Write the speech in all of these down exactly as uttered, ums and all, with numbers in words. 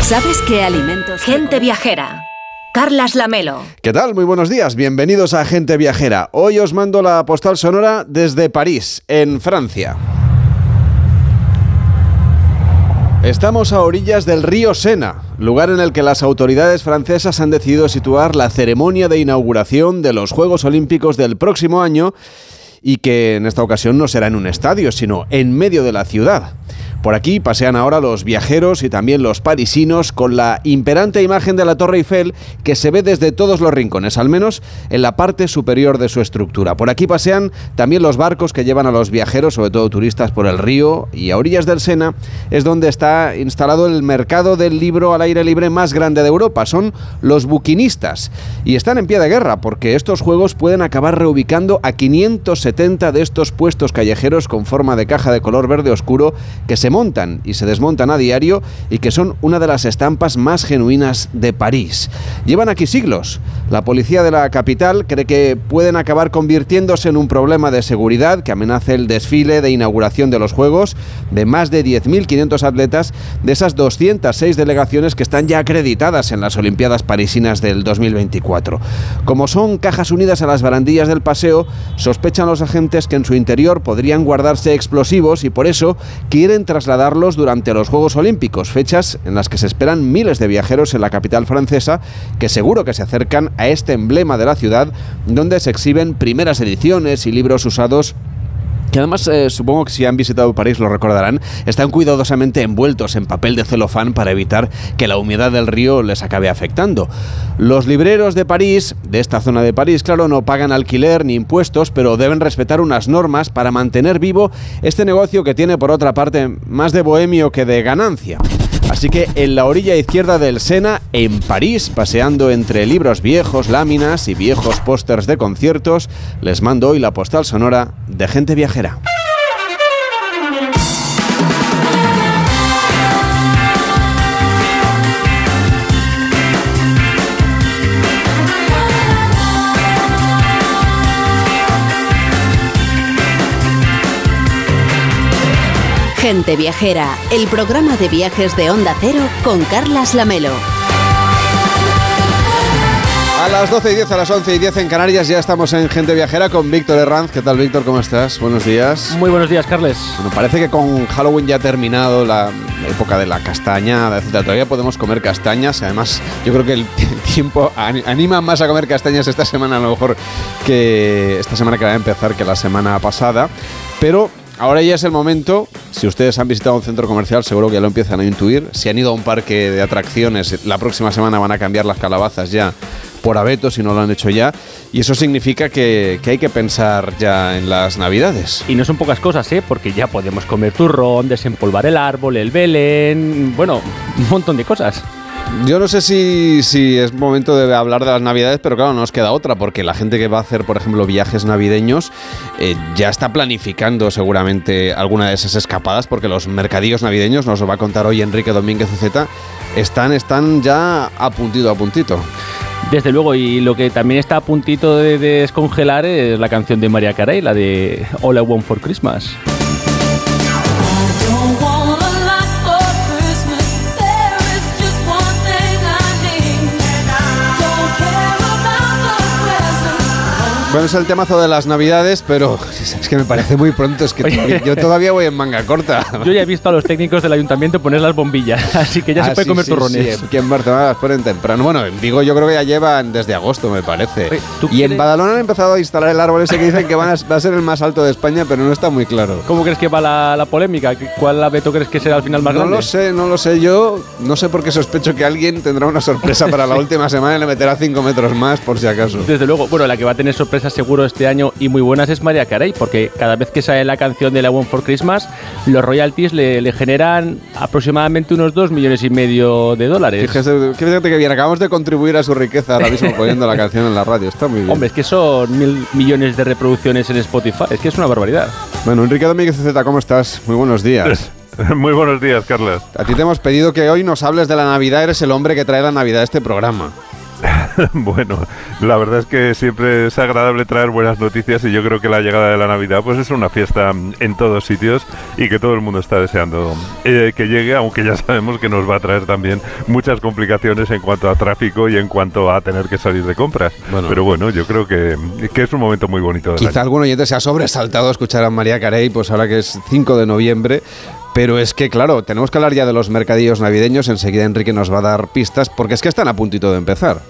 ¿Sabes qué alimentos? Gente viajera. Carlas Lamelo. ¿Qué tal? Muy buenos días. Bienvenidos a Gente Viajera. Hoy os mando la postal sonora desde París, en Francia. Estamos a orillas del río Sena, lugar en el que las autoridades francesas han decidido situar la ceremonia de inauguración de los Juegos Olímpicos del próximo año y que en esta ocasión no será en un estadio, sino en medio de la ciudad. Por aquí pasean ahora los viajeros y también los parisinos con la imperante imagen de la Torre Eiffel que se ve desde todos los rincones, al menos en la parte superior de su estructura. Por aquí pasean también los barcos que llevan a los viajeros, sobre todo turistas, por el río, y a orillas del Sena es donde está instalado el mercado del libro al aire libre más grande de Europa. Son los buquinistas y están en pie de guerra porque estos juegos pueden acabar reubicando a quinientos setenta de estos puestos callejeros con forma de caja de color verde oscuro que se montan y se desmontan a diario y que son una de las estampas más genuinas de París. Llevan aquí siglos. La policía de la capital cree que pueden acabar convirtiéndose en un problema de seguridad que amenace el desfile de inauguración de los Juegos de más de diez mil quinientos atletas de esas doscientas seis delegaciones que están ya acreditadas en las Olimpiadas Parisinas del dos mil veinticuatro. Como son cajas unidas a las barandillas del paseo, sospechan los agentes que en su interior podrían guardarse explosivos y por eso quieren trasladarlos durante los Juegos Olímpicos, fechas en las que se esperan miles de viajeros en la capital francesa que seguro que se acercan a este emblema de la ciudad donde se exhiben primeras ediciones y libros usados que además, eh, supongo que si han visitado París lo recordarán, están cuidadosamente envueltos en papel de celofán para evitar que la humedad del río les acabe afectando. Los libreros de París, de esta zona de París, claro, no pagan alquiler ni impuestos, pero deben respetar unas normas para mantener vivo este negocio que tiene, por otra parte, más de bohemio que de ganancia. Así que en la orilla izquierda del Sena, en París, paseando entre libros viejos, láminas y viejos pósters de conciertos, les mando hoy la postal sonora de Gente Viajera. Gente Viajera, el programa de viajes de Onda Cero con Carlas Lamelo. A las doce y diez, a las once y diez en Canarias ya estamos en Gente Viajera con Víctor Herranz. ¿Qué tal, Víctor? ¿Cómo estás? Buenos días. Muy buenos días, Carles. Bueno, parece que con Halloween ya ha terminado la época de la castaña, etcétera. Todavía podemos comer castañas. Además, yo creo que el tiempo anima más a comer castañas esta semana, a lo mejor, que esta semana que va a empezar que la semana pasada. Pero ahora ya es el momento. Si ustedes han visitado un centro comercial, seguro que ya lo empiezan a intuir. Si han ido a un parque de atracciones, la próxima semana van a cambiar las calabazas ya por abeto, si no lo han hecho ya. Y eso significa que, que hay que pensar ya en las Navidades. Y no son pocas cosas, ¿eh? Porque ya podemos comer turrón, desempolvar el árbol, el Belén, bueno, un montón de cosas. Yo no sé si, si es momento de hablar de las Navidades, pero claro, no nos queda otra, porque la gente que va a hacer, por ejemplo, viajes navideños, eh, ya está planificando seguramente alguna de esas escapadas, porque los mercadillos navideños, nos lo va a contar hoy Enrique Domínguez Uceta, están, están ya a puntito a puntito. Desde luego, y lo que también está a puntito de descongelar es la canción de Mariah Carey, la de All I Want for Christmas. Bueno, es el temazo de las Navidades, pero es que me parece muy pronto, es que Oye, yo todavía voy en manga corta. Yo ya he visto a los técnicos del ayuntamiento poner las bombillas, así que ya ah, se puede sí, comer sí, turrones. Sí, aquí en Barcelona las ponen temprano. Bueno, en Vigo yo creo que ya llevan desde agosto, me parece. Oye, y quieres? En Badalona han empezado a instalar el árbol ese que dicen que van a, va a ser el más alto de España, pero no está muy claro. ¿Cómo crees que va la, la polémica? ¿Cuál abeto crees que será al final más no grande? No lo sé, no lo sé. Yo no sé por qué sospecho que alguien tendrá una sorpresa para la última semana y le meterá cinco metros más por si acaso. Desde luego. Bueno, la que va a tener sorpresas seguro este año y muy buenas es Mariah Carey, porque cada vez que sale la canción de la One for Christmas, los royalties le, le generan aproximadamente unos dos millones y medio de dólares. Fíjate, fíjate que bien, acabamos de contribuir a su riqueza ahora mismo poniendo la canción en la radio, está muy bien. Hombre, es que son mil millones de reproducciones en Spotify, es que es una barbaridad. Bueno, Enrique Domínguez Uceta, ¿cómo estás? Muy buenos días. Muy buenos días, Carlos. A ti te hemos pedido que hoy nos hables de la Navidad, eres el hombre que trae la Navidad a este programa. Bueno, la verdad es que siempre es agradable traer buenas noticias y yo creo que la llegada de la Navidad pues es una fiesta en todos sitios y que todo el mundo está deseando eh, que llegue, aunque ya sabemos que nos va a traer también muchas complicaciones en cuanto a tráfico y en cuanto a tener que salir de compras. Bueno, pero bueno, yo creo que, que es un momento muy bonito. Quizá algún oyente se ha sobresaltado a escuchar a María Carey, pues ahora que es cinco de noviembre. Pero es que, claro, tenemos que hablar ya de los mercadillos navideños. Enseguida Enrique nos va a dar pistas, porque es que están a puntito de empezar.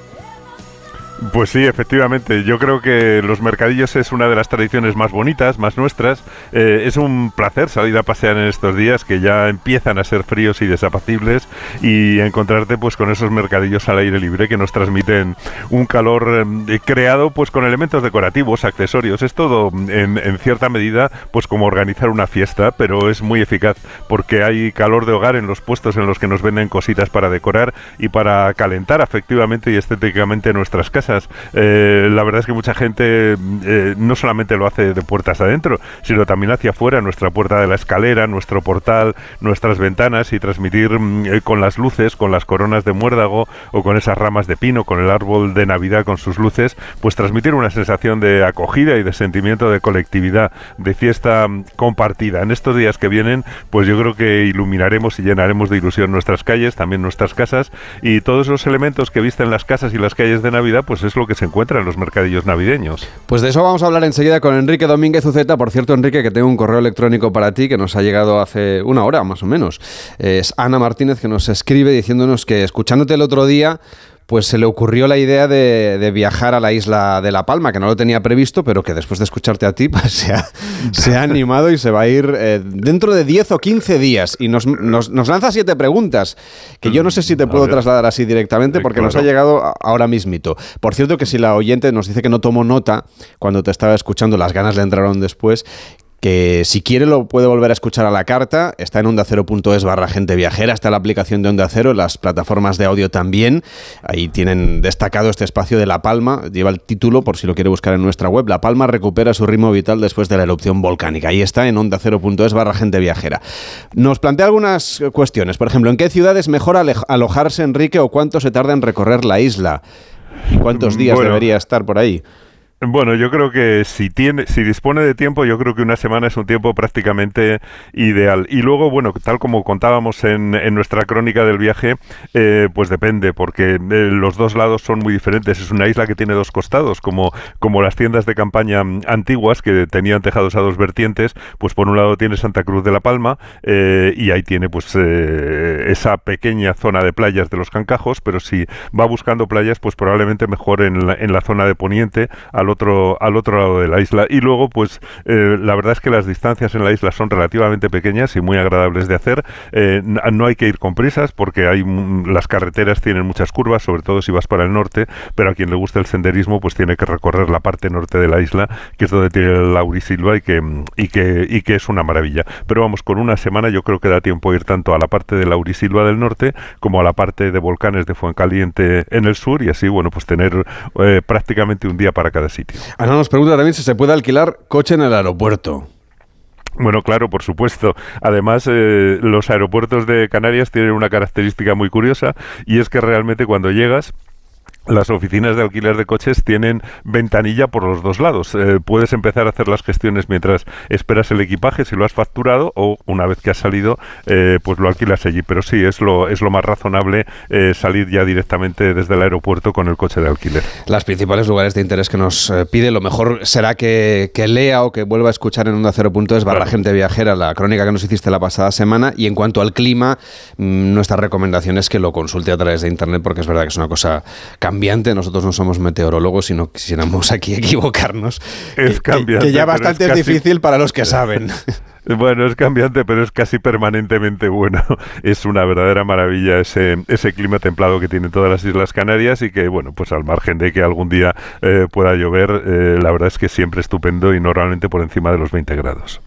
Pues sí, efectivamente. Yo creo que los mercadillos es una de las tradiciones más bonitas, más nuestras. Eh, es un placer salir a pasear en estos días que ya empiezan a ser fríos y desapacibles y encontrarte pues con esos mercadillos al aire libre que nos transmiten un calor eh, creado pues con elementos decorativos, accesorios. Es todo en, en cierta medida pues como organizar una fiesta, pero es muy eficaz porque hay calor de hogar en los puestos en los que nos venden cositas para decorar y para calentar afectivamente y estéticamente nuestras casas. Eh, la verdad es que mucha gente eh, no solamente lo hace de puertas adentro, sino también hacia afuera, nuestra puerta de la escalera, nuestro portal, nuestras ventanas, y transmitir eh, con las luces, con las coronas de muérdago o con esas ramas de pino, con el árbol de Navidad con sus luces, pues transmitir una sensación de acogida y de sentimiento de colectividad, de fiesta compartida. En estos días que vienen, pues yo creo que iluminaremos y llenaremos de ilusión nuestras calles, también nuestras casas, y todos los elementos que visten las casas y las calles de Navidad, pues es lo que se encuentra en los mercadillos navideños. Pues de eso vamos a hablar enseguida con Enrique Domínguez Uceta. Por cierto, Enrique, que tengo un correo electrónico para ti que nos ha llegado hace una hora más o menos. Es Ana Martínez, que nos escribe diciéndonos que escuchándote el otro día, pues se le ocurrió la idea de, de viajar a la isla de La Palma, que no lo tenía previsto, pero que después de escucharte a ti, pues se ha, se ha animado y se va a ir eh, dentro de diez o quince días. Y nos, nos, nos lanza siete preguntas, que yo no sé si te puedo trasladar así directamente, porque nos ha llegado ahora mismito. Por cierto, que si la oyente nos dice que no tomó nota cuando te estaba escuchando, las ganas le entraron después, que si quiere lo puede volver a escuchar a la carta. Está en onda cero punto es barra gente viajera, está la aplicación de Onda Cero, las plataformas de audio también. Ahí tienen destacado este espacio de La Palma, lleva el título por si lo quiere buscar en nuestra web. La Palma recupera su ritmo vital después de la erupción volcánica. Ahí está en onda cero punto es barra gente viajera. Nos plantea algunas cuestiones, por ejemplo, ¿en qué ciudad es mejor alojarse, Enrique, o cuánto se tarda en recorrer la isla? ¿Y cuántos días bueno. debería estar por ahí? Bueno, yo creo que si tiene, si dispone de tiempo, yo creo que una semana es un tiempo prácticamente ideal. Y luego, bueno, tal como contábamos en, en nuestra crónica del viaje, eh, pues depende, porque eh, los dos lados son muy diferentes. Es una isla que tiene dos costados, como, como las tiendas de campaña antiguas que tenían tejados a dos vertientes. Pues por un lado tiene Santa Cruz de la Palma eh, y ahí tiene pues eh, esa pequeña zona de playas de los Cancajos, pero si va buscando playas, pues probablemente mejor en la, en la zona de Poniente, al otro al otro lado de la isla. Y luego pues eh, la verdad es que las distancias en la isla son relativamente pequeñas y muy agradables de hacer. Eh, no hay que ir con prisas porque hay las carreteras tienen muchas curvas, sobre todo si vas para el norte, pero a quien le gusta el senderismo pues tiene que recorrer la parte norte de la isla, que es donde tiene el Laurisilva y que, y que y que es una maravilla. Pero vamos, con una semana yo creo que da tiempo a ir tanto a la parte de Laurisilva del norte como a la parte de volcanes de Fuencaliente en el sur, y así bueno pues tener eh, prácticamente un día para cada sitio. Ana nos pregunta también si se puede alquilar coche en el aeropuerto. Bueno, claro, por supuesto. Además, eh, los aeropuertos de Canarias tienen una característica muy curiosa, y es que realmente cuando llegas, las oficinas de alquiler de coches tienen ventanilla por los dos lados. Eh, puedes empezar a hacer las gestiones mientras esperas el equipaje, si lo has facturado, o una vez que has salido, eh, pues lo alquilas allí. Pero sí, es lo, es lo más razonable eh, salir ya directamente desde el aeropuerto con el coche de alquiler. Las principales lugares de interés que nos eh, pide, lo mejor será que, que lea o que vuelva a escuchar en onda cero punto es barra gente viajera la crónica que nos hiciste la pasada semana. Y en cuanto al clima, mmm, nuestra recomendación es que lo consulte a través de internet, porque es verdad que es una cosa cambiante. Nosotros no somos meteorólogos y no quisiéramos aquí equivocarnos. Es que, cambiante. Que ya bastante es, es casi... difícil para los que saben. Bueno, es cambiante, pero es casi permanentemente bueno. Es una verdadera maravilla ese, ese clima templado que tienen todas las Islas Canarias, y que, bueno, pues al margen de que algún día eh, pueda llover, eh, la verdad es que siempre estupendo y normalmente por encima de los veinte grados.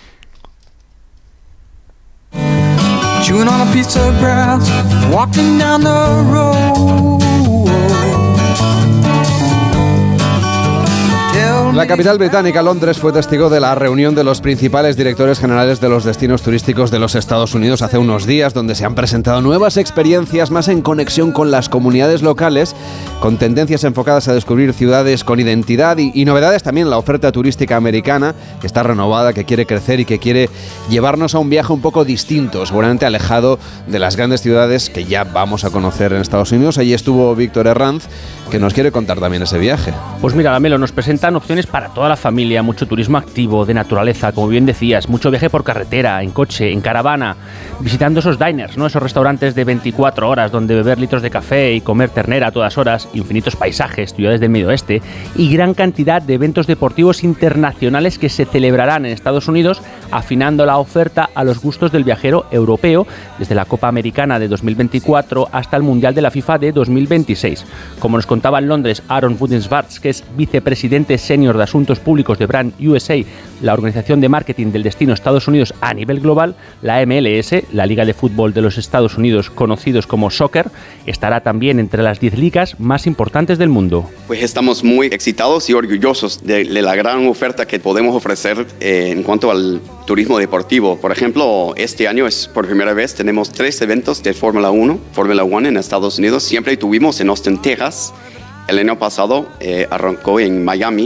Chewing on a piece of grass, walking down the road. Tell La capital británica, Londres, fue testigo de la reunión de los principales directores generales de los destinos turísticos de los Estados Unidos hace unos días, donde se han presentado nuevas experiencias más en conexión con las comunidades locales, con tendencias enfocadas a descubrir ciudades con identidad y, y novedades también en la oferta turística americana, que está renovada, que quiere crecer y que quiere llevarnos a un viaje un poco distinto, seguramente alejado de las grandes ciudades que ya vamos a conocer en Estados Unidos. Allí estuvo Víctor Herranz, que nos quiere contar también ese viaje. Pues mira, Lamelo, nos presentan opciones para toda la familia, mucho turismo activo, de naturaleza, como bien decías, mucho viaje por carretera, en coche, en caravana, visitando esos diners, ¿no? Esos restaurantes de veinticuatro horas donde beber litros de café y comer ternera a todas horas, infinitos paisajes, ciudades del Medio Oeste y gran cantidad de eventos deportivos internacionales que se celebrarán en Estados Unidos, afinando la oferta a los gustos del viajero europeo, desde la Copa Americana de dos mil veinticuatro hasta el Mundial de la FIFA de dos mil veintiséis. Como nos contaba en Londres Aaron Budinsvarts, que es vicepresidente senior de Asuntos Públicos de Brand U S A, la organización de marketing del destino Estados Unidos a nivel global, la M L S, la Liga de Fútbol de los Estados Unidos, conocidos como Soccer, estará también entre las diez ligas más importantes del mundo. Pues estamos muy excitados y orgullosos de, de la gran oferta que podemos ofrecer eh, en cuanto al turismo deportivo. Por ejemplo, este año es por primera vez tenemos tres eventos de Fórmula uno, Fórmula uno en Estados Unidos. Siempre tuvimos en Austin, Texas. El año pasado eh, arrancó en Miami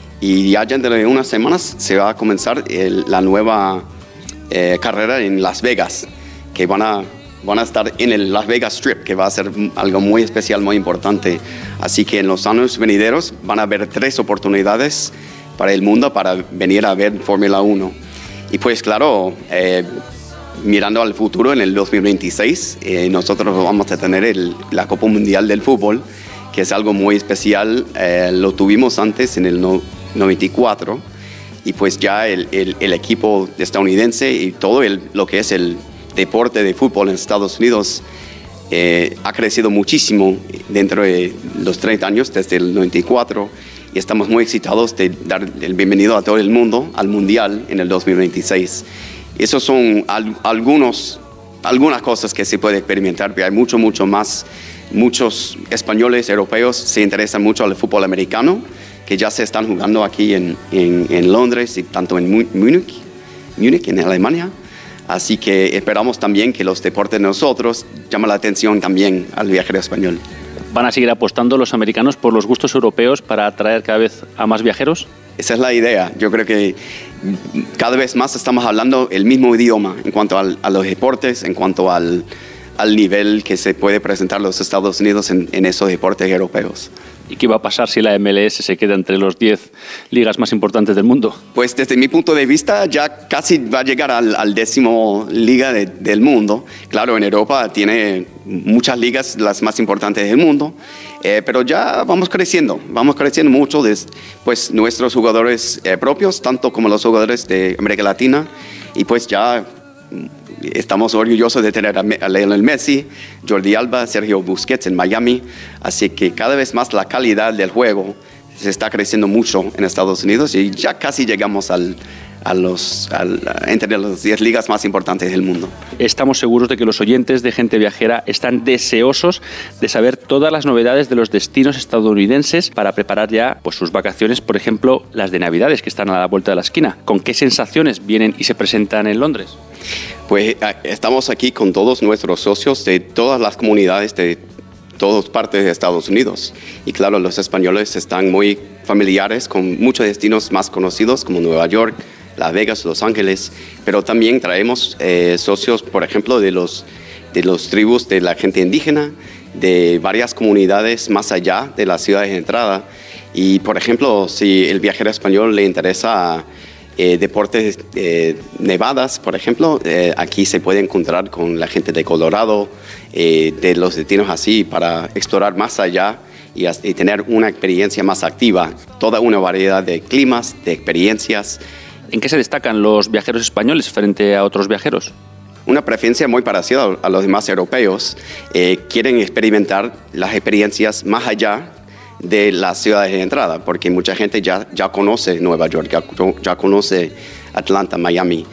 y ya dentro de unas semanas se va a comenzar el, la nueva eh, carrera en Las Vegas, que van a, van a estar en el Las Vegas Strip, que va a ser algo muy especial, muy importante. Así que en los años venideros van a haber tres oportunidades para el mundo para venir a ver Fórmula uno. Y pues claro, eh, mirando al futuro en el dos mil veintiséis, eh, nosotros vamos a tener el, la Copa Mundial del Fútbol, que es algo muy especial. Eh, lo tuvimos antes en el noventa y cuatro y pues ya el, el, el equipo estadounidense y todo el, lo que es el deporte de fútbol en Estados Unidos eh, ha crecido muchísimo dentro de los treinta años, desde el noventa y cuatro, y estamos muy excitados de dar el bienvenido a todo el mundo al Mundial en el dos mil veintiséis. Esos son al, algunos, algunas cosas que se puede experimentar, pero hay mucho, mucho más. Muchos españoles, europeos, se interesan mucho al fútbol americano, que ya se están jugando aquí en, en, en Londres y tanto en Múnich, Múnich, en Alemania. Así que esperamos también que los deportes de nosotros llamen la atención también al viajero español. ¿Van a seguir apostando los americanos por los gustos europeos para atraer cada vez a más viajeros? Esa es la idea. Yo creo que cada vez más estamos hablando el mismo idioma en cuanto al, a los deportes, en cuanto al... al nivel que se puede presentar los Estados Unidos en, en esos deportes europeos. ¿Y qué va a pasar si la M L S se queda entre los diez ligas más importantes del mundo? Pues desde mi punto de vista ya casi va a llegar al, al décimo liga de, del mundo. Claro, en Europa tiene muchas ligas, las más importantes del mundo, eh, pero ya vamos creciendo, vamos creciendo mucho, desde, pues nuestros jugadores eh, propios, tanto como los jugadores de América Latina, y pues ya estamos orgullosos de tener a Lionel Messi, Jordi Alba, Sergio Busquets en Miami, así que cada vez más la calidad del juego se está creciendo mucho en Estados Unidos y ya casi llegamos al, a los, al, entre las diez ligas más importantes del mundo. Estamos seguros de que los oyentes de Gente Viajera están deseosos de saber todas las novedades de los destinos estadounidenses para preparar ya pues, sus vacaciones, por ejemplo, las de Navidades, que están a la vuelta de la esquina. ¿Con qué sensaciones vienen y se presentan en Londres? Pues estamos aquí con todos nuestros socios de todas las comunidades de todas partes de Estados Unidos. Y claro, los españoles están muy familiares con muchos destinos más conocidos como Nueva York, Las Vegas, Los Ángeles, pero también traemos eh, socios, por ejemplo, de los, de los tribus de la gente indígena, de varias comunidades más allá de las ciudades de entrada. Y, por ejemplo, si el viajero español le interesa Eh, deportes eh, nevadas, por ejemplo, eh, aquí se puede encontrar con la gente de Colorado, eh, de los destinos así, para explorar más allá y, y tener una experiencia más activa, toda una variedad de climas, de experiencias. ¿En qué se destacan los viajeros españoles frente a otros viajeros? Una preferencia muy parecida a los demás europeos. Eh, quieren experimentar las experiencias más allá de las ciudades de entrada, porque mucha gente ya, ya conoce Nueva York, ya, ya conoce Atlanta, Miami,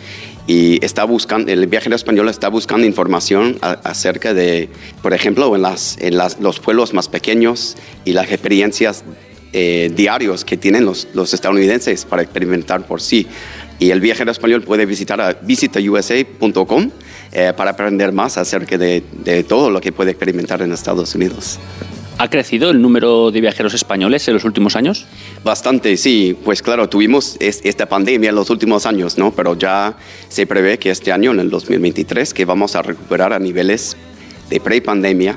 y está buscando, el viajero español está buscando información a, acerca de, por ejemplo, en, las, en las, los pueblos más pequeños y las experiencias eh, diarios que tienen los, los estadounidenses para experimentar por sí. Y el viajero español puede visitar a visita u s a punto com eh, para aprender más acerca de, de todo lo que puede experimentar en Estados Unidos. ¿Ha crecido el número de viajeros españoles en los últimos años? Bastante, sí. Pues claro, tuvimos es, esta pandemia en los últimos años, ¿no? Pero ya se prevé que este año, en el dos mil veintitrés, que vamos a recuperar a niveles de pre-pandemia,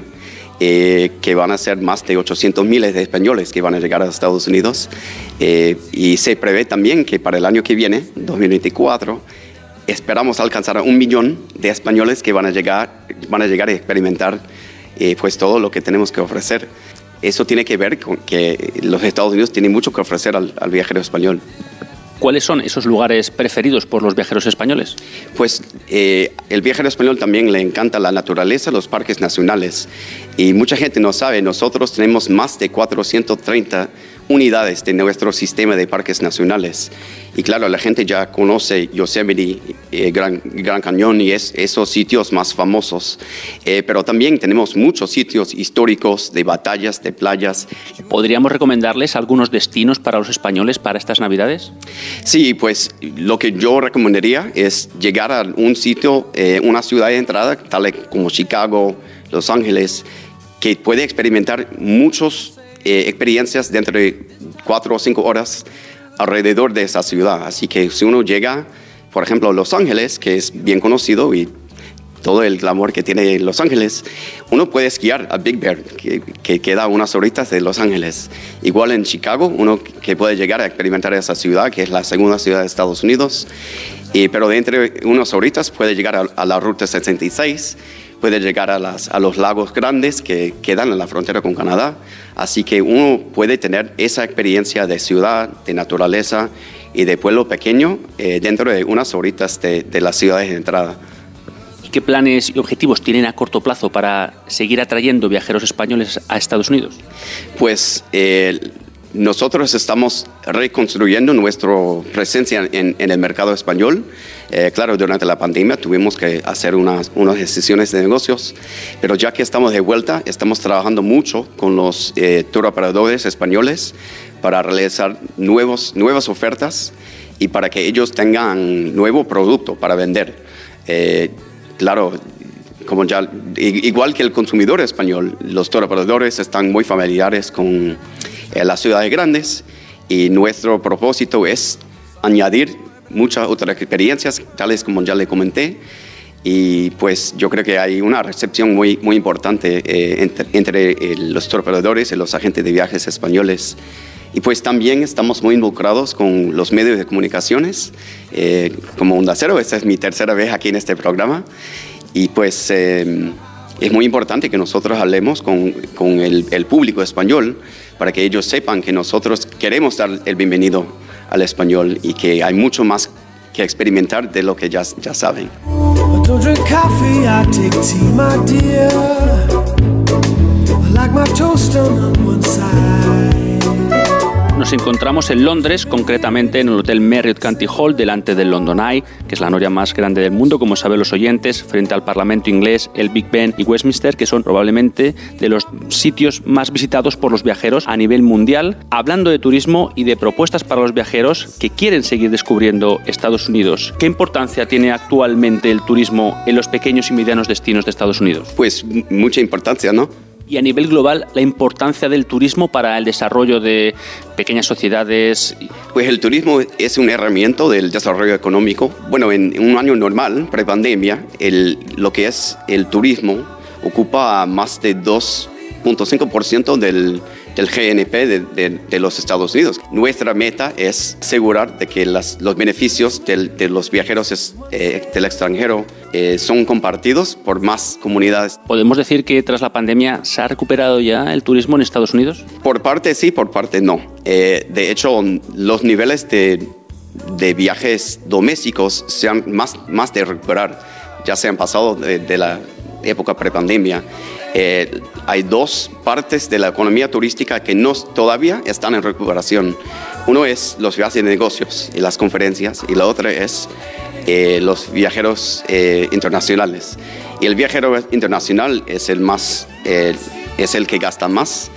eh, que van a ser más de ochocientos miles de españoles que van a llegar a Estados Unidos. Eh, y se prevé también que para el año que viene, dos mil veinticuatro, esperamos alcanzar a un millón de españoles que van a llegar, van a, llegar a experimentar eh, pues todo lo que tenemos que ofrecer. Eso tiene que ver con que los Estados Unidos tienen mucho que ofrecer al, al viajero español. ¿Cuáles son esos lugares preferidos por los viajeros españoles? Pues eh, el viajero español también le encanta la naturaleza, los parques nacionales. Y mucha gente no sabe, nosotros tenemos más de cuatrocientas treinta unidades de nuestro sistema de parques nacionales. Y claro, la gente ya conoce Yosemite, eh, Gran, Gran Cañón y es, esos sitios más famosos. Eh, pero también tenemos muchos sitios históricos de batallas, de playas. ¿Podríamos recomendarles algunos destinos para los españoles para estas Navidades? Sí, pues lo que yo recomendaría es llegar a un sitio, eh, una ciudad de entrada, tal como Chicago, Los Ángeles, que puede experimentar muchas eh, experiencias dentro de cuatro o cinco horas alrededor de esa ciudad. Así que si uno llega, por ejemplo, a Los Ángeles, que es bien conocido y todo el glamour que tiene Los Ángeles, uno puede esquiar a Big Bear, que, que queda unas horitas de Los Ángeles. Igual en Chicago, uno que puede llegar a experimentar esa ciudad, que es la segunda ciudad de Estados Unidos, y, pero de entre unas horitas puede llegar a, a la Ruta sesenta y seis, puede llegar a, las, a los lagos grandes que quedan en la frontera con Canadá. Así que uno puede tener esa experiencia de ciudad, de naturaleza y de pueblo pequeño eh, dentro de unas horitas de, de las ciudades de entrada. ¿Qué planes y objetivos tienen a corto plazo para seguir atrayendo viajeros españoles a Estados Unidos? Pues eh, nosotros estamos reconstruyendo nuestra presencia en, en el mercado español. Eh, claro, durante la pandemia tuvimos que hacer unas, unas decisiones de negocios, pero ya que estamos de vuelta, estamos trabajando mucho con los eh, tour operadores españoles para realizar nuevos, nuevas ofertas y para que ellos tengan nuevo producto para vender. Eh, Claro, como ya, igual que el consumidor español, los tour operadores están muy familiares con eh, las ciudades grandes y nuestro propósito es añadir muchas otras experiencias, tales como ya le comenté, y pues yo creo que hay una recepción muy, muy importante eh, entre, entre eh, los tour operadores y los agentes de viajes españoles. Y pues también estamos muy involucrados con los medios de comunicaciones, eh, como Onda Cero. Esta es mi tercera vez aquí en este programa. Y pues eh, es muy importante que nosotros hablemos con, con el, el público español para que ellos sepan que nosotros queremos dar el bienvenido al español y que hay mucho más que experimentar de lo que ya, ya saben. Nos encontramos en Londres, concretamente en el Hotel Marriott County Hall, delante del London Eye, que es la noria más grande del mundo, como saben los oyentes, frente al Parlamento inglés, el Big Ben y Westminster, que son probablemente de los sitios más visitados por los viajeros a nivel mundial. Hablando de turismo y de propuestas para los viajeros que quieren seguir descubriendo Estados Unidos, ¿qué importancia tiene actualmente el turismo en los pequeños y medianos destinos de Estados Unidos? Pues mucha importancia, ¿no? Y a nivel global, la importancia del turismo para el desarrollo de pequeñas sociedades. Pues el turismo es una herramienta del desarrollo económico. Bueno, en un año normal, prepandemia, el, lo que es el turismo ocupa más de dos punto cinco por ciento del, del G N P de, de, de los Estados Unidos. Nuestra meta es asegurar de que las, los beneficios del, de los viajeros es, eh, del extranjero eh, son compartidos por más comunidades. ¿Podemos decir que tras la pandemia se ha recuperado ya el turismo en Estados Unidos? Por parte sí, por parte no. Eh, de hecho, los niveles de, de viajes domésticos se han más, más de recuperar. Ya se han pasado de, de la época prepandemia. Eh, hay dos partes de la economía turística que no, todavía están en recuperación. Uno es los viajes de negocios y las conferencias, y la otra es eh, los viajeros eh, internacionales. Y el viajero internacional es el, más, eh, es el que gasta más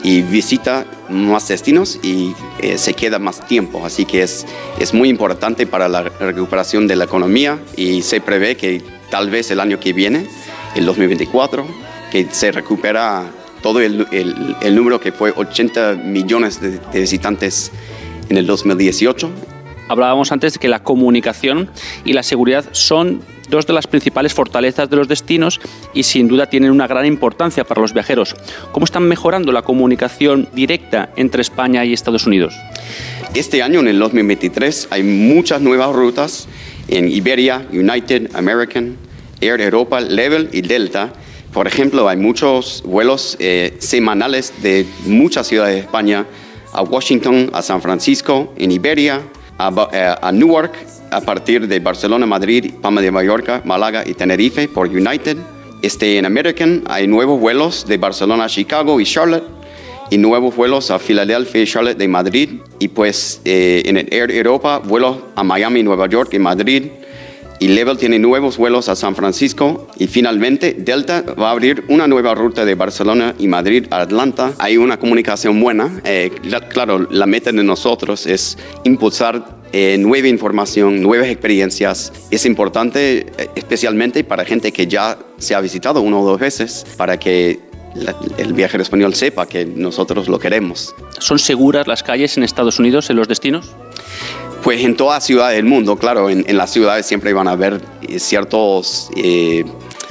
y visita más destinos y eh, se queda más tiempo. Así que es, es muy importante para la recuperación de la economía y se prevé que tal vez el año que viene, el dos mil veinticuatro, que se recupera todo el, el, el número que fue ochenta millones de, de visitantes en el dos mil dieciocho. Hablábamos antes de que la comunicación y la seguridad son dos de las principales fortalezas de los destinos y sin duda tienen una gran importancia para los viajeros. ¿Cómo están mejorando la comunicación directa entre España y Estados Unidos? Este año, en el dos mil veintitrés, hay muchas nuevas rutas en Iberia, United, American, Air Europa, Level y Delta. Por ejemplo, hay muchos vuelos eh, semanales de muchas ciudades de España a Washington, a San Francisco, en Iberia, a, a, a Newark, a partir de Barcelona, Madrid, Palma de Mallorca, Málaga y Tenerife por United. Este, en American hay nuevos vuelos de Barcelona a Chicago y Charlotte y nuevos vuelos a Filadelfia y Charlotte de Madrid. Y pues eh, en el Air Europa, vuelos a Miami, Nueva York y Madrid. Y Level tiene nuevos vuelos a San Francisco. Y finalmente Delta va a abrir una nueva ruta de Barcelona y Madrid a Atlanta. Hay una comunicación buena. Eh, claro, la meta de nosotros es impulsar Eh, nueva información, nuevas experiencias. Es importante eh, especialmente para gente que ya se ha visitado una o dos veces, para que la, el viajero español sepa que nosotros lo queremos. ¿Son seguras las calles en Estados Unidos, en los destinos? Pues en toda ciudad del mundo, claro, en, en las ciudades siempre van a haber eh, ciertos, eh,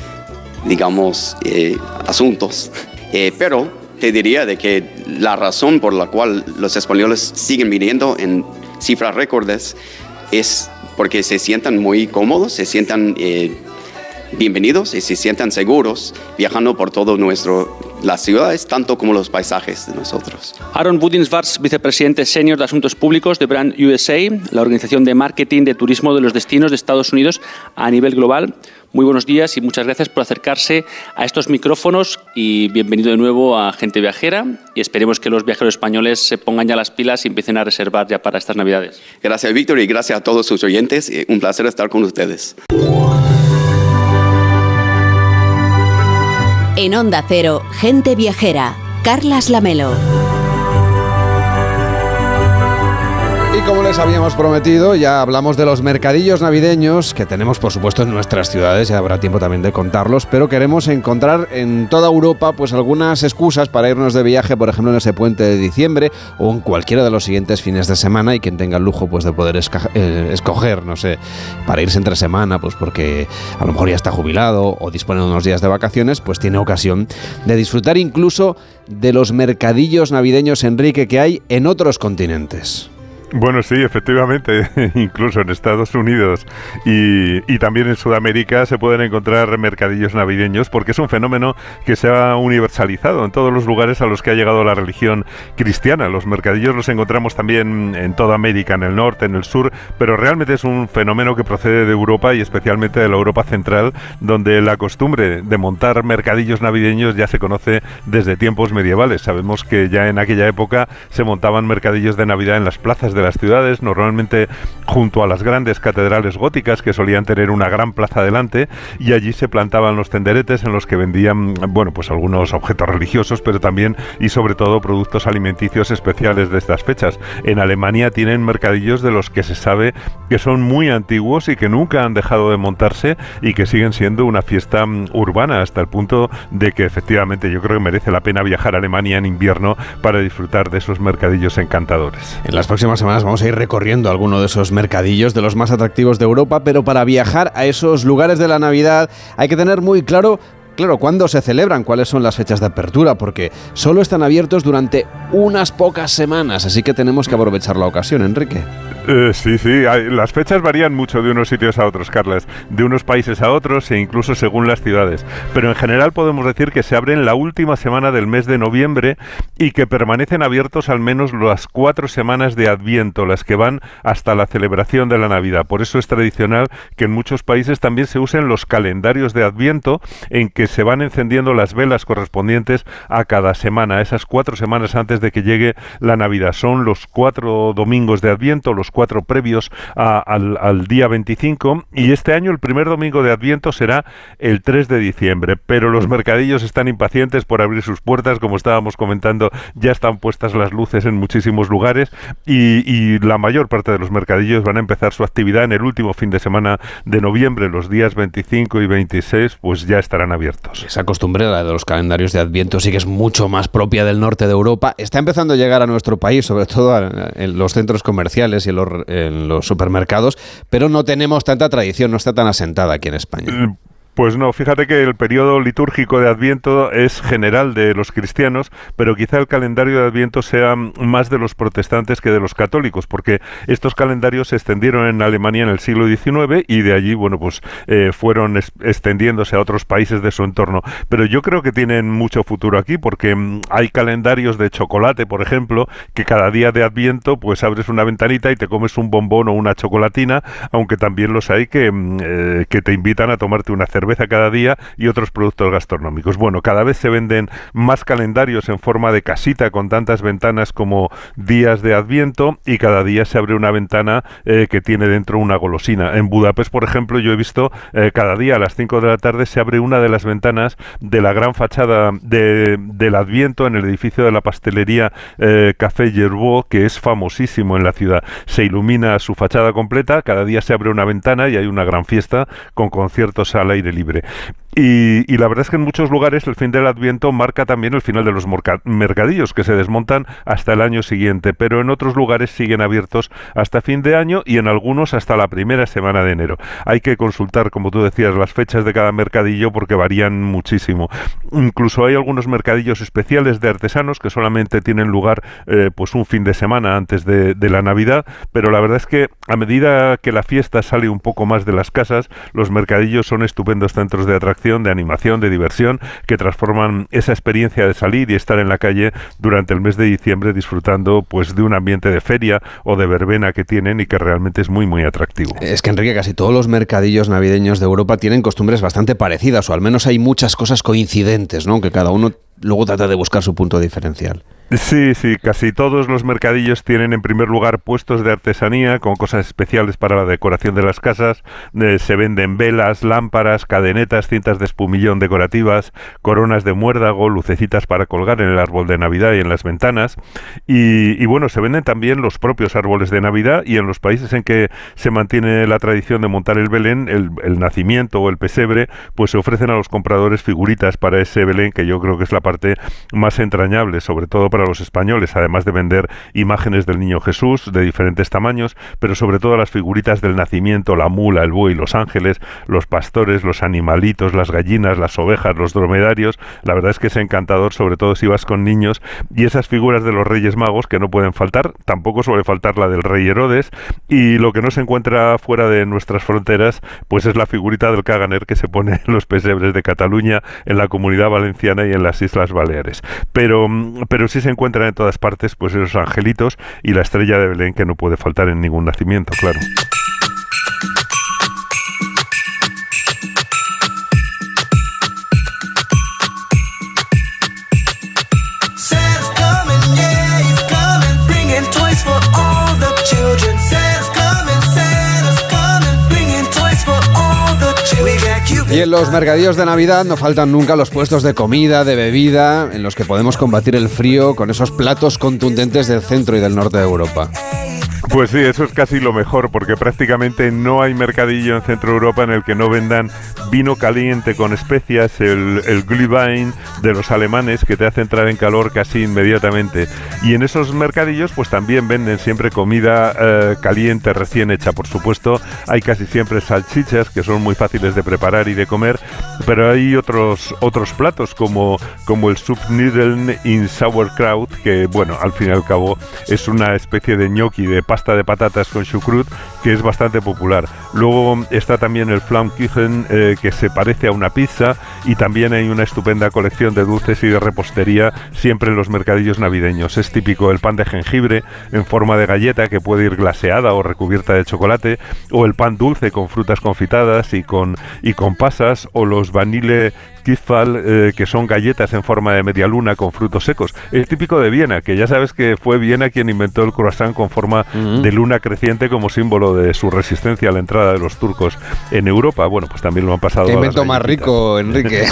digamos, eh, asuntos, eh, pero te diría de que la razón por la cual los españoles siguen viniendo en cifras récordes es porque se sientan muy cómodos, se sientan eh, bienvenidos y se sientan seguros viajando por todo nuestro, las ciudades, tanto como los paisajes de nosotros. Aaron Budinsvars, vicepresidente senior de Asuntos Públicos de Brand U S A, la organización de marketing de turismo de los destinos de Estados Unidos a nivel global. Muy buenos días y muchas gracias por acercarse a estos micrófonos y bienvenido de nuevo a Gente Viajera y esperemos que los viajeros españoles se pongan ya las pilas y empiecen a reservar ya para estas Navidades. Gracias, Víctor, y gracias a todos sus oyentes. Un placer estar con ustedes. En Onda Cero, Gente Viajera, Carlas Lamelo. Y como les habíamos prometido, ya hablamos de los mercadillos navideños que tenemos, por supuesto, en nuestras ciudades, ya habrá tiempo también de contarlos, pero queremos encontrar en toda Europa pues algunas excusas para irnos de viaje, por ejemplo, en ese puente de diciembre o en cualquiera de los siguientes fines de semana, y quien tenga el lujo pues de poder esca- eh, escoger, no sé, para irse entre semana, pues porque a lo mejor ya está jubilado o dispone de unos días de vacaciones, pues tiene ocasión de disfrutar incluso de los mercadillos navideños, Enrique, que hay en otros continentes. Bueno, sí, efectivamente, incluso en Estados Unidos y, y también en Sudamérica se pueden encontrar mercadillos navideños porque es un fenómeno que se ha universalizado en todos los lugares a los que ha llegado la religión cristiana. Los mercadillos los encontramos también en toda América, en el norte, en el sur, pero realmente es un fenómeno que procede de Europa y especialmente de la Europa central, donde la costumbre de montar mercadillos navideños ya se conoce desde tiempos medievales. Sabemos que ya en aquella época se montaban mercadillos de Navidad en las plazas de las ciudades, normalmente junto a las grandes catedrales góticas que solían tener una gran plaza delante, y allí se plantaban los tenderetes en los que vendían, bueno, pues algunos objetos religiosos, pero también y sobre todo productos alimenticios especiales de estas fechas. En Alemania tienen mercadillos de los que se sabe que son muy antiguos y que nunca han dejado de montarse y que siguen siendo una fiesta um, urbana, hasta el punto de que efectivamente yo creo que merece la pena viajar a Alemania en invierno para disfrutar de esos mercadillos encantadores. En las próximas semanas vamos a ir recorriendo alguno de esos mercadillos de los más atractivos de Europa, pero para viajar a esos lugares de la Navidad hay que tener muy claro Claro, ¿cuándo se celebran? ¿Cuáles son las fechas de apertura? Porque solo están abiertos durante unas pocas semanas, así que tenemos que aprovechar la ocasión, Enrique. Eh, sí, sí, hay, las fechas varían mucho de unos sitios a otros, Carlas, de unos países a otros e incluso según las ciudades. Pero en general podemos decir que se abren la última semana del mes de noviembre y que permanecen abiertos al menos las cuatro semanas de Adviento, las que van hasta la celebración de la Navidad. Por eso es tradicional que en muchos países también se usen los calendarios de Adviento, en que se van encendiendo las velas correspondientes a cada semana, esas cuatro semanas antes de que llegue la Navidad. Son los cuatro domingos de Adviento, los cuatro previos a, al, al día veinticinco, y este año el primer domingo de Adviento será el tres de diciembre, pero los mercadillos están impacientes por abrir sus puertas. Como estábamos comentando, ya están puestas las luces en muchísimos lugares y, y la mayor parte de los mercadillos van a empezar su actividad en el último fin de semana de noviembre. Los días veinticinco y veintiséis pues ya estarán abiertos. Esa costumbre, la de los calendarios de Adviento, sí que es mucho más propia del norte de Europa. Está empezando a llegar a nuestro país, sobre todo en los centros comerciales y en los, en los supermercados, pero no tenemos tanta tradición, no está tan asentada aquí en España. Pues no, fíjate que el periodo litúrgico de Adviento es general de los cristianos, pero quizá el calendario de Adviento sea más de los protestantes que de los católicos, porque estos calendarios se extendieron en Alemania en el siglo diecinueve y de allí, bueno, pues eh, fueron es, extendiéndose a otros países de su entorno. Pero yo creo que tienen mucho futuro aquí, porque mm, hay calendarios de chocolate, por ejemplo, que cada día de Adviento pues abres una ventanita y te comes un bombón o una chocolatina, aunque también los hay que, mm, eh, que te invitan a tomarte una cerveza cerveza cada día y otros productos gastronómicos. Bueno, cada vez se venden más calendarios en forma de casita con tantas ventanas como días de Adviento, y cada día se abre una ventana eh, que tiene dentro una golosina. En Budapest, por ejemplo, yo he visto eh, cada día a las cinco de la tarde se abre una de las ventanas de la gran fachada de, del Adviento en el edificio de la pastelería eh, Café Gerbeau, que es famosísimo en la ciudad. Se ilumina su fachada completa, cada día se abre una ventana y hay una gran fiesta con conciertos al aire libre. Y, y la verdad es que en muchos lugares el fin del Adviento marca también el final de los mercadillos, que se desmontan hasta el año siguiente, pero en otros lugares siguen abiertos hasta fin de año y en algunos hasta la primera semana de enero. Hay que consultar, como tú decías, las fechas de cada mercadillo porque varían muchísimo. Incluso hay algunos mercadillos especiales de artesanos que solamente tienen lugar eh, pues un fin de semana antes de, de la Navidad, pero la verdad es que a medida que la fiesta sale un poco más de las casas, los mercadillos son estupendos centros de atracción, de animación, de diversión, que transforman esa experiencia de salir y estar en la calle durante el mes de diciembre disfrutando pues de un ambiente de feria o de verbena que tienen y que realmente es muy muy atractivo. Es que, Enrique, casi todos los mercadillos navideños de Europa tienen costumbres bastante parecidas, o al menos hay muchas cosas coincidentes, ¿no? Que cada uno luego trata de buscar su punto diferencial. Sí, sí, casi todos los mercadillos tienen en primer lugar puestos de artesanía con cosas especiales para la decoración de las casas. Eh, se venden velas, lámparas, cadenetas, cintas de espumillón decorativas, coronas de muérdago, lucecitas para colgar en el árbol de Navidad y en las ventanas. Y, y bueno, se venden también los propios árboles de Navidad, y en los países en que se mantiene la tradición de montar el Belén, el, el nacimiento o el pesebre, pues se ofrecen a los compradores figuritas para ese Belén, que yo creo que es la parte más entrañable, sobre todo para los españoles, además de vender imágenes del niño Jesús de diferentes tamaños, pero sobre todo las figuritas del nacimiento, la mula, el buey, los ángeles, los pastores, los animalitos, las gallinas, las ovejas, los dromedarios. La verdad es que es encantador, sobre todo si vas con niños, y esas figuras de los Reyes Magos que no pueden faltar. Tampoco suele faltar la del Rey Herodes, y lo que no se encuentra fuera de nuestras fronteras pues es la figurita del Caganer que se pone en los pesebres de Cataluña, en la Comunidad Valenciana y en las Islas Baleares. Pero, pero sí se encuentran en todas partes pues esos angelitos y la estrella de Belén, que no puede faltar en ningún nacimiento, claro. Y en los mercadillos de Navidad no faltan nunca los puestos de comida, de bebida, en los que podemos combatir el frío con esos platos contundentes del centro y del norte de Europa. Pues sí, eso es casi lo mejor, porque prácticamente no hay mercadillo en Centro Europa en el que no vendan vino caliente con especias, el, el Glühwein de los alemanes, que te hace entrar en calor casi inmediatamente. Y en esos mercadillos pues también venden siempre comida eh, caliente, recién hecha, por supuesto. Hay casi siempre salchichas, que son muy fáciles de preparar y de comer, pero hay otros otros platos como, como el Supnudeln in Sauerkraut, que bueno, al fin y al cabo es una especie de gnocchi de pasta de patatas con chucrut, que es bastante popular. Luego está también el Flammkuchen, eh, que se parece a una pizza, y también hay una estupenda colección de dulces y de repostería siempre en los mercadillos navideños. Es típico el pan de jengibre en forma de galleta, que puede ir glaseada o recubierta de chocolate, o el pan dulce con frutas confitadas y con, y con pasas, o los vanille Kipfel, eh, que son galletas en forma de media luna con frutos secos. Es típico de Viena, que ya sabes que fue Viena quien inventó el croissant con forma uh-huh. de luna creciente como símbolo de su resistencia a la entrada de los turcos en Europa. Bueno, pues también lo han pasado. Qué invento más rico, Enrique.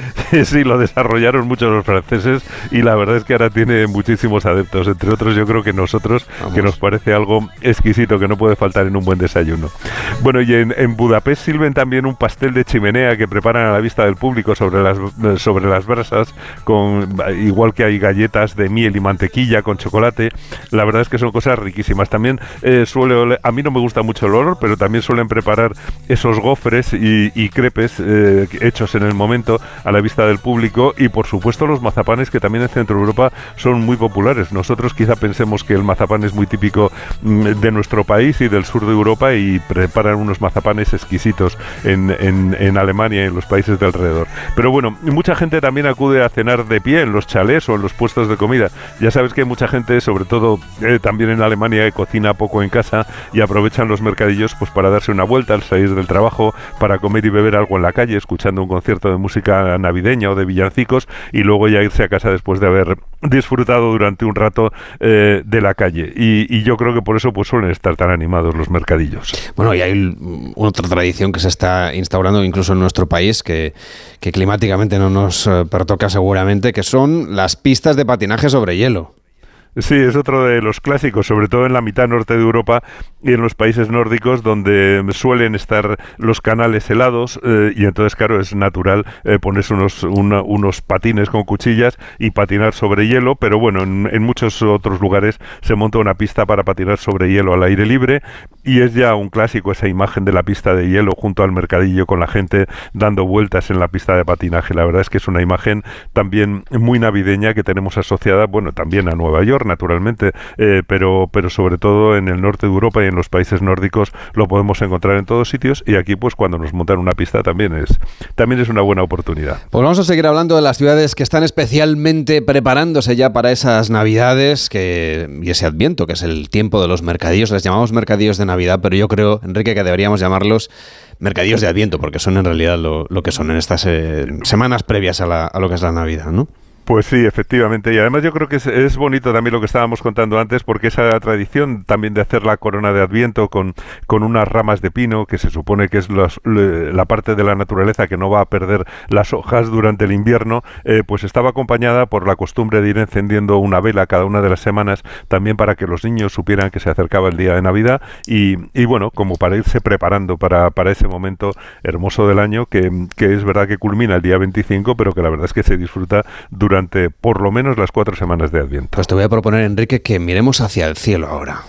Sí, lo desarrollaron mucho los franceses y la verdad es que ahora tiene muchísimos adeptos. Entre otros, yo creo que nosotros, Vamos. que nos parece algo exquisito que no puede faltar en un buen desayuno. Bueno, y en, en Budapest sirven también un pastel de chimenea que preparan a la vista del público sobre las sobre las brasas, con igual que hay galletas de miel y mantequilla con chocolate. La verdad es que son cosas riquísimas. También eh, suele oler, a mí no me gusta mucho el olor, pero también suelen preparar esos gofres y, y crepes eh, hechos en el momento a la vista del público, y por supuesto los mazapanes, que también en Centro Europa son muy populares. Nosotros quizá pensemos que el mazapán es muy típico de nuestro país y del sur de Europa, y preparan unos mazapanes exquisitos en, en, en Alemania y en los países de alrededor. Pero bueno, mucha gente también acude a cenar de pie en los chalés o en los puestos de comida. Ya sabes que hay mucha gente, sobre todo eh, también en Alemania, que cocina poco en casa y aprovechan los mercadillos pues para darse una vuelta al salir del trabajo, para comer y beber algo en la calle, escuchando un concierto de música navideña o de villancicos, y luego ya irse a casa después de haber disfrutado durante un rato eh, de la calle. Y, y yo creo que por eso pues suelen estar tan animados los mercadillos. Bueno, y hay otra tradición que se está instaurando incluso en nuestro país, que, que climáticamente no nos eh, pertoca seguramente, que son las pistas de patinaje sobre hielo. Sí, es otro de los clásicos, sobre todo en la mitad norte de Europa y en los países nórdicos, donde suelen estar los canales helados, eh, y entonces, claro, es natural eh, ponerse unos, una, unos patines con cuchillas y patinar sobre hielo, pero bueno, en, en muchos otros lugares se monta una pista para patinar sobre hielo al aire libre, y es ya un clásico esa imagen de la pista de hielo junto al mercadillo con la gente dando vueltas en la pista de patinaje. La verdad es que es una imagen también muy navideña que tenemos asociada, bueno, también a Nueva York, naturalmente, eh, pero, pero sobre todo en el norte de Europa y en los países nórdicos lo podemos encontrar en todos sitios, y aquí pues cuando nos montan una pista también es, también es una buena oportunidad. Pues vamos a seguir hablando de las ciudades que están especialmente preparándose ya para esas Navidades que, y ese Adviento, que es el tiempo de los mercadillos. Les llamamos mercadillos de Navidad, pero yo creo, Enrique, que deberíamos llamarlos mercadillos de Adviento, porque son en realidad lo, lo que son en estas eh, semanas previas a, la, a lo que es la Navidad, ¿no? Pues sí, efectivamente, y además yo creo que es, es bonito también lo que estábamos contando antes, porque esa tradición también de hacer la corona de Adviento con, con unas ramas de pino, que se supone que es los, le, la parte de la naturaleza que no va a perder las hojas durante el invierno, eh, pues estaba acompañada por la costumbre de ir encendiendo una vela cada una de las semanas, también para que los niños supieran que se acercaba el día de Navidad, y, y bueno, como para irse preparando para, para ese momento hermoso del año, que, que es verdad que culmina el día veinticinco, pero que la verdad es que se disfruta durante durante por lo menos las cuatro semanas de Adviento. Pues te voy a proponer, Enrique, que miremos hacia el cielo ahora.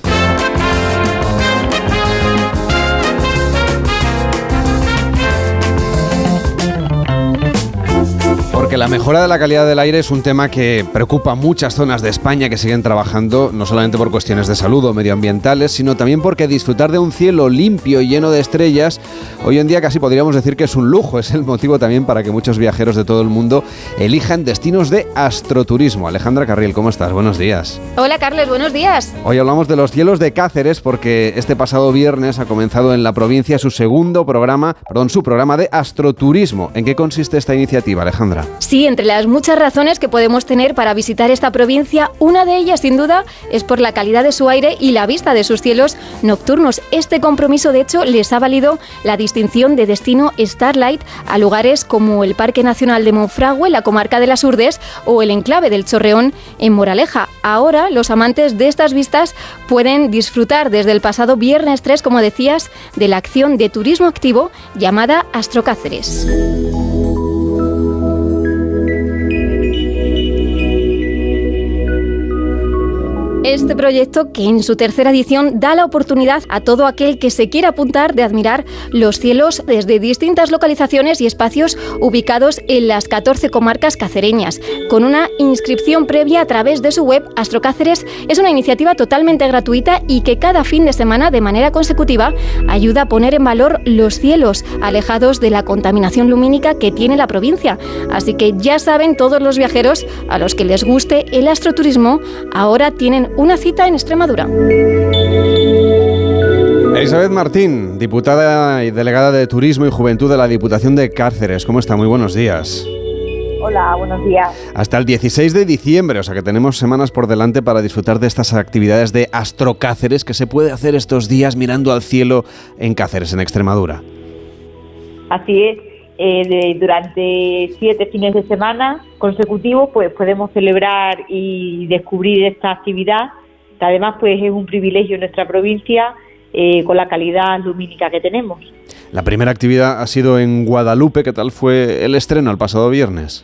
Porque la mejora de la calidad del aire es un tema que preocupa a muchas zonas de España que siguen trabajando, no solamente por cuestiones de salud o medioambientales, sino también porque disfrutar de un cielo limpio y lleno de estrellas, hoy en día casi podríamos decir que es un lujo. Es el motivo también para que muchos viajeros de todo el mundo elijan destinos de astroturismo. Alejandra Carril, ¿cómo estás? Buenos días. Hola, Carles, buenos días. Hoy hablamos de los cielos de Cáceres, porque este pasado viernes ha comenzado en la provincia su segundo programa, perdón, su programa de astroturismo. ¿En qué consiste esta iniciativa, Alejandra? Sí, entre las muchas razones que podemos tener para visitar esta provincia, una de ellas, sin duda, es por la calidad de su aire y la vista de sus cielos nocturnos. Este compromiso, de hecho, les ha valido la distinción de destino Starlight a lugares como el Parque Nacional de Monfragüe, la comarca de las Urdes, o el enclave del Chorreón en Moraleja. Ahora, los amantes de estas vistas pueden disfrutar desde el pasado viernes tres, como decías, de la acción de turismo activo llamada Astrocáceres. Este proyecto, que en su tercera edición da la oportunidad a todo aquel que se quiera apuntar de admirar los cielos desde distintas localizaciones y espacios ubicados en las catorce comarcas cacereñas. Con una inscripción previa a través de su web, Astrocáceres es una iniciativa totalmente gratuita y que cada fin de semana, de manera consecutiva, ayuda a poner en valor los cielos alejados de la contaminación lumínica que tiene la provincia. Así que ya saben todos los viajeros a los que les guste el astroturismo, ahora tienen una cita en Extremadura. Elizabeth Martín, diputada y delegada de Turismo y Juventud de la Diputación de Cáceres. ¿Cómo está? Muy buenos días. Hola, buenos días. Hasta el dieciséis de diciembre, o sea que tenemos semanas por delante para disfrutar de estas actividades de Astrocáceres que se puede hacer estos días mirando al cielo en Cáceres, en Extremadura. Así es. Eh, de, durante siete fines de semana consecutivos pues podemos celebrar y descubrir esta actividad, que además pues es un privilegio en nuestra provincia eh, con la calidad lumínica que tenemos. La primera actividad ha sido en Guadalupe. ¿Qué tal fue el estreno el pasado viernes?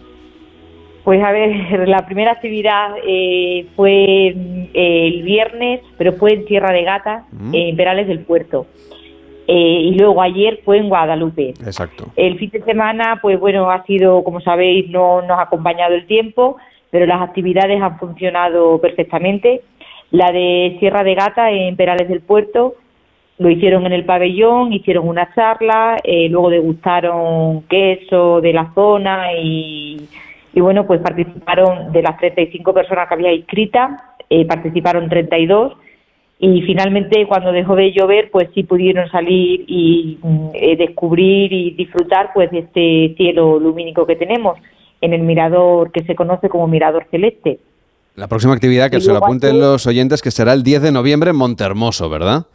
Pues a ver, la primera actividad eh, fue eh, el viernes, pero fue en Sierra de Gata, mm. en Perales del Puerto. Eh, y luego ayer fue en Guadalupe. Exacto. El fin de semana, pues bueno, ha sido, como sabéis, no nos ha acompañado el tiempo, pero las actividades han funcionado perfectamente. La de Sierra de Gata en Perales del Puerto lo hicieron en el pabellón, hicieron una charla, eh, luego degustaron queso de la zona y, y bueno, pues participaron de las treinta y cinco personas que había inscritas, eh, participaron treinta y dos. Y finalmente, cuando dejó de llover, pues sí pudieron salir y eh, descubrir y disfrutar pues de este cielo lumínico que tenemos en el mirador que se conoce como Mirador Celeste. La próxima actividad, que se lo apunten los oyentes, que será el diez de noviembre en Montehermoso, ¿verdad?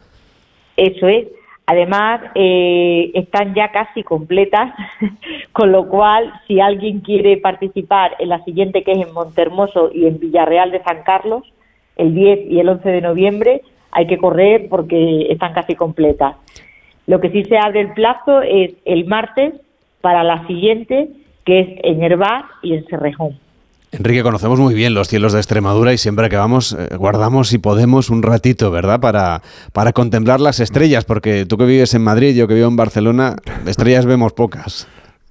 Eso es. Además, eh, están ya casi completas, con lo cual, si alguien quiere participar en la siguiente, que es en Montehermoso y en Villarreal de San Carlos, el diez y el once de noviembre, hay que correr porque están casi completas. Lo que sí se abre el plazo es el martes para la siguiente, que es en Hervás y en Cerrejón. Enrique, conocemos muy bien los cielos de Extremadura y siempre que vamos eh, guardamos, si podemos, un ratito, ¿verdad?, para, para contemplar las estrellas, porque tú que vives en Madrid, yo que vivo en Barcelona, estrellas vemos pocas.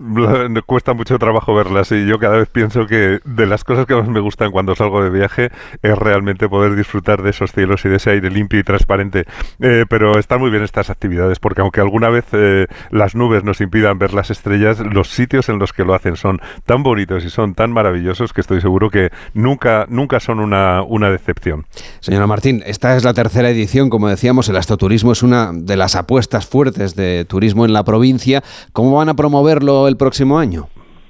Cuesta mucho trabajo verlas y yo cada vez pienso que de las cosas que más me gustan cuando salgo de viaje es realmente poder disfrutar de esos cielos y de ese aire limpio y transparente. Eh, pero están muy bien estas actividades porque aunque alguna vez eh, las nubes nos impidan ver las estrellas, los sitios en los que lo hacen son tan bonitos y son tan maravillosos que estoy seguro que nunca, nunca son una, una decepción. Señora Martín, esta es la tercera edición, como decíamos, el astroturismo es una de las apuestas fuertes de turismo en la provincia. ¿Cómo van a promoverlo el próximo año?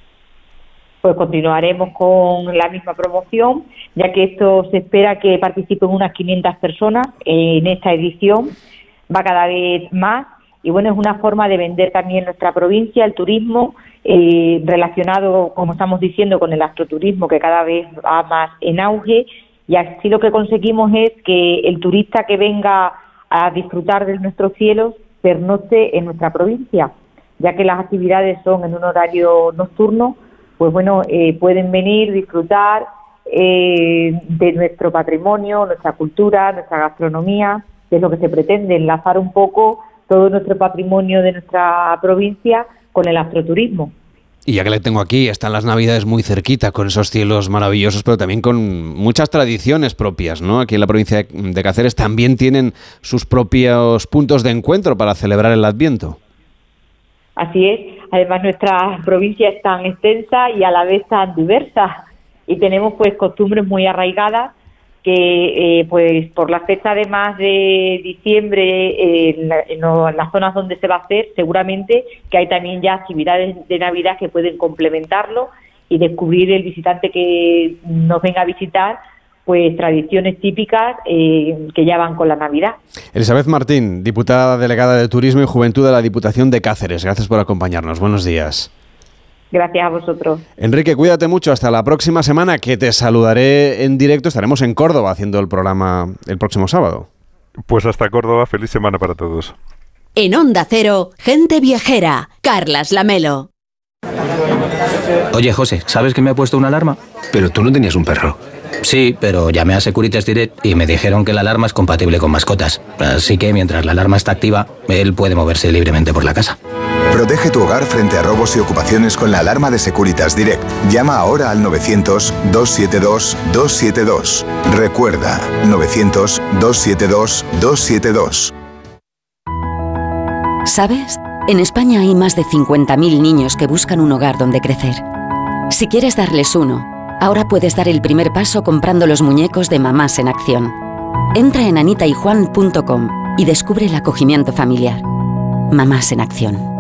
Pues continuaremos con la misma promoción, ya que esto se espera que participen unas quinientas personas en esta edición, va cada vez más, y bueno, es una forma de vender también nuestra provincia, el turismo, eh, relacionado, como estamos diciendo, con el astroturismo, que cada vez va más en auge, y así lo que conseguimos es que el turista que venga a disfrutar de nuestros cielos pernocte en nuestra provincia, ya que las actividades son en un horario nocturno, pues bueno, eh, pueden venir, disfrutar eh, de nuestro patrimonio, nuestra cultura, nuestra gastronomía, que es lo que se pretende, enlazar un poco todo nuestro patrimonio de nuestra provincia con el astroturismo. Y ya que le tengo aquí, están las Navidades muy cerquita, con esos cielos maravillosos, pero también con muchas tradiciones propias, ¿no? Aquí en la provincia de Cáceres también tienen sus propios puntos de encuentro para celebrar el Adviento. Así es, además nuestra provincia es tan extensa y a la vez tan diversa y tenemos pues costumbres muy arraigadas que eh, pues por la fecha además de diciembre eh, en, la, en, lo, en las zonas donde se va a hacer seguramente que hay también ya actividades de Navidad que pueden complementarlo y descubrir el visitante que nos venga a visitar pues tradiciones típicas eh, que ya van con la Navidad. Elizabeth Martín, diputada delegada de Turismo y Juventud de la Diputación de Cáceres. Gracias por acompañarnos. Buenos días. Gracias a vosotros. Enrique, cuídate mucho. Hasta la próxima semana, que te saludaré en directo. Estaremos en Córdoba haciendo el programa el próximo sábado. Pues hasta Córdoba. Feliz semana para todos. En Onda Cero, Gente Viajera. Carlas Lamelo. Oye, José, ¿sabes que me ha puesto una alarma? Pero tú no tenías un perro. Sí, pero llamé a Securitas Direct y me dijeron que la alarma es compatible con mascotas. Así que mientras la alarma está activa, él puede moverse libremente por la casa. Protege tu hogar frente a robos y ocupaciones con la alarma de Securitas Direct. Llama ahora al novecientos, doscientos setenta y dos, doscientos setenta y dos. Recuerda, novecientos, doscientos setenta y dos, doscientos setenta y dos. ¿Sabes? En España hay más de cincuenta mil niños que buscan un hogar donde crecer. Si quieres darles uno, ahora puedes dar el primer paso comprando los muñecos de Mamás en Acción. Entra en anita y juan punto com y descubre el acogimiento familiar. Mamás en Acción.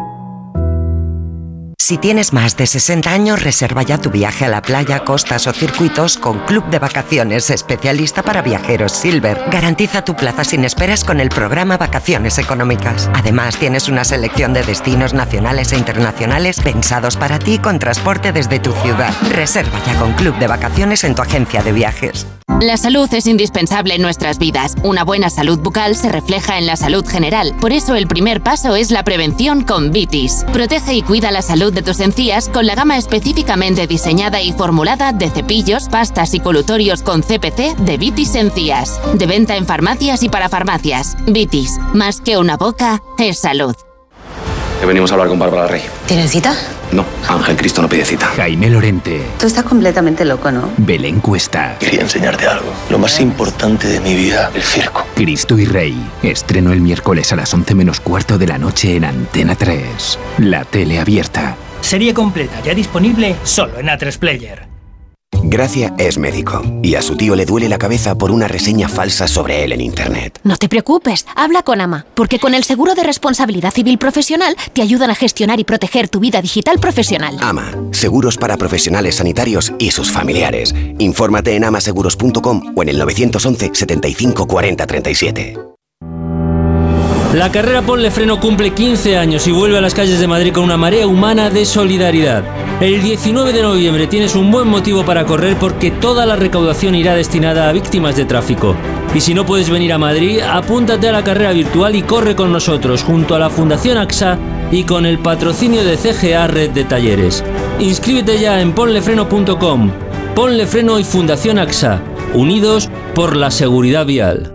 Si tienes más de sesenta años, reserva ya tu viaje a la playa, costas o circuitos con Club de Vacaciones, especialista para viajeros Silver. Garantiza tu plaza sin esperas con el programa Vacaciones Económicas. Además, tienes una selección de destinos nacionales e internacionales pensados para ti con transporte desde tu ciudad. Reserva ya con Club de Vacaciones en tu agencia de viajes. La salud es indispensable en nuestras vidas. Una buena salud bucal se refleja en la salud general. Por eso el primer paso es la prevención con Vitis. Protege y cuida la salud de tus encías con la gama específicamente diseñada y formulada de cepillos, pastas y colutorios con C P C de Vitis Encías. De venta en farmacias y para farmacias. Vitis, más que una boca, es salud. Que venimos a hablar con Bárbara Rey. ¿Tienen cita? No, Ángel Cristo no pide cita. Jaime Lorente. Tú estás completamente loco, ¿no? Belén Cuesta. Quería enseñarte algo. Lo más importante de mi vida, el circo. Cristo y Rey. Estreno el miércoles a las once menos cuarto de la noche en Antena tres. La tele abierta. Serie completa, ya disponible solo en A tres Player. Gracia es médico y a su tío le duele la cabeza por una reseña falsa sobre él en Internet. No te preocupes, habla con AMA, porque con el seguro de responsabilidad civil profesional te ayudan a gestionar y proteger tu vida digital profesional. AMA, seguros para profesionales sanitarios y sus familiares. Infórmate en amaseguros punto com o en el novecientos once, setenta y cinco, cuarenta, treinta y siete. La carrera Ponle Freno cumple quince años y vuelve a las calles de Madrid con una marea humana de solidaridad. El diecinueve de noviembre tienes un buen motivo para correr porque toda la recaudación irá destinada a víctimas de tráfico. Y si no puedes venir a Madrid, apúntate a la carrera virtual y corre con nosotros junto a la Fundación A X A y con el patrocinio de C G A Red de Talleres. Inscríbete ya en ponle freno punto com. Ponle Freno y Fundación A X A, unidos por la seguridad vial.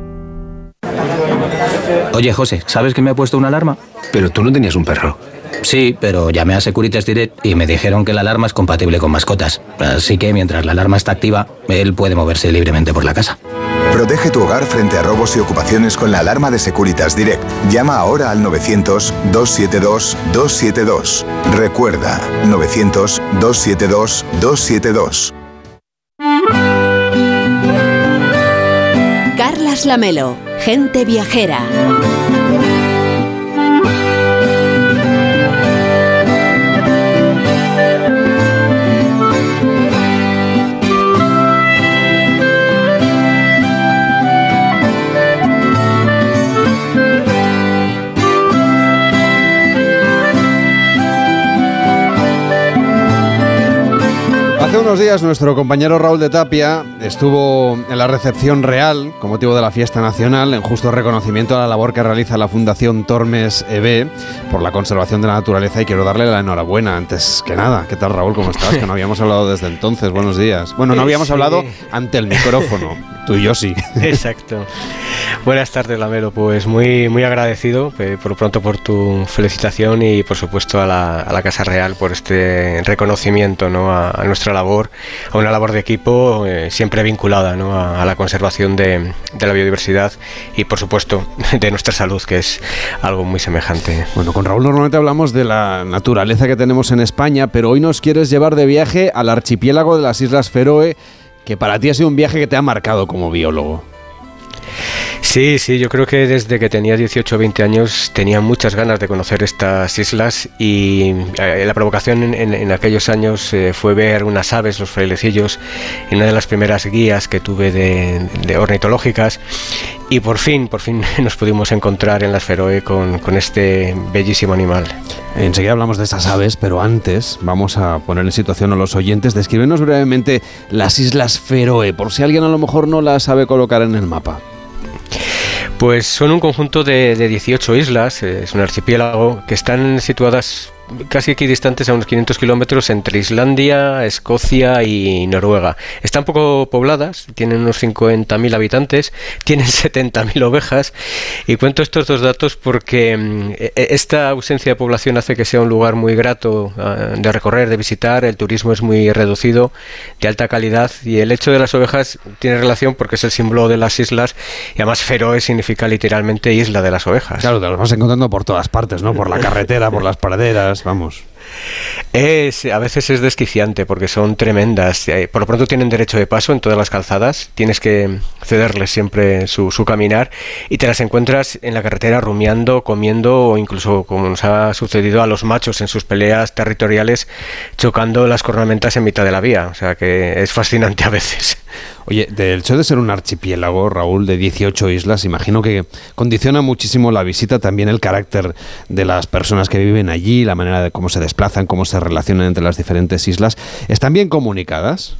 Oye, José, ¿sabes que me ha puesto una alarma? Pero tú no tenías un perro. Sí, pero llamé a Securitas Direct y me dijeron que la alarma es compatible con mascotas. Así que mientras la alarma está activa, él puede moverse libremente por la casa. Protege tu hogar frente a robos y ocupaciones con la alarma de Securitas Direct. Llama ahora al novecientos, doscientos setenta y dos, doscientos setenta y dos. Recuerda, novecientos, doscientos setenta y dos, doscientos setenta y dos. Carlas Lamelo, Gente Viajera. Hace unos días nuestro compañero Raúl de Tapia estuvo en la recepción real con motivo de la fiesta nacional en justo reconocimiento a la labor que realiza la Fundación Tormes E B por la conservación de la naturaleza y quiero darle la enhorabuena antes que nada. ¿Qué tal, Raúl? ¿Cómo estás? Que no habíamos hablado desde entonces. Buenos días. Bueno, no habíamos sí. hablado ante el micrófono. Tú y yo sí. Exacto. Buenas tardes, Lamelo. Pues muy, muy agradecido eh, por lo pronto por tu felicitación y por supuesto a la, a la Casa Real por este reconocimiento, ¿no? a, a nuestra labor, a una labor de equipo eh, siempre vinculada, ¿no? a, a la conservación de, de la biodiversidad y por supuesto de nuestra salud, que es algo muy semejante. Bueno, con Raúl normalmente hablamos de la naturaleza que tenemos en España, pero hoy nos quieres llevar de viaje al archipiélago de las Islas Feroe, que para ti ha sido un viaje que te ha marcado como biólogo. Sí, sí, yo creo que desde que tenía dieciocho o veinte años tenía muchas ganas de conocer estas islas y eh, la provocación en, en, en aquellos años eh, fue ver unas aves, los frailecillos, en una de las primeras guías que tuve de, de ornitológicas y por fin, por fin nos pudimos encontrar en las Feroe con, con este bellísimo animal. Enseguida hablamos de esas aves, pero antes vamos a poner en situación a los oyentes. Descríbenos brevemente las Islas Feroe, por si alguien a lo mejor no las sabe colocar en el mapa. Pues son un conjunto de, de dieciocho islas, es un archipiélago que están situadas casi equidistantes a unos quinientos kilómetros entre Islandia, Escocia y Noruega. Están poco pobladas, tienen unos cincuenta mil habitantes, tienen setenta mil ovejas, y cuento estos dos datos porque eh, esta ausencia de población hace que sea un lugar muy grato eh, de recorrer, de visitar. El turismo es muy reducido, de alta calidad, y el hecho de las ovejas tiene relación porque es el símbolo de las islas, y además Feroe significa literalmente isla de las ovejas. Claro, te los vas encontrando por todas partes, ¿no? Por la carretera, por las praderas, vamos. Es, a veces es desquiciante porque son tremendas. Por lo pronto tienen derecho de paso en todas las calzadas, tienes que cederles siempre su, su caminar, y te las encuentras en la carretera rumiando, comiendo, o incluso, como nos ha sucedido a los machos en sus peleas territoriales, chocando las cornamentas en mitad de la vía. O sea que es fascinante a veces. Oye, del hecho de ser un archipiélago, Raúl, de dieciocho islas, imagino que condiciona muchísimo la visita, también el carácter de las personas que viven allí, la manera de cómo se desplazan, cómo se relacionan entre las diferentes islas. ¿Están bien comunicadas?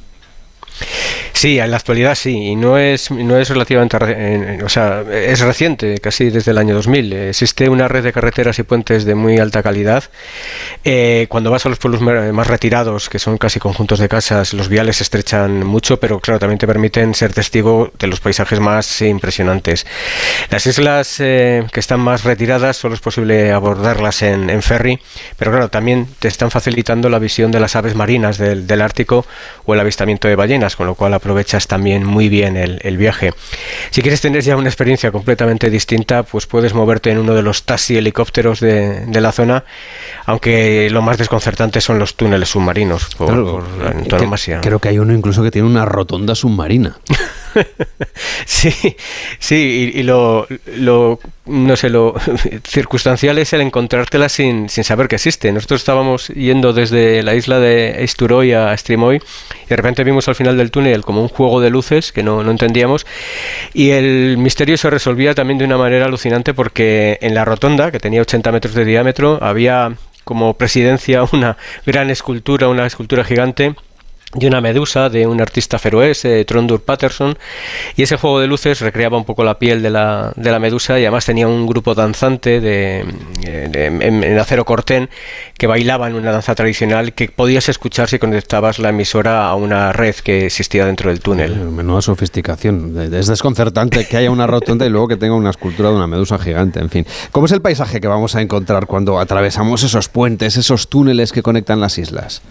Sí, en la actualidad sí, y no es no es relativamente, o sea, es reciente, casi desde el año dos mil. Existe una red de carreteras y puentes de muy alta calidad. Eh, cuando vas a los pueblos más retirados, que son casi conjuntos de casas, los viales se estrechan mucho, pero claro, también te permiten ser testigo de los paisajes más impresionantes. Las islas eh, que están más retiradas solo es posible abordarlas en, en ferry, pero claro, también te están facilitando la visión de las aves marinas del, del Ártico o el avistamiento de ballenas, con lo cual aprovechas también muy bien el, el viaje. Si quieres tener ya una experiencia completamente distinta, pues puedes moverte en uno de los taxi helicópteros de, de la zona, aunque lo más desconcertante son los túneles submarinos por, claro, por antonomasia. Creo que hay uno incluso que tiene una rotonda submarina. Sí, sí, y, y lo, lo, no sé, lo circunstancial es el encontrártela sin, sin saber que existe. Nosotros estábamos yendo desde la isla de Eysturoy a Strimoy, y de repente vimos al final del túnel como un juego de luces que no, no entendíamos, y el misterio se resolvía también de una manera alucinante, porque en la rotonda, que tenía ochenta metros de diámetro, había como presidencia una gran escultura, una escultura gigante de una medusa de un artista feroés, eh, Trondur Patterson, y ese juego de luces recreaba un poco la piel de la, de la medusa, y además tenía un grupo danzante de, de, de en, en acero cortén que bailaba en una danza tradicional que podías escuchar si conectabas la emisora a una red que existía dentro del túnel. Menuda sofisticación. Es desconcertante que haya una rotonda y luego que tenga una escultura de una medusa gigante, en fin. ¿Cómo es el paisaje que vamos a encontrar cuando atravesamos esos puentes, esos túneles que conectan las islas?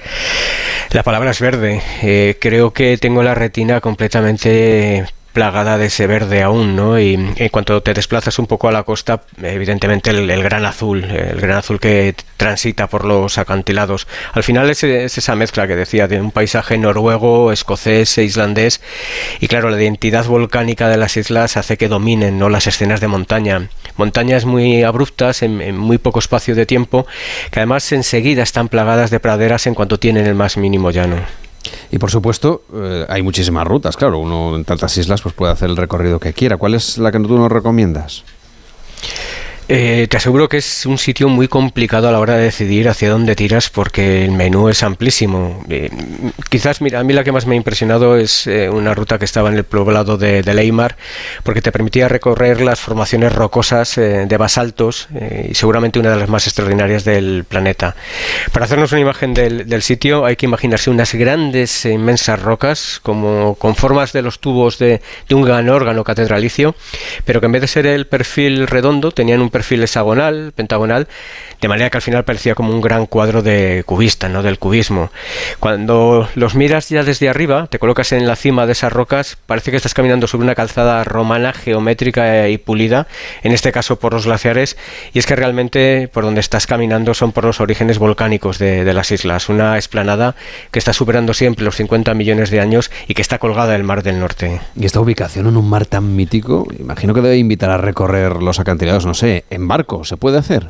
La palabra es verde. Eh, creo que tengo la retina completamente plagada de ese verde aún, ¿no? Y en cuanto te desplazas un poco a la costa, evidentemente el, el gran azul, el gran azul que transita por los acantilados. Al final es, es esa mezcla que decía de un paisaje noruego, escocés e islandés, y claro, la identidad volcánica de las islas hace que dominen, ¿no?, las escenas de montaña. Montañas muy abruptas en, en muy poco espacio de tiempo, que además enseguida están plagadas de praderas en cuanto tienen el más mínimo llano. Y por supuesto, eh, hay muchísimas rutas, claro, uno en tantas islas pues puede hacer el recorrido que quiera. ¿Cuál es la que tú nos recomiendas? Eh, te aseguro que es un sitio muy complicado a la hora de decidir hacia dónde tiras, porque el menú es amplísimo. Eh, quizás, mira, a mí la que más me ha impresionado es eh, una ruta que estaba en el poblado de, de Leimar, porque te permitía recorrer las formaciones rocosas eh, de basaltos, eh, y seguramente una de las más extraordinarias del planeta. Para hacernos una imagen del, del sitio, hay que imaginarse unas grandes e inmensas rocas, como con formas de los tubos de, de un gran órgano catedralicio, pero que en vez de ser el perfil redondo, tenían un perfil hexagonal, pentagonal, de manera que al final parecía como un gran cuadro de cubista, ¿no?, del cubismo. Cuando los miras ya desde arriba, te colocas en la cima de esas rocas, parece que estás caminando sobre una calzada romana geométrica y pulida, en este caso por los glaciares, y es que realmente por donde estás caminando son por los orígenes volcánicos de, de las islas, una explanada que está superando siempre los cincuenta millones de años y que está colgada del Mar del Norte. Y esta ubicación en un mar tan mítico, imagino que debe invitar a recorrer los acantilados, no sé, en barco, ¿se puede hacer?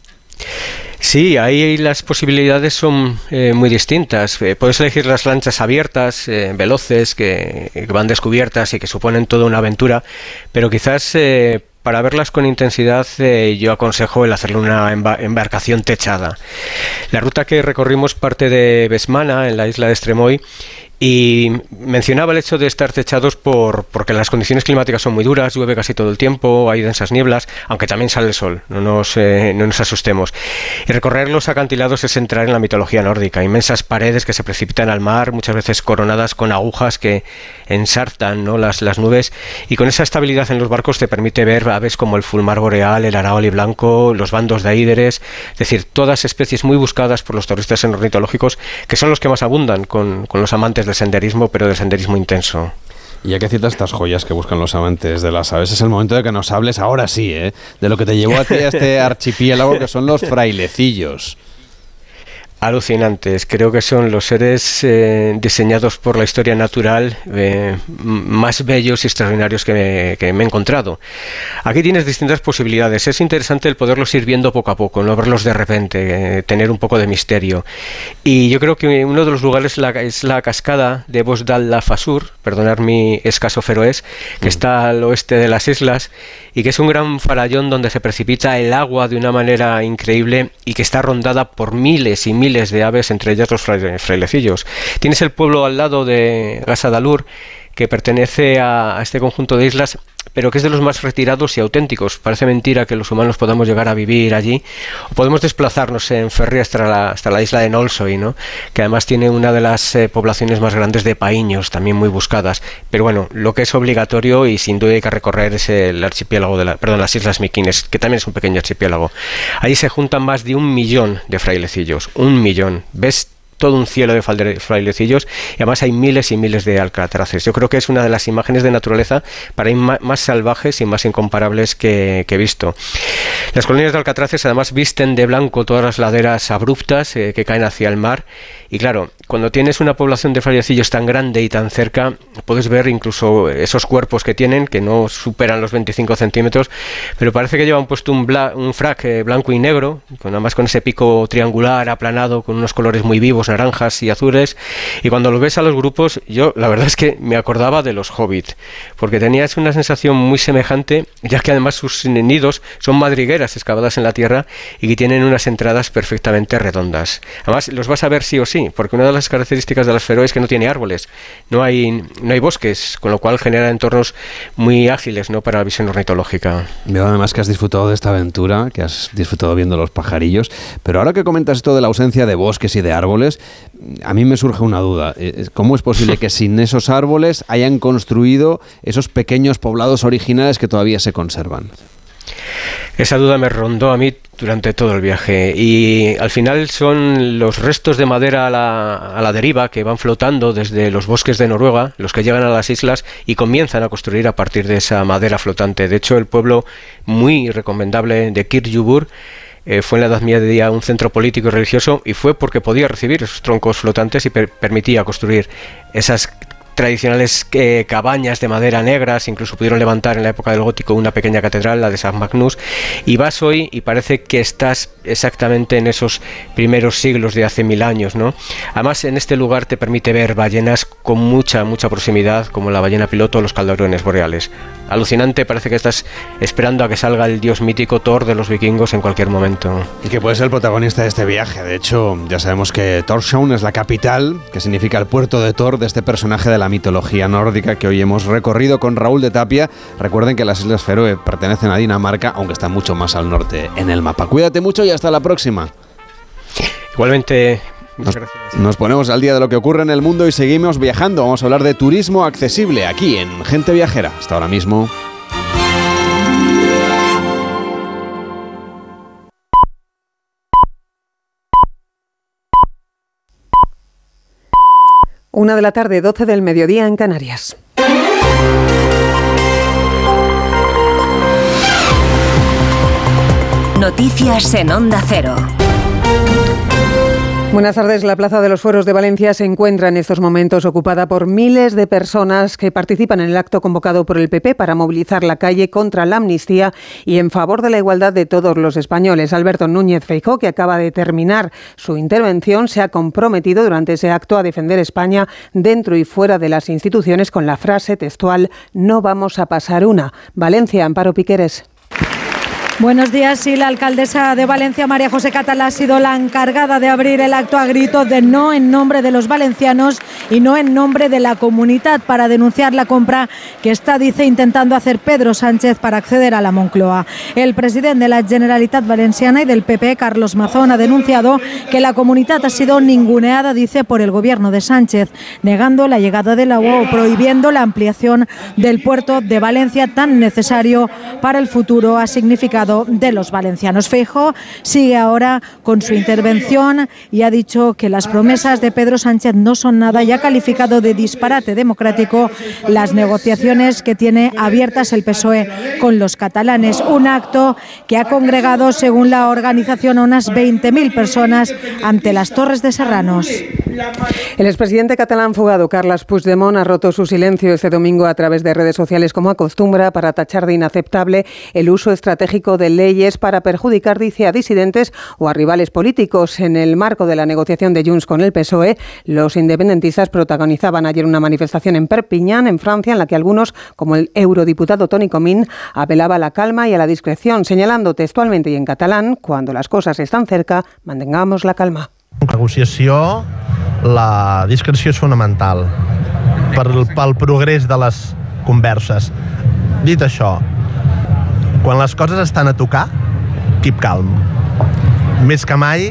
Sí, ahí las posibilidades son eh, muy distintas. Eh, puedes elegir las lanchas abiertas, eh, veloces, que, que van descubiertas y que suponen toda una aventura, pero quizás eh, para verlas con intensidad eh, yo aconsejo el hacerle una emba- embarcación techada. La ruta que recorrimos parte de Vestmanna, en la isla de Streymoy, Y mencionaba el hecho de estar techados por porque las condiciones climáticas son muy duras, llueve casi todo el tiempo, hay densas nieblas, aunque también sale el sol, no nos, eh, no nos asustemos. Y recorrer los acantilados es entrar en la mitología nórdica, inmensas paredes que se precipitan al mar, muchas veces coronadas con agujas que ensartan, ¿no?, las, las nubes, y con esa estabilidad en los barcos te permite ver aves como el fulmar boreal, el araoli blanco, los bandos de aíderes, es decir, todas especies muy buscadas por los turistas ornitológicos, que son los que más abundan con, con los amantes del senderismo, pero del senderismo intenso. Y ya que citas estas joyas que buscan los amantes de las aves, es el momento de que nos hables ahora sí, ¿eh?, de lo que te llevó a ti a este archipiélago, que son los frailecillos. Alucinantes, creo que son los seres eh, diseñados por la historia natural eh, más bellos y extraordinarios que me, que me he encontrado. Aquí tienes distintas posibilidades, es interesante el poderlos ir viendo poco a poco, no verlos de repente, eh, tener un poco de misterio. Y yo creo que uno de los lugares es la, es la cascada de Bosdal-la-Fasur, perdonar mi escaso feroés, que mm. está al oeste de las islas y que es un gran farallón donde se precipita el agua de una manera increíble y que está rondada por miles y miles miles de aves, entre ellas los frailecillos. Tienes el pueblo al lado de Gasadalur, que pertenece a, a este conjunto de islas, pero que es de los más retirados y auténticos. Parece mentira que los humanos podamos llegar a vivir allí, o podemos desplazarnos en ferry hasta la, hasta la isla de Nolsoy, ¿no?, que además tiene una de las eh, poblaciones más grandes de paíños, también muy buscadas. Pero bueno, lo que es obligatorio y sin duda hay que recorrer es el archipiélago de la, perdón, las Islas Mykines, que también es un pequeño archipiélago. Ahí se juntan más de un millón de frailecillos, un millón. ¿Ves? Todo un cielo de frailecillos, y además hay miles y miles de alcatraces. Yo creo que es una de las imágenes de naturaleza para ir más salvajes y más incomparables que, que he visto. Las colonias de alcatraces además visten de blanco todas las laderas abruptas eh, que caen hacia el mar, y claro, cuando tienes una población de frailecillos tan grande y tan cerca, puedes ver incluso esos cuerpos que tienen, que no superan los veinticinco centímetros, pero parece que llevan puesto un, bla, un frac eh, blanco y negro, con, además con ese pico triangular aplanado, con unos colores muy vivos, naranjas y azules, y cuando lo ves a los grupos, yo la verdad es que me acordaba de los Hobbit, porque tenías una sensación muy semejante, ya que además sus nidos son madrigueras excavadas en la tierra y que tienen unas entradas perfectamente redondas. Además los vas a ver sí o sí, porque una de las características de las Feroe es que no tiene árboles, no hay, no hay bosques, con lo cual genera entornos muy ágiles, ¿no?, para la visión ornitológica. Veo además que has disfrutado de esta aventura, que has disfrutado viendo los pajarillos, pero ahora que comentas esto de la ausencia de bosques y de árboles, a mí me surge una duda. ¿Cómo es posible que sin esos árboles hayan construido esos pequeños poblados originales que todavía se conservan? Esa duda me rondó a mí durante todo el viaje, y al final son los restos de madera a la, a la deriva que van flotando desde los bosques de Noruega, los que llegan a las islas y comienzan a construir a partir de esa madera flotante. De hecho, el pueblo muy recomendable de Kirjubur Eh, fue en la Edad Media un centro político y religioso, y fue porque podía recibir esos troncos flotantes y per- permitía construir esas tradicionales eh, cabañas de madera negras. Incluso pudieron levantar en la época del gótico una pequeña catedral, la de San Magnus, y vas hoy y parece que estás exactamente en esos primeros siglos de hace mil años, ¿no? Además, en este lugar te permite ver ballenas con mucha, mucha proximidad, como la ballena piloto o los calderones boreales. Alucinante, parece que estás esperando a que salga el dios mítico Thor de los vikingos en cualquier momento. Y que puede ser el protagonista de este viaje. De hecho, ya sabemos que Tórshavn es la capital, que significa el puerto de Thor, de este personaje de la mitología nórdica que hoy hemos recorrido con Raúl de Tapia. Recuerden que las Islas Feroe pertenecen a Dinamarca, aunque están mucho más al norte en el mapa. Cuídate mucho y hasta la próxima. Igualmente. Nos, nos ponemos al día de lo que ocurre en el mundo y seguimos viajando. Vamos a hablar de turismo accesible aquí en Gente Viajera. Hasta ahora mismo. Una de la tarde, doce del mediodía en Canarias. Noticias en Onda Cero. Buenas tardes. La Plaza de los Fueros de Valencia se encuentra en estos momentos ocupada por miles de personas que participan en el acto convocado por el P P para movilizar la calle contra la amnistía y en favor de la igualdad de todos los españoles. Alberto Núñez Feijóo, que acaba de terminar su intervención, se ha comprometido durante ese acto a defender España dentro y fuera de las instituciones con la frase textual: no vamos a pasar una. Valencia, Amparo Piqueres. Buenos días. Sí, la alcaldesa de Valencia, María José Catalá, ha sido la encargada de abrir el acto a gritos de no en nombre de los valencianos y no en nombre de la comunidad, para denunciar la compra que está, dice, intentando hacer Pedro Sánchez para acceder a la Moncloa. El presidente de la Generalitat Valenciana y del P P, Carlos Mazón, ha denunciado que la comunidad ha sido ninguneada, dice, por el gobierno de Sánchez, negando la llegada del agua o prohibiendo la ampliación del puerto de Valencia, tan necesario para el futuro, ha significado, de los valencianos. Feijóo sigue ahora con su intervención y ha dicho que las promesas de Pedro Sánchez no son nada y ha calificado de disparate democrático las negociaciones que tiene abiertas el P S O E con los catalanes. Un acto que ha congregado, según la organización, a unas veinte mil personas ante las Torres de Serranos. El expresidente catalán fugado, Carles Puigdemont, ha roto su silencio este domingo a través de redes sociales, como acostumbra, para tachar de inaceptable el uso estratégico de leyes para perjudicar, dice, a disidentes o a rivales políticos. En el marco de la negociación de Junts con el P S O E, los independentistas protagonizaban ayer una manifestación en Perpiñán, en Francia, en la que algunos, como el eurodiputado Toni Comín, apelaba a la calma y a la discreción, señalando textualmente y en catalán: cuando las cosas están cerca, mantengamos la calma. Negociació, la discreció és fonamental per, pel progrés de les converses. Dit això, quan les coses estan a tocar, keep calm. Més que mai,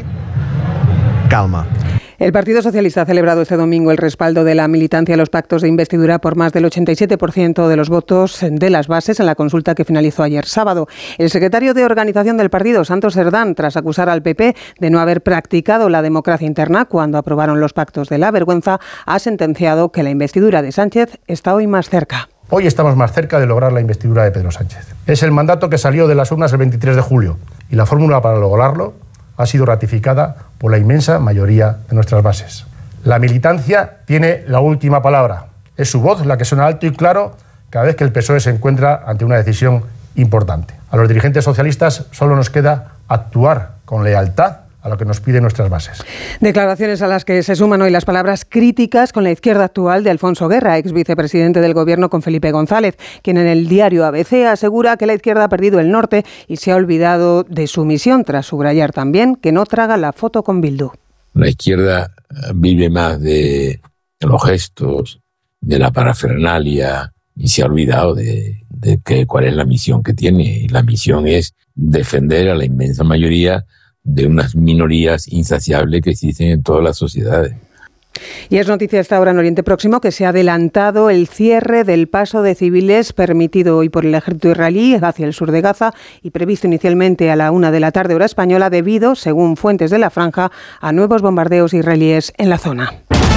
calma. El Partido Socialista ha celebrado este domingo el respaldo de la militancia a los pactos de investidura por más del ochenta y siete por ciento de los votos de las bases en la consulta que finalizó ayer sábado. El secretario de organización del partido, Santos Cerdán, tras acusar al P P de no haber practicado la democracia interna cuando aprobaron los pactos de la vergüenza, ha sentenciado que la investidura de Sánchez está hoy más cerca. Hoy estamos más cerca de lograr la investidura de Pedro Sánchez. Es el mandato que salió de las urnas el veintitrés de julio y la fórmula para lograrlo ha sido ratificada por la inmensa mayoría de nuestras bases. La militancia tiene la última palabra. Es su voz la que suena alto y claro cada vez que el P S O E se encuentra ante una decisión importante. A los dirigentes socialistas solo nos queda actuar con lealtad a lo que nos piden nuestras bases. Declaraciones a las que se suman hoy las palabras críticas con la izquierda actual de Alfonso Guerra, ex vicepresidente del Gobierno con Felipe González, quien en el diario A B C asegura que la izquierda ha perdido el norte y se ha olvidado de su misión, tras subrayar también que no traga la foto con Bildu. La izquierda vive más de los gestos, de la parafernalia, y se ha olvidado de, de que, cuál es la misión que tiene. Y la misión es defender a la inmensa mayoría de unas minorías insaciables que existen en todas las sociedades. Y es noticia esta hora en Oriente Próximo que se ha adelantado el cierre del paso de civiles permitido hoy por el ejército israelí hacia el sur de Gaza y previsto inicialmente a la una de la tarde hora española, debido, según fuentes de la franja, a nuevos bombardeos israelíes en la zona.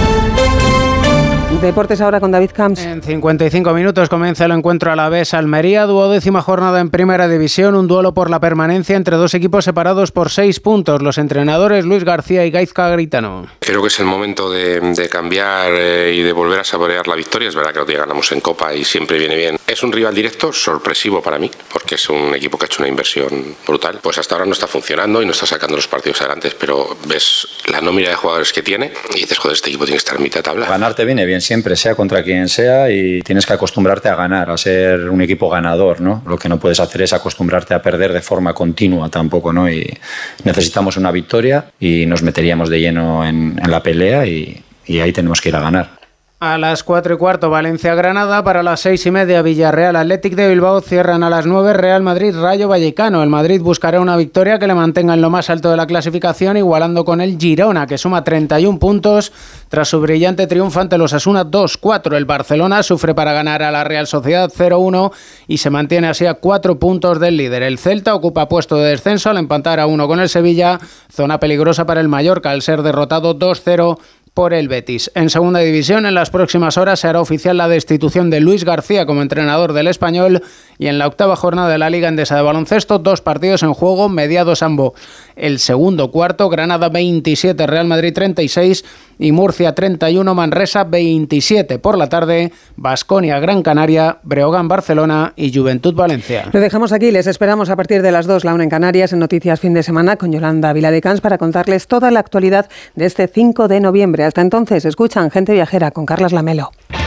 Deportes ahora con David Camps. En cincuenta y cinco minutos comienza el encuentro Alavés-Almería, duodécima jornada en Primera División, un duelo por la permanencia entre dos equipos separados por seis puntos. Los entrenadores Luis García y Gaizka Garitano. Creo que es el momento de, de cambiar eh, y de volver a saborear la victoria. Es verdad que otro día ganamos en Copa y siempre viene bien. Es un rival directo, sorpresivo para mí, porque es un equipo que ha hecho una inversión brutal. Pues hasta ahora no está funcionando y no está sacando los partidos adelante, pero ves la nómina de jugadores que tiene y dices, joder, este equipo tiene que estar en mitad de tabla. Ganarte viene bien siempre, sea contra quien sea, y tienes que acostumbrarte a ganar, a ser un equipo ganador, ¿no? Lo que no puedes hacer es acostumbrarte a perder de forma continua tampoco, ¿no? Y necesitamos una victoria y nos meteríamos de lleno en, en la pelea y, y ahí tenemos que ir a ganar. A las cuatro y cuarto Valencia-Granada, para las seis y media Villarreal Athletic de Bilbao, cierran a las nueve Real Madrid-Rayo Vallecano. El Madrid buscará una victoria que le mantenga en lo más alto de la clasificación, igualando con el Girona, que suma treinta y un puntos tras su brillante triunfo ante los Osasuna dos cuatro. El Barcelona sufre para ganar a la Real Sociedad cero uno y se mantiene así a cuatro puntos del líder. El Celta ocupa puesto de descenso al empatar a uno con el Sevilla, zona peligrosa para el Mallorca al ser derrotado dos cero por el Betis. En segunda división, en las próximas horas se hará oficial la destitución de Luis García como entrenador del Español, y en la octava jornada de la Liga Endesa de Baloncesto, dos partidos en juego, mediados ambos. El segundo cuarto, Granada veintisiete, Real Madrid treinta y seis y Murcia treinta y uno, Manresa veintisiete. Por la tarde, Baskonia Gran Canaria, Breogán Barcelona y Juventud Valencia. Lo dejamos aquí, les esperamos a partir de las dos, la una en Canarias, en Noticias Fin de Semana con Yolanda Viladecans, para contarles toda la actualidad de este cinco de noviembre. Hasta entonces, escuchan Gente Viajera con Carlas Lamelo.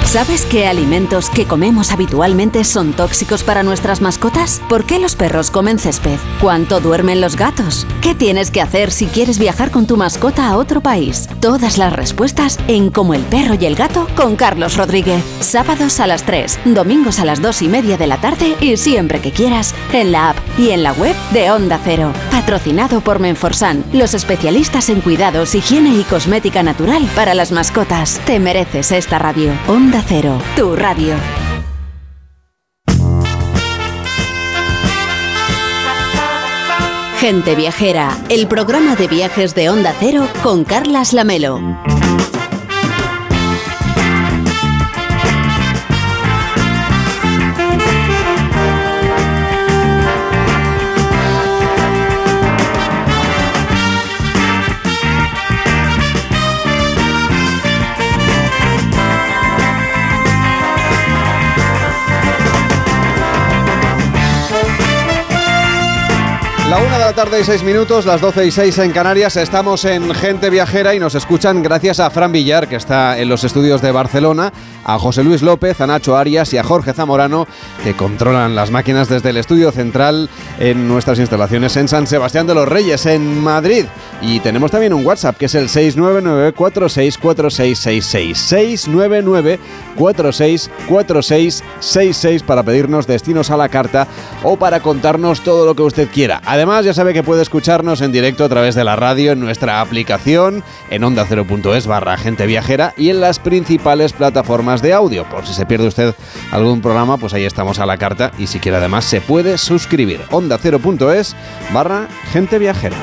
¿Sabes qué alimentos que comemos habitualmente son tóxicos para nuestras mascotas? ¿Por qué los perros comen césped? ¿Cuánto duermen los gatos? ¿Qué tienes que hacer si quieres viajar con tu mascota a otro país? Todas las respuestas en Como el perro y el gato con Carlos Rodríguez. Sábados a las tres, domingos a las dos y media de la tarde y siempre que quieras en la app y en la web de Onda Cero. Patrocinado por Menforsan, los especialistas en cuidados, higiene y cosmética natural para las mascotas. Te mereces esta radio. Onda Cero, tu radio. Gente Viajera, el programa de viajes de Onda Cero con Carlas Lamelo. La una de la tarde y seis minutos, las doce y seis en Canarias. Estamos en Gente Viajera y nos escuchan gracias a Fran Villar, que está en los estudios de Barcelona, a José Luis López, a Nacho Arias y a Jorge Zamorano, que controlan las máquinas desde el estudio central en nuestras instalaciones en San Sebastián de los Reyes, en Madrid. Y tenemos también un WhatsApp, que es el seis nueve nueve, cuatro seis cuatro seis seis seis, seis nueve nueve, cuatro seis cuatro seis seis seis, para pedirnos destinos a la carta o para contarnos todo lo que usted quiera. Además, ya sabe que puede escucharnos en directo a través de la radio, en nuestra aplicación, en onda cero punto es barra Gente Viajera y en las principales plataformas de audio. Por si se pierde usted algún programa, pues ahí estamos a la carta, y si quiere además se puede suscribir. onda cero punto es barra Gente Viajera.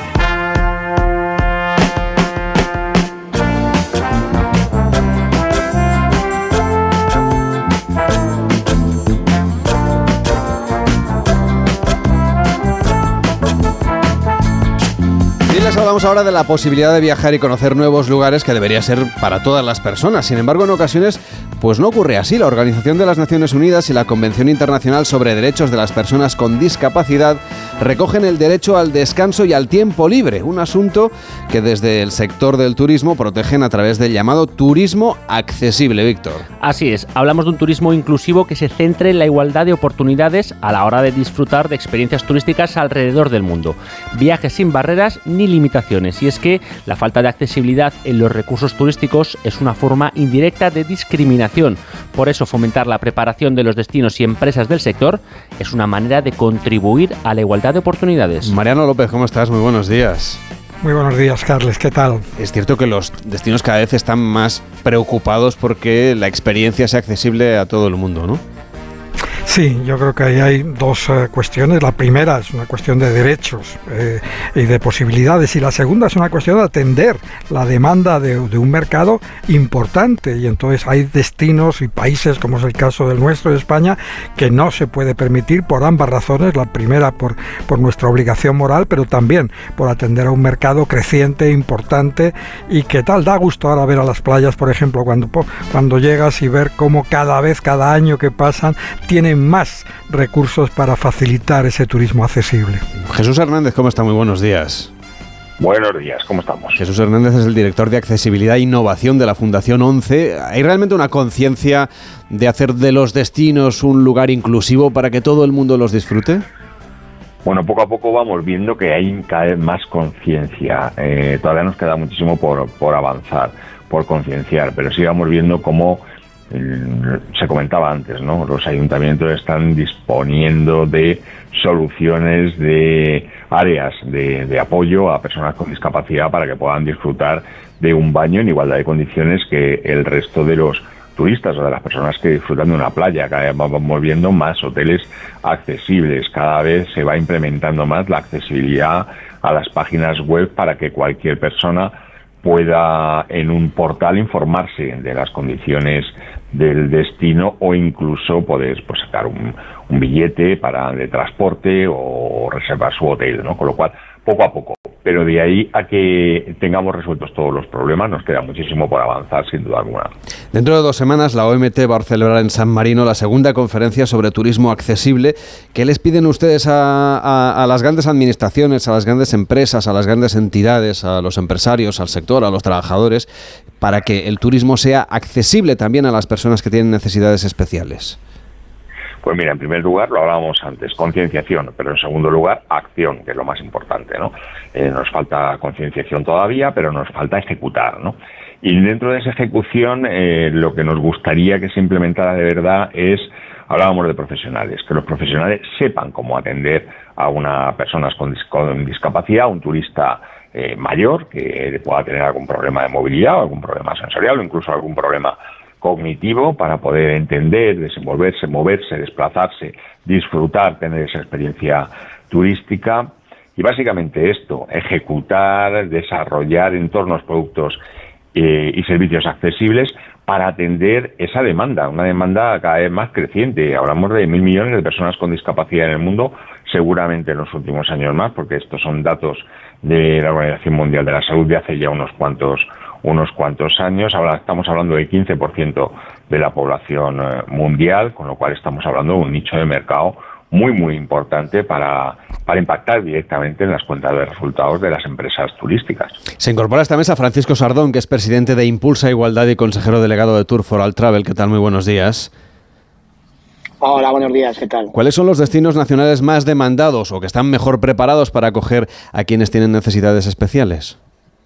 Les hablamos ahora de la posibilidad de viajar y conocer nuevos lugares, que debería ser para todas las personas. Sin embargo, en ocasiones, pues no ocurre así. La Organización de las Naciones Unidas y la Convención Internacional sobre Derechos de las Personas con Discapacidad recogen el derecho al descanso y al tiempo libre, un asunto que desde el sector del turismo protegen a través del llamado turismo accesible. Víctor. Así es, hablamos de un turismo inclusivo que se centre en la igualdad de oportunidades a la hora de disfrutar de experiencias turísticas alrededor del mundo. Viajes sin barreras ni limitaciones. Y es que la falta de accesibilidad en los recursos turísticos es una forma indirecta de discriminación. Por eso, fomentar la preparación de los destinos y empresas del sector es una manera de contribuir a la igualdad de oportunidades. Mariano López, ¿cómo estás? Muy buenos días. Muy buenos días, Carles, ¿qué tal? Es cierto que los destinos cada vez están más preocupados porque la experiencia sea accesible a todo el mundo, ¿no? Sí, yo creo que ahí hay dos uh, cuestiones. La primera es una cuestión de derechos eh, y de posibilidades, y la segunda es una cuestión de atender la demanda de, de un mercado importante, y entonces hay destinos y países, como es el caso del nuestro, de España, que no se puede permitir por ambas razones. La primera por, por nuestra obligación moral, pero también por atender a un mercado creciente, importante, y que tal, da gusto ahora ver a las playas, por ejemplo, cuando, cuando llegas y ver cómo cada vez, cada año que pasan, tienen más recursos para facilitar ese turismo accesible. Jesús Hernández, ¿cómo está? Muy buenos días. Buenos días, ¿cómo estamos? Jesús Hernández es el director de Accesibilidad e Innovación de la Fundación ONCE. ¿Hay realmente una conciencia de hacer de los destinos un lugar inclusivo para que todo el mundo los disfrute? Bueno, poco a poco vamos viendo que hay cada vez más conciencia. Eh, todavía nos queda muchísimo por, por avanzar, por concienciar, pero sí vamos viendo cómo se comentaba antes, ¿no? Los ayuntamientos están disponiendo de soluciones, de áreas de, de apoyo a personas con discapacidad para que puedan disfrutar de un baño en igualdad de condiciones que el resto de los turistas o de las personas que disfrutan de una playa. Cada vez vamos viendo más hoteles accesibles, cada vez se va implementando más la accesibilidad a las páginas web para que cualquier persona pueda en un portal informarse de las condiciones del destino, o incluso poder pues, sacar un, un billete para de transporte o reservar su hotel, ¿no? Con lo cual, poco a poco, pero de ahí a que tengamos resueltos todos los problemas nos queda muchísimo por avanzar, sin duda alguna. Dentro de dos semanas la O M T va a celebrar en San Marino la segunda conferencia sobre turismo accesible. ¿Qué les piden ustedes a, a, a las grandes administraciones, a las grandes empresas, a las grandes entidades, a los empresarios, al sector, a los trabajadores, para que el turismo sea accesible también a las personas que tienen necesidades especiales? Pues mira, en primer lugar, lo hablábamos antes, concienciación, pero en segundo lugar, acción, que es lo más importante, ¿no? Eh, nos falta concienciación todavía, pero nos falta ejecutar, ¿no? Y dentro de esa ejecución, eh, lo que nos gustaría que se implementara de verdad es, hablábamos de profesionales, que los profesionales sepan cómo atender a una persona con, con discapacidad, un turista eh, mayor, que pueda tener algún problema de movilidad, o algún problema sensorial, o incluso algún problema cognitivo, para poder entender, desenvolverse, moverse, desplazarse, disfrutar, tener esa experiencia turística. Y básicamente esto, ejecutar, desarrollar entornos, productos eh, y servicios accesibles para atender esa demanda, una demanda cada vez más creciente. Hablamos de mil millones de personas con discapacidad en el mundo, seguramente en los últimos años más, porque estos son datos de la Organización Mundial de la Salud de hace ya unos cuantos unos cuantos años. Ahora estamos hablando del quince por ciento de la población mundial, con lo cual estamos hablando de un nicho de mercado muy, muy importante para, para impactar directamente en las cuentas de resultados de las empresas turísticas. Se incorpora a esta mesa Francisco Sardón, que es presidente de Impulsa Igualdad y consejero delegado de Tour for All Travel. ¿Qué tal? Muy buenos días. Hola, buenos días, ¿qué tal? ¿Cuáles son los destinos nacionales más demandados o que están mejor preparados para acoger a quienes tienen necesidades especiales?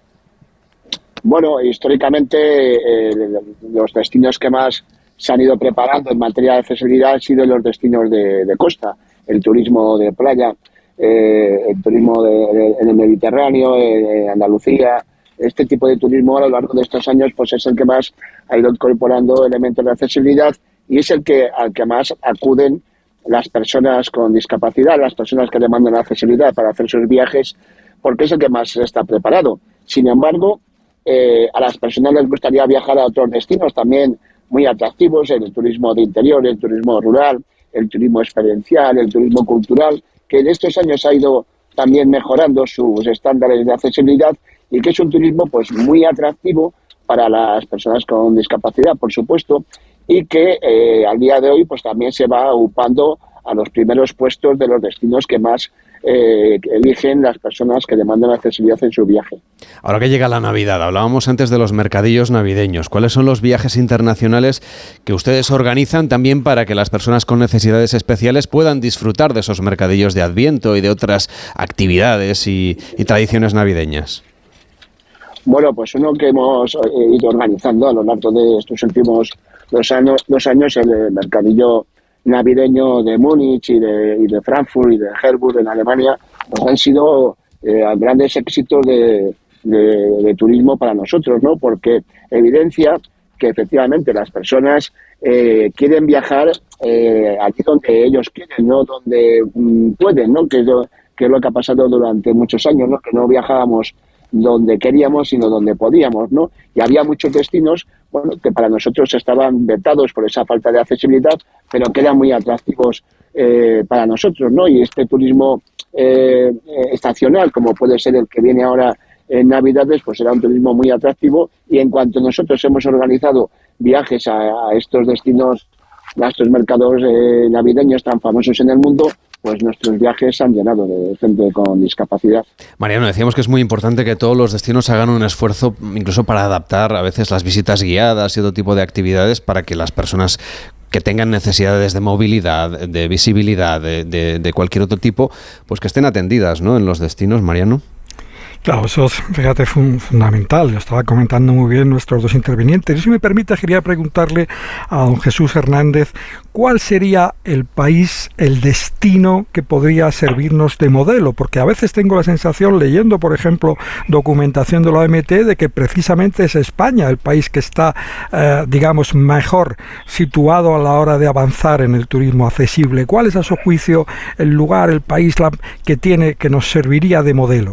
Bueno, históricamente eh, los destinos que más se han ido preparando en materia de accesibilidad han sido los destinos de, de costa, el turismo de playa, eh, el turismo de, de, en el Mediterráneo, en Andalucía. Este tipo de turismo a lo largo de estos años pues es el que más ha ido incorporando elementos de accesibilidad y es el que al que más acuden las personas con discapacidad, las personas que demandan accesibilidad para hacer sus viajes, porque es el que más está preparado. Sin embargo, Eh, a las personas les gustaría viajar a otros destinos también muy atractivos, el turismo de interior, el turismo rural, el turismo experiencial, el turismo cultural, que en estos años ha ido también mejorando sus estándares de accesibilidad y que es un turismo pues muy atractivo para las personas con discapacidad, por supuesto, y que eh, al día de hoy pues también se va ocupando a los primeros puestos de los destinos que más eh, eligen las personas que demandan accesibilidad en su viaje. Ahora que llega la Navidad, hablábamos antes de los mercadillos navideños. ¿Cuáles son los viajes internacionales que ustedes organizan también para que las personas con necesidades especiales puedan disfrutar de esos mercadillos de Adviento y de otras actividades y, y tradiciones navideñas? Bueno, pues uno que hemos eh, ido organizando a lo largo de estos últimos dos años, dos años el mercadillo navideño de Múnich y de, y de Frankfurt y de Herburg en Alemania, pues han sido eh, grandes éxitos de, de, de turismo para nosotros, ¿no? Porque evidencia que efectivamente las personas eh, quieren viajar eh, allí donde ellos quieren, no donde mm, pueden, ¿no? Que es, lo, que es lo que ha pasado durante muchos años, ¿no? Que no viajábamos donde queríamos, sino donde podíamos, ¿no? Y había muchos destinos, bueno, que para nosotros estaban vetados por esa falta de accesibilidad, pero que eran muy atractivos eh, para nosotros, ¿no? Y este turismo eh, estacional, como puede ser el que viene ahora en Navidades, pues era un turismo muy atractivo y en cuanto nosotros hemos organizado viajes a, a estos destinos, a estos mercados eh, navideños tan famosos en el mundo, pues nuestros viajes se han llenado de gente con discapacidad. Mariano, decíamos que es muy importante que todos los destinos hagan un esfuerzo incluso para adaptar a veces las visitas guiadas y otro tipo de actividades para que las personas que tengan necesidades de movilidad, de visibilidad, de, de, de cualquier otro tipo, pues que estén atendidas, ¿no?, en los destinos, Mariano. Claro, eso es, fíjate, fue fundamental. Lo estaba comentando muy bien nuestros dos intervinientes. Y si me permite, quería preguntarle a don Jesús Hernández, ¿cuál sería el país, el destino que podría servirnos de modelo? Porque a veces tengo la sensación, leyendo, por ejemplo, documentación de la O M T, de que precisamente es España el país que está, eh, digamos, mejor situado a la hora de avanzar en el turismo accesible. ¿Cuál es, a su juicio, el lugar, el país la, que tiene, que nos serviría de modelo?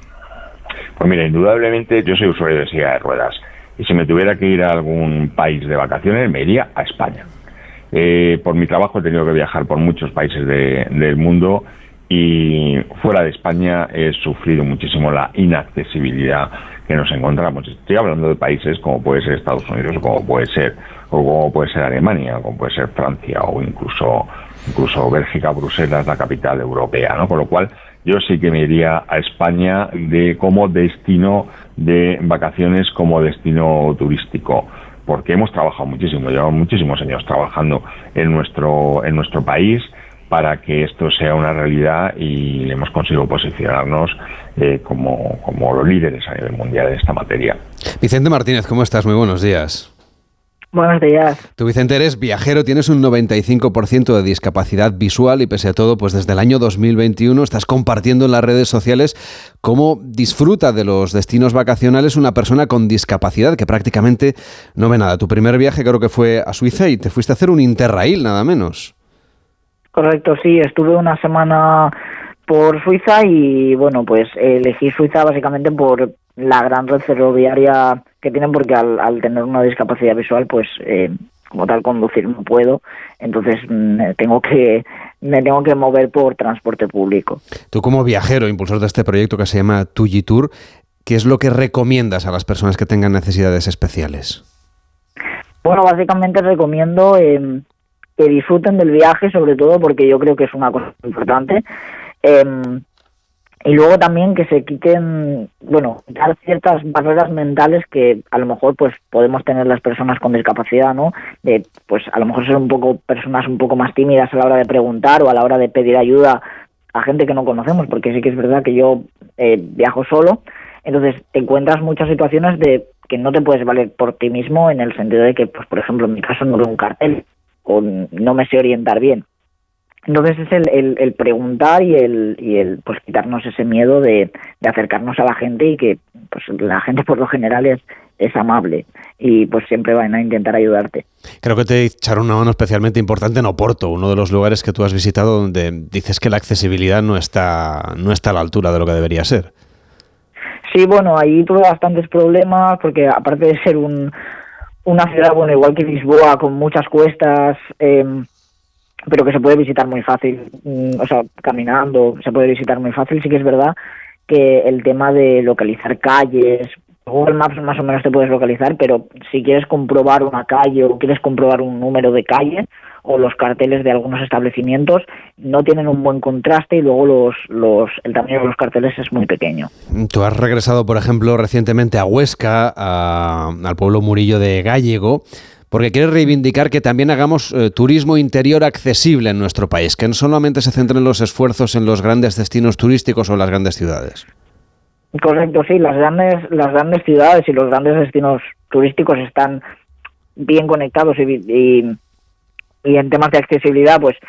Pues mira, indudablemente yo soy usuario de silla de ruedas y si me tuviera que ir a algún país de vacaciones me iría a España. Eh, por mi trabajo he tenido que viajar por muchos países de, del mundo y fuera de España he sufrido muchísimo la inaccesibilidad que nos encontramos. Estoy hablando de países como puede ser Estados Unidos, o como puede ser, o como puede ser Alemania, o como puede ser Francia, o incluso incluso Bélgica, Bruselas, la capital europea, ¿no? Con lo cual yo sí que me iría a España de como destino de vacaciones, como destino turístico, porque hemos trabajado muchísimo, llevamos muchísimos años trabajando en nuestro en nuestro país para que esto sea una realidad, y hemos conseguido posicionarnos eh, como, como los líderes a nivel mundial en esta materia. Vicente Martínez, ¿cómo estás? Muy buenos días. Buenos días. Tú, Vicente, eres viajero, tienes un noventa y cinco por ciento de discapacidad visual y pese a todo, pues desde el año dos mil veintiuno estás compartiendo en las redes sociales cómo disfruta de los destinos vacacionales una persona con discapacidad que prácticamente no ve nada. Tu primer viaje creo que fue a Suiza y te fuiste a hacer un Interrail, nada menos. Correcto, sí, estuve una semana por Suiza y bueno, pues elegí Suiza básicamente por la gran red ferroviaria que tienen, porque al, al tener una discapacidad visual, pues eh, como tal conducir no puedo, entonces me tengo que me tengo que mover por transporte público. Tú, como viajero, impulsor de este proyecto que se llama Tuyi Tour, ¿qué es lo que recomiendas a las personas que tengan necesidades especiales? Bueno, básicamente recomiendo eh, que disfruten del viaje, sobre todo porque yo creo que es una cosa importante. Eh, y luego también que se quiten, bueno, dar ciertas barreras mentales que a lo mejor pues podemos tener las personas con discapacidad, ¿no? De, pues a lo mejor ser un poco personas un poco más tímidas a la hora de preguntar o a la hora de pedir ayuda a gente que no conocemos, porque sí que es verdad que yo eh, viajo solo, entonces te encuentras muchas situaciones de que no te puedes valer por ti mismo, en el sentido de que, pues por ejemplo, en mi caso no veo un cartel o no me sé orientar bien. Entonces es el, el, el preguntar y el, y el pues quitarnos ese miedo de, de acercarnos a la gente, y que pues la gente por lo general es, es amable y pues siempre van a intentar ayudarte. Creo que te echaron una mano especialmente importante en Oporto, uno de los lugares que tú has visitado donde dices que la accesibilidad no está, no está a la altura de lo que debería ser. Sí, bueno, ahí tuve bastantes problemas porque aparte de ser un, una ciudad, bueno, igual que Lisboa, con muchas cuestas, eh, pero que se puede visitar muy fácil, o sea, caminando se puede visitar muy fácil. Sí que es verdad que el tema de localizar calles, Google Maps más o menos te puedes localizar, pero si quieres comprobar una calle o quieres comprobar un número de calle o los carteles de algunos establecimientos, no tienen un buen contraste, y luego los, los el tamaño de los carteles es muy pequeño. Tú has regresado, por ejemplo, recientemente a Huesca, a, al pueblo Murillo de Gállego, porque quieres reivindicar que también hagamos eh, turismo interior accesible en nuestro país, que no solamente se centren los esfuerzos en los grandes destinos turísticos o las grandes ciudades. Correcto, sí, las grandes las grandes ciudades y los grandes destinos turísticos están bien conectados, y, y, y en temas de accesibilidad pues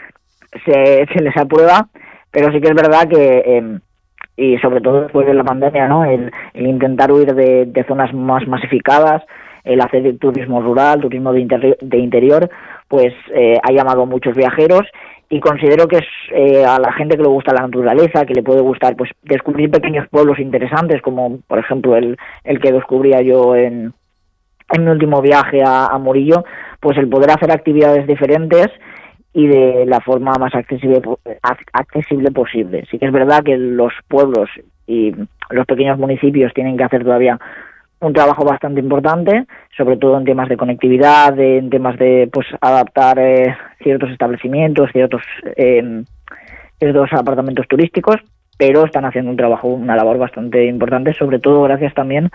se, se les aprueba, pero sí que es verdad que, eh, y sobre todo después de la pandemia, ¿no? el, el intentar huir de, de zonas más masificadas, el hacer turismo rural, turismo de, inter- de interior, pues eh, ha llamado a muchos viajeros, y considero que es eh, a la gente que le gusta la naturaleza, que le puede gustar pues descubrir pequeños pueblos interesantes, como por ejemplo el, el que descubría yo en, en mi último viaje a, a Murillo, pues el poder hacer actividades diferentes y de la forma más accesible, accesible posible. Sí que es verdad que los pueblos y los pequeños municipios tienen que hacer todavía un trabajo bastante importante, sobre todo en temas de conectividad, de, en temas de pues adaptar eh, ciertos establecimientos, ciertos eh, ciertos apartamentos turísticos, pero están haciendo un trabajo, una labor bastante importante, sobre todo gracias también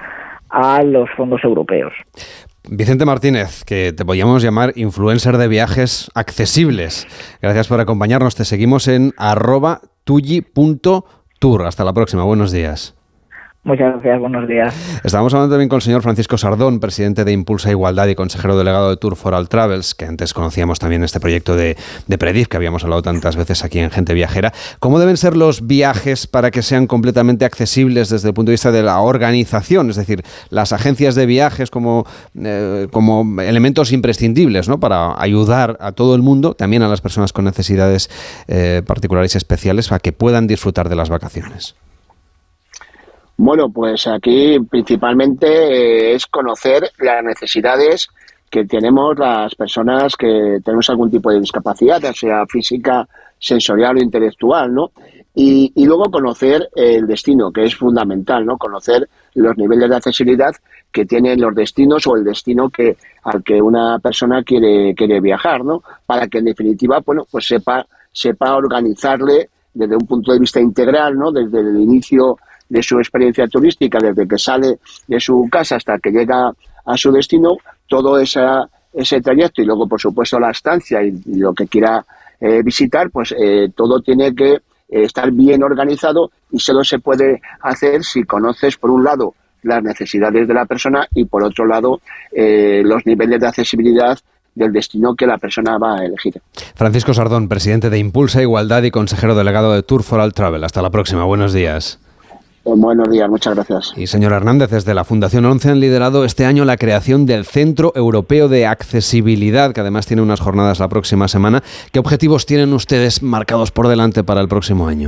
a los fondos europeos. Vicente Martínez, que te podíamos llamar influencer de viajes accesibles. Gracias por acompañarnos. Te seguimos en arroba tuyi punto tour. Hasta la próxima. Buenos días. Muchas gracias, buenos días. Estábamos hablando también con el señor Francisco Sardón, presidente de Impulsa Igualdad y consejero delegado de Tour for All Travels, que antes conocíamos también este proyecto de, de Prediv, que habíamos hablado tantas veces aquí en Gente Viajera. ¿Cómo deben ser los viajes para que sean completamente accesibles desde el punto de vista de la organización? Es decir, las agencias de viajes como, eh, como elementos imprescindibles, ¿no?, para ayudar a todo el mundo, también a las personas con necesidades eh, particulares y especiales, para que puedan disfrutar de las vacaciones. Bueno, pues aquí principalmente eh, es conocer las necesidades que tenemos las personas que tenemos algún tipo de discapacidad, ya sea física, sensorial o intelectual, ¿no? Y, y luego conocer el destino, que es fundamental, ¿no? Conocer los niveles de accesibilidad que tienen los destinos o el destino que al que una persona quiere quiere viajar, ¿no? Para que en definitiva, bueno, pues sepa sepa organizarle desde un punto de vista integral, ¿no? Desde el inicio de su experiencia turística, desde que sale de su casa hasta que llega a su destino, todo esa, ese trayecto y luego, por supuesto, la estancia y, y lo que quiera eh, visitar, pues eh, todo tiene que estar bien organizado y solo se puede hacer si conoces, por un lado, las necesidades de la persona y, por otro lado, eh, los niveles de accesibilidad del destino que la persona va a elegir. Francisco Sardón, presidente de Impulsa Igualdad y consejero delegado de Tour for All Travel. Hasta la próxima. Buenos días. Buenos días, muchas gracias. Y señor Hernández, desde la Fundación ONCE han liderado este año la creación del Centro Europeo de Accesibilidad, que además tiene unas jornadas la próxima semana. ¿Qué objetivos tienen ustedes marcados por delante para el próximo año?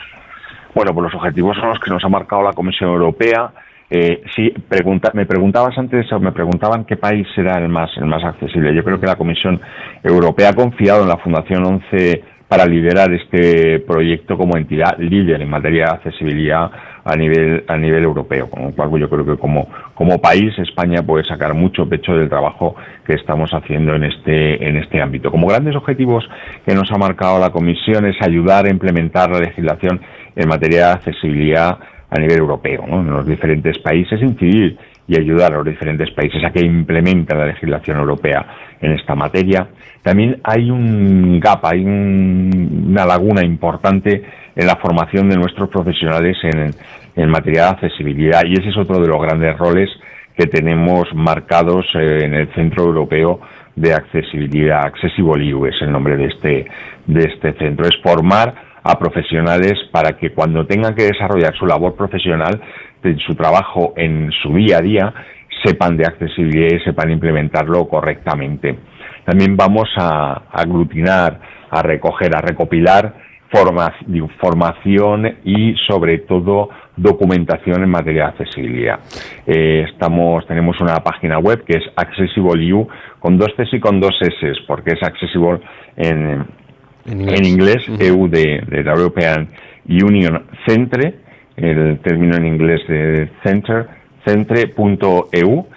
Bueno, pues los objetivos son los que nos ha marcado la Comisión Europea. Eh, sí, pregunta, me preguntabas antes, o me preguntaban qué país será el más, el más accesible. Yo creo que la Comisión Europea ha confiado en la Fundación ONCE para liderar este proyecto como entidad líder en materia de accesibilidad a nivel a nivel europeo, con lo cual yo creo que como como país España puede sacar mucho pecho del trabajo que estamos haciendo en este en este ámbito. Como grandes objetivos que nos ha marcado la Comisión es ayudar a implementar la legislación en materia de accesibilidad a nivel europeo, ¿no? En los diferentes países, incidir y ayudar a los diferentes países a que implementen la legislación europea en esta materia. También hay un gap, hay un, una laguna importante en la formación de nuestros profesionales en, en materia de accesibilidad, y ese es otro de los grandes roles que tenemos marcados eh, en el Centro Europeo de Accesibilidad. Accessible E U es el nombre de este, de este centro. Es formar a profesionales para que cuando tengan que desarrollar su labor profesional, de su trabajo en su día a día, sepan de accesibilidad y sepan implementarlo correctamente. También vamos a aglutinar, a recoger, a recopilar forma, formación y, sobre todo, documentación en materia de accesibilidad. Eh, estamos, tenemos una página web que es Accessible E U, con dos Cs y con dos S, porque es accesible en, en inglés, en inglés uh-huh. E U de, de la European Union Centre, el término en inglés de Center, centre punto e u,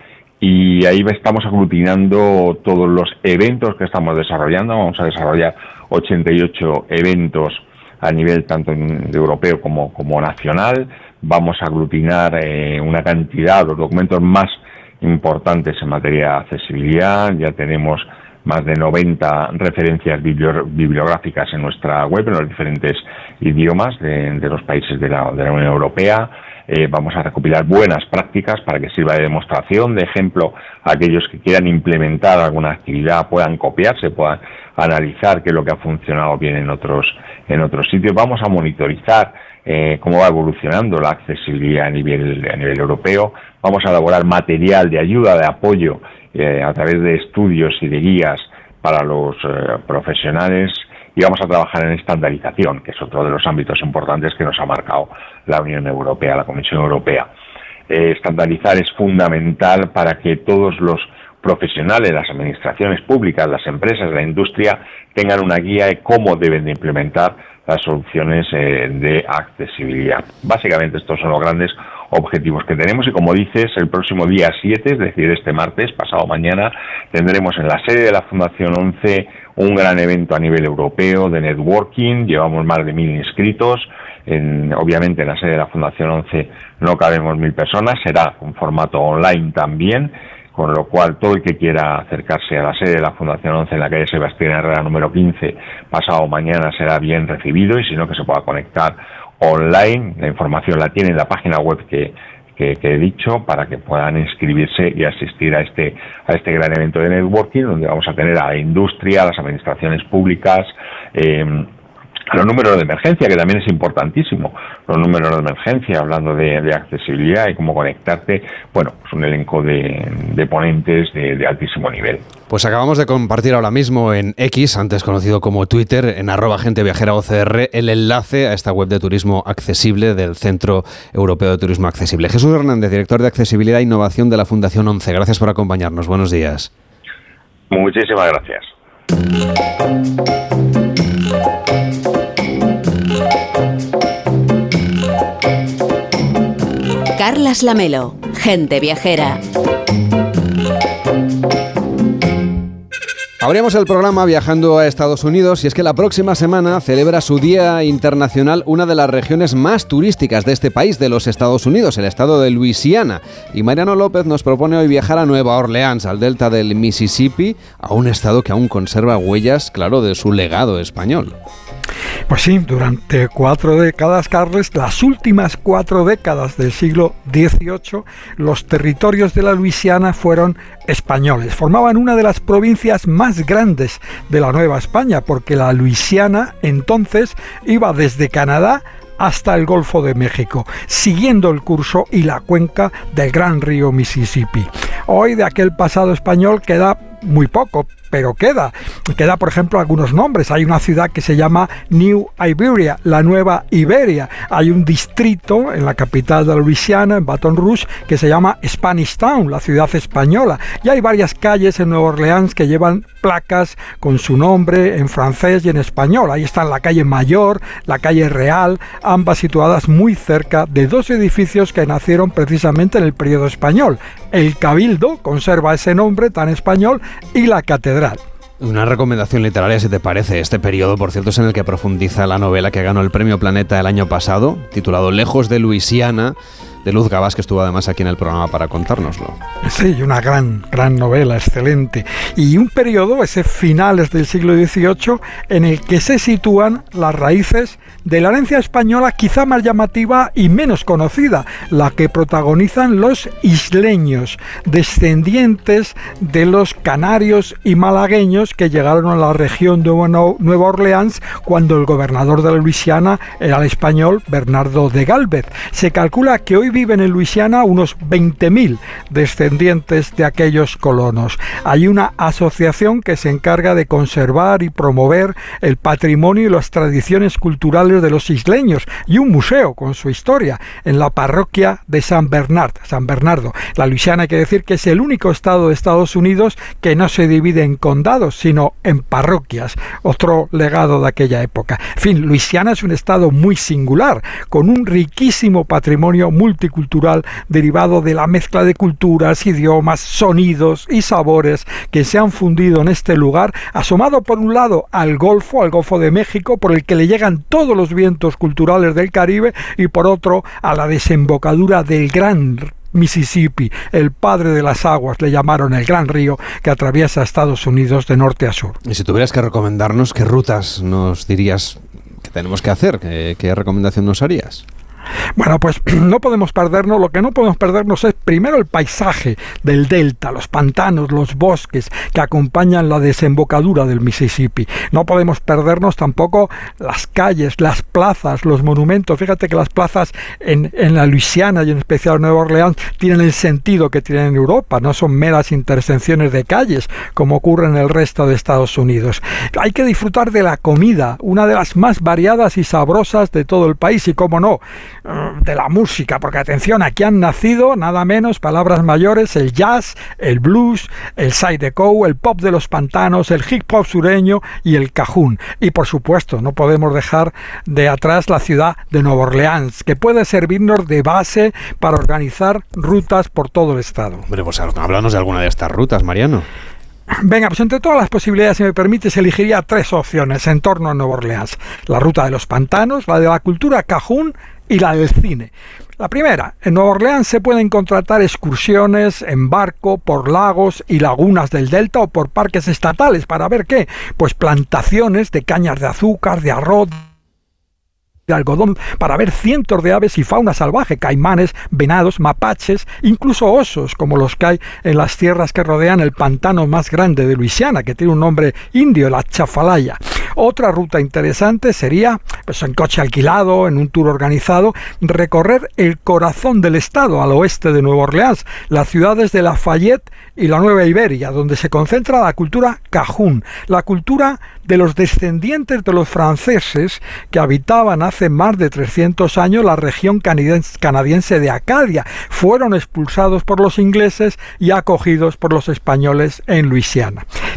y ahí estamos aglutinando todos los eventos que estamos desarrollando. Vamos a desarrollar ochenta y ocho eventos a nivel tanto europeo como, como nacional. Vamos a aglutinar eh, una cantidad, los documentos más importantes en materia de accesibilidad. Ya tenemos más de noventa referencias bibliográficas en nuestra web, en los diferentes idiomas de, de los países de la, de la Unión Europea. Eh, vamos a recopilar buenas prácticas para que sirva de demostración, de ejemplo, a aquellos que quieran implementar alguna actividad, puedan copiarse, puedan analizar qué es lo que ha funcionado bien en otros, en otros sitios. Vamos a monitorizar eh, cómo va evolucionando la accesibilidad a nivel, a nivel europeo. Vamos a elaborar material de ayuda, de apoyo, eh, a través de estudios y de guías para los eh, profesionales. Y vamos a trabajar en estandarización, que es otro de los ámbitos importantes que nos ha marcado la Unión Europea, la Comisión Europea. Eh, estandarizar es fundamental para que todos los profesionales, las administraciones públicas, las empresas, la industria, tengan una guía de cómo deben de implementar las soluciones eh, de accesibilidad. Básicamente estos son los grandes objetivos que tenemos, y como dices, el próximo día siete, es decir, este martes, pasado mañana, tendremos en la sede de la Fundación ONCE un gran evento a nivel europeo de networking. Llevamos más de mil inscritos. En, obviamente en la sede de la Fundación ONCE no cabemos mil personas, será un formato online también, con lo cual todo el que quiera acercarse a la sede de la Fundación ONCE en la calle Sebastián Herrera número quince pasado mañana será bien recibido, y si no, que se pueda conectar online. La información la tiene en la página web que, que, que he dicho, para que puedan inscribirse y asistir a este, a este gran evento de networking, donde vamos a tener a la industria, a las administraciones públicas, eh, a los números de emergencia, que también es importantísimo, los números de emergencia, hablando de, de accesibilidad y cómo conectarte. Bueno, pues un elenco de, de ponentes de, de altísimo nivel. Pues acabamos de compartir ahora mismo en X, antes conocido como Twitter, en arroba gente viajera O C R, el enlace a esta web de turismo accesible del Centro Europeo de Turismo Accesible. Jesús Hernández, director de Accesibilidad e Innovación de la Fundación ONCE. Gracias por acompañarnos. Buenos días. Muchísimas gracias. Carlas Lamelo, Gente Viajera. Abrimos el programa viajando a Estados Unidos y es que la próxima semana celebra su Día Internacional una de las regiones más turísticas de este país, de los Estados Unidos, el estado de Luisiana. Y Mariano López nos propone hoy viajar a Nueva Orleans, al delta del Mississippi, a un estado que aún conserva huellas, claro, de su legado español. Pues sí, durante cuatro décadas, Carles, las últimas cuatro décadas del siglo dieciocho, los territorios de la Luisiana fueron españoles. Formaban una de las provincias más grandes de la Nueva España, porque la Luisiana entonces iba desde Canadá hasta el Golfo de México, siguiendo el curso y la cuenca del gran río Mississippi. Hoy de aquel pasado español queda muy poco, pero queda. Queda, por ejemplo, algunos nombres. Hay una ciudad que se llama New Iberia, la Nueva Iberia. Hay un distrito en la capital de Luisiana, en Baton Rouge, que se llama Spanish Town, la ciudad española. Y hay varias calles en Nueva Orleans que llevan placas con su nombre en francés y en español. Ahí están la calle Mayor, la calle Real, ambas situadas muy cerca de dos edificios que nacieron precisamente en el periodo español. El Cabildo conserva ese nombre tan español y la catedral. Una recomendación literaria, si te parece. Este periodo, por cierto, es en el que profundiza la novela que ganó el Premio Planeta el año pasado, titulado Lejos de Luisiana, de Luz Gabás, que estuvo además aquí en el programa para contárnoslo. Sí, una gran, gran novela, excelente. Y un periodo, ese finales del siglo dieciocho, en el que se sitúan las raíces de la herencia española quizá más llamativa y menos conocida, la que protagonizan los isleños, descendientes de los canarios y malagueños que llegaron a la región de Nueva Orleans cuando el gobernador de la Luisiana era el español Bernardo de Gálvez. Se calcula que hoy viven en Luisiana unos veinte mil descendientes de aquellos colonos. Hay una asociación que se encarga de conservar y promover el patrimonio y las tradiciones culturales de los isleños y un museo con su historia en la parroquia de San Bernard, San Bernardo. La Luisiana, hay que decir que es el único estado de Estados Unidos que no se divide en condados, sino en parroquias, otro legado de aquella época. En fin, Luisiana es un estado muy singular, con un riquísimo patrimonio multicultural derivado de la mezcla de culturas, idiomas, sonidos y sabores que se han fundido en este lugar, asomado por un lado al Golfo, al Golfo de México, por el que le llegan todos los vientos culturales del Caribe, y por otro a la desembocadura del gran Mississippi, el padre de las aguas, le llamaron el gran río que atraviesa Estados Unidos de norte a sur. Y si tuvieras que recomendarnos, ¿qué rutas nos dirías que tenemos que hacer? ¿Qué, qué recomendación nos harías? Bueno, pues no podemos perdernos, lo que no podemos perdernos es primero el paisaje del delta, los pantanos, los bosques que acompañan la desembocadura del Mississippi. No podemos perdernos tampoco las calles, las plazas, los monumentos. Fíjate que las plazas en, en la Luisiana y en especial en Nueva Orleans tienen el sentido que tienen en Europa, no son meras intersecciones de calles como ocurre en el resto de Estados Unidos. Hay que disfrutar de la comida, una de las más variadas y sabrosas de todo el país, y cómo no, de la música, porque atención, aquí han nacido nada menos, palabras mayores, el jazz, el blues, el zydeco, el pop de los pantanos, el hip hop sureño y el cajún. Y por supuesto, no podemos dejar de atrás la ciudad de Nueva Orleans, que puede servirnos de base para organizar rutas por todo el estado. Hombre, pues háblanos de alguna de estas rutas, Mariano. Venga, pues entre todas las posibilidades, si me permites, elegiría tres opciones en torno a Nueva Orleans. La ruta de los pantanos, la de la cultura cajún y la del cine. La primera, en Nueva Orleans se pueden contratar excursiones en barco por lagos y lagunas del delta o por parques estatales. ¿Para ver qué? Pues plantaciones de cañas de azúcar, de arroz, de algodón, para ver cientos de aves y fauna salvaje, caimanes, venados, mapaches, incluso osos, como los que hay en las tierras que rodean el pantano más grande de Luisiana, que tiene un nombre indio, la Chafalaya. Otra ruta interesante sería, pues en coche alquilado, en un tour organizado, recorrer el corazón del estado, al oeste de Nueva Orleans, las ciudades de Lafayette y la Nueva Iberia, donde se concentra la cultura cajún, la cultura de los descendientes de los franceses que habitaban hace más de trescientos años la región canadiense de Acadia. Fueron expulsados por los ingleses y acogidos por los españoles en Luisiana.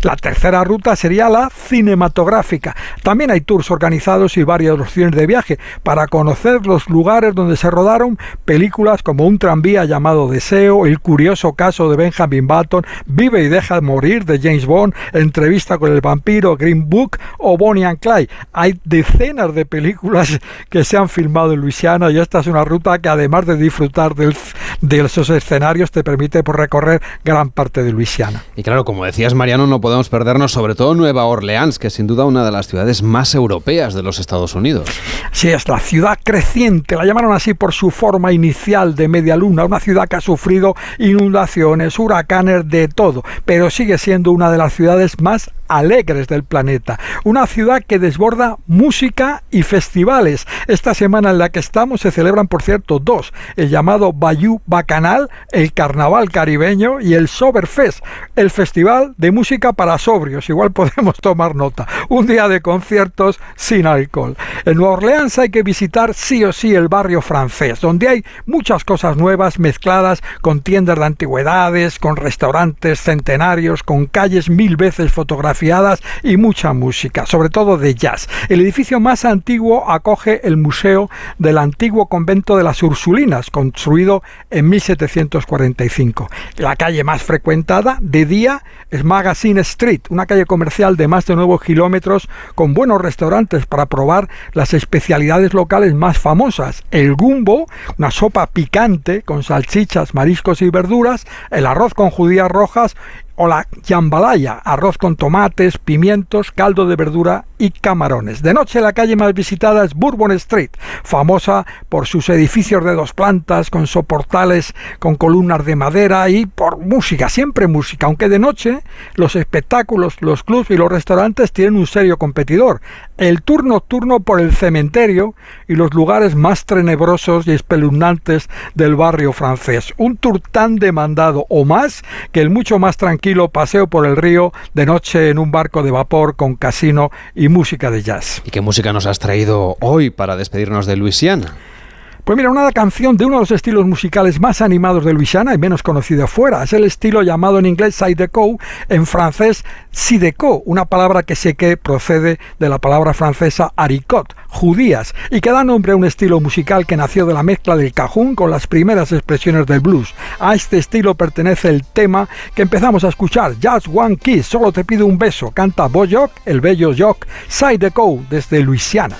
La tercera ruta sería la cinematográfica. También hay tours organizados y varias opciones de viaje para conocer los lugares donde se rodaron películas como Un tranvía llamado Deseo, El curioso caso de Benjamin Button, Vive y deja morir de James Bond, Entrevista con el vampiro, Green Book o Bonnie and Clyde. Hay decenas de películas que se han filmado en Luisiana y esta es una ruta que, además de disfrutar del, de esos escenarios, te permite por recorrer gran parte de Luisiana. Y claro, como decías, Mariano, no podemos perdernos sobre todo Nueva Orleans, que es sin duda una de las ciudades más europeas de los Estados Unidos. Sí, es la ciudad creciente, la llamaron así por su forma inicial de media luna, una ciudad que ha sufrido inundaciones, huracanes, de todo, pero sigue siendo una de las ciudades más alegres del planeta, una ciudad que desborda música y festivales. Esta semana en la que estamos se celebran, por cierto, dos, el llamado Bayou Bacanal, el Carnaval Caribeño, y el Soberfest, el festival de música para sobrios. Igual podemos tomar nota, un día de conciertos sin alcohol. En Nueva Orleans hay que visitar sí o sí el barrio francés, donde hay muchas cosas nuevas mezcladas con tiendas de antigüedades, con restaurantes centenarios, con calles mil veces fotografiadas y mucha música, sobre todo de jazz. El edificio más antiguo acoge el Museo del Antiguo Convento de las Ursulinas, construido en mil setecientos cuarenta y cinco. La calle más frecuentada de día es Magazine Street, una calle comercial de más de nueve kilómetros con buenos restaurantes para probar las especialidades locales más famosas: el gumbo, una sopa picante con salchichas, mariscos y verduras, el arroz con judías rojas, o la jambalaya, arroz con tomates, pimientos, caldo de verdura y camarones. De noche la calle más visitada es Bourbon Street, famosa por sus edificios de dos plantas con soportales con columnas de madera y por música, siempre música, aunque de noche los espectáculos, los clubs y los restaurantes tienen un serio competidor: el tour nocturno por el cementerio y los lugares más tenebrosos y espeluznantes del barrio francés. Un tour tan demandado o más que el mucho más tranquilo paseo por el río de noche en un barco de vapor con casino y música de jazz. ¿Y qué música nos has traído hoy para despedirnos de Luisiana? Pues mira, una canción de uno de los estilos musicales más animados de Luisiana y menos conocido afuera. Es el estilo llamado en inglés Zydeco, en francés Zydeco, una palabra que sé que procede de la palabra francesa haricot, judías, y que da nombre a un estilo musical que nació de la mezcla del cajún con las primeras expresiones del blues. A este estilo pertenece el tema que empezamos a escuchar, Just One Kiss, solo te pido un beso, canta Boyoc, el bello Jock, Zydeco, desde Luisiana.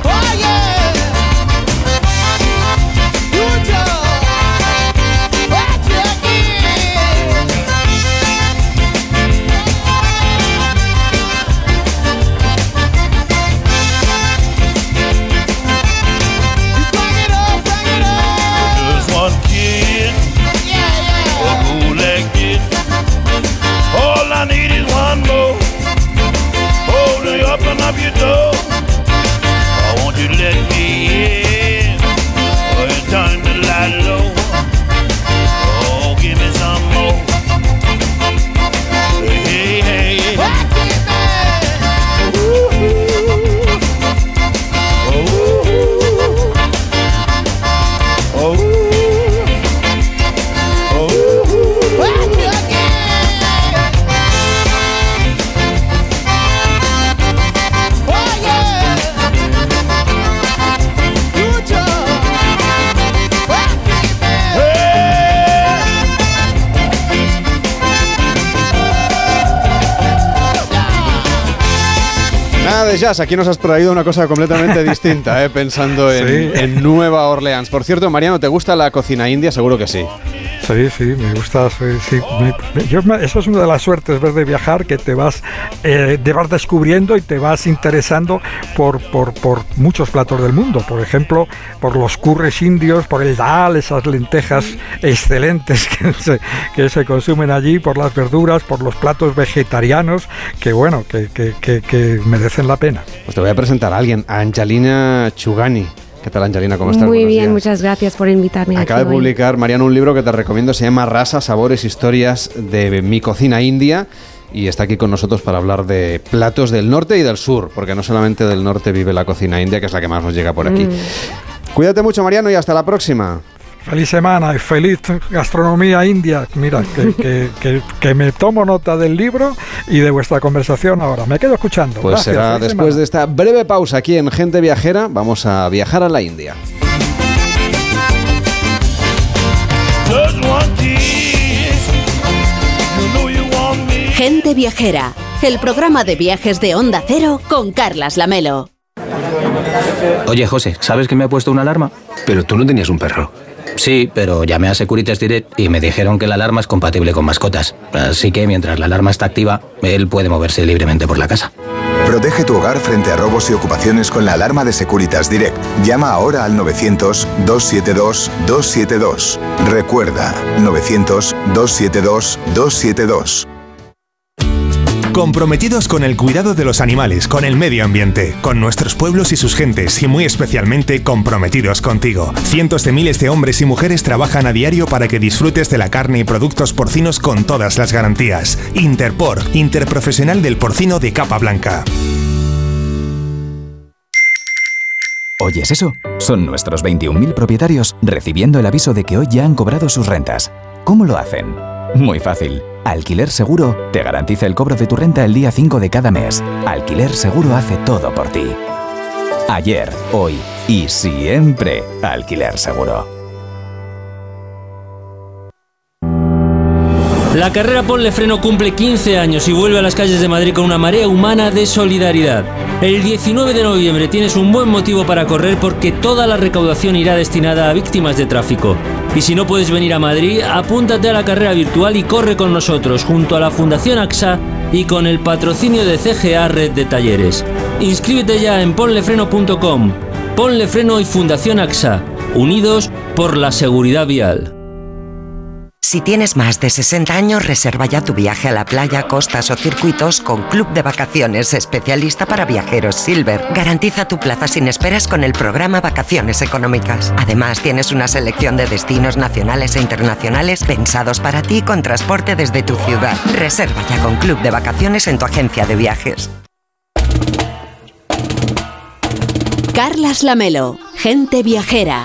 You know, I want you to let me in. Oh, it's time to lie low. Oh, give me some more. Hey, hey, hey. Oh, oh. De jazz, aquí nos has traído una cosa completamente distinta, ¿eh? Pensando en, sí. en Nueva Orleans. Por cierto, Mariano, ¿te gusta la cocina india? Seguro que sí. Sí, sí, me gusta. Sí, sí, me, yo, eso es una de las suertes, ver de viajar, que te vas, eh, te vas descubriendo y te vas interesando por, por, por muchos platos del mundo. Por ejemplo, por los curries indios, por el dal, esas lentejas excelentes que se, que se consumen allí, por las verduras, por los platos vegetarianos, que bueno, que, que, que, que merecen la pena. Pues te voy a presentar a alguien, a Angelina Chugani. ¿Qué tal, Angelina? ¿Cómo estás? Muy Buenos bien, días. muchas gracias por invitarme. Acaba de publicar, Mariano, un libro que te recomiendo, se llama Rasa, Sabores, Historias de mi cocina india, y está aquí con nosotros para hablar de platos del norte y del sur, porque no solamente del norte vive la cocina india, que es la que más nos llega por aquí. Mm. Cuídate mucho, Mariano, y hasta la próxima. feliz semana y feliz gastronomía india. Mira, que, que, que, que me tomo nota del libro y de vuestra conversación ahora. Me quedo escuchando. Pues Gracias, será después semana. de esta breve pausa aquí en Gente Viajera. Vamos a viajar a la India. Gente Viajera, el programa de viajes de Onda Cero con Carlas Lamelo. Oye, José, ¿sabes que me ha puesto una alarma? Pero tú no tenías un perro. Sí, pero llamé a Securitas Direct y me dijeron que la alarma es compatible con mascotas. Así que mientras la alarma está activa, él puede moverse libremente por la casa. Protege tu hogar frente a robos y ocupaciones con la alarma de Securitas Direct. Llama ahora al novecientos, doscientos setenta y dos, doscientos setenta y dos. Recuerda, novecientos, doscientos setenta y dos, doscientos setenta y dos. Comprometidos con el cuidado de los animales, con el medio ambiente, con nuestros pueblos y sus gentes y muy especialmente comprometidos contigo. Cientos de miles de hombres y mujeres trabajan a diario para que disfrutes de la carne y productos porcinos con todas las garantías. Interpor, Interprofesional del Porcino de Capa Blanca. ¿Oyes eso? Son nuestros veintiún mil propietarios recibiendo el aviso de que hoy ya han cobrado sus rentas. ¿Cómo lo hacen? Muy fácil. Alquiler Seguro te garantiza el cobro de tu renta el día cinco de cada mes. Alquiler Seguro hace todo por ti. Ayer, hoy y siempre Alquiler Seguro. La carrera Ponle Freno cumple quince años y vuelve a las calles de Madrid con una marea humana de solidaridad. El diecinueve de noviembre tienes un buen motivo para correr porque toda la recaudación irá destinada a víctimas de tráfico. Y si no puedes venir a Madrid, apúntate a la carrera virtual y corre con nosotros junto a la Fundación A X A y con el patrocinio de C G A Red de Talleres. Inscríbete ya en ponlefreno punto com. Ponle Freno y Fundación A X A, unidos por la seguridad vial. Si tienes más de sesenta años, reserva ya tu viaje a la playa, costas o circuitos con Club de Vacaciones, especialista para viajeros Silver. Garantiza tu plaza sin esperas con el programa Vacaciones Económicas. Además, tienes una selección de destinos nacionales e internacionales pensados para ti con transporte desde tu ciudad. Reserva ya con Club de Vacaciones en tu agencia de viajes. Carlas Lamelo, Gente Viajera.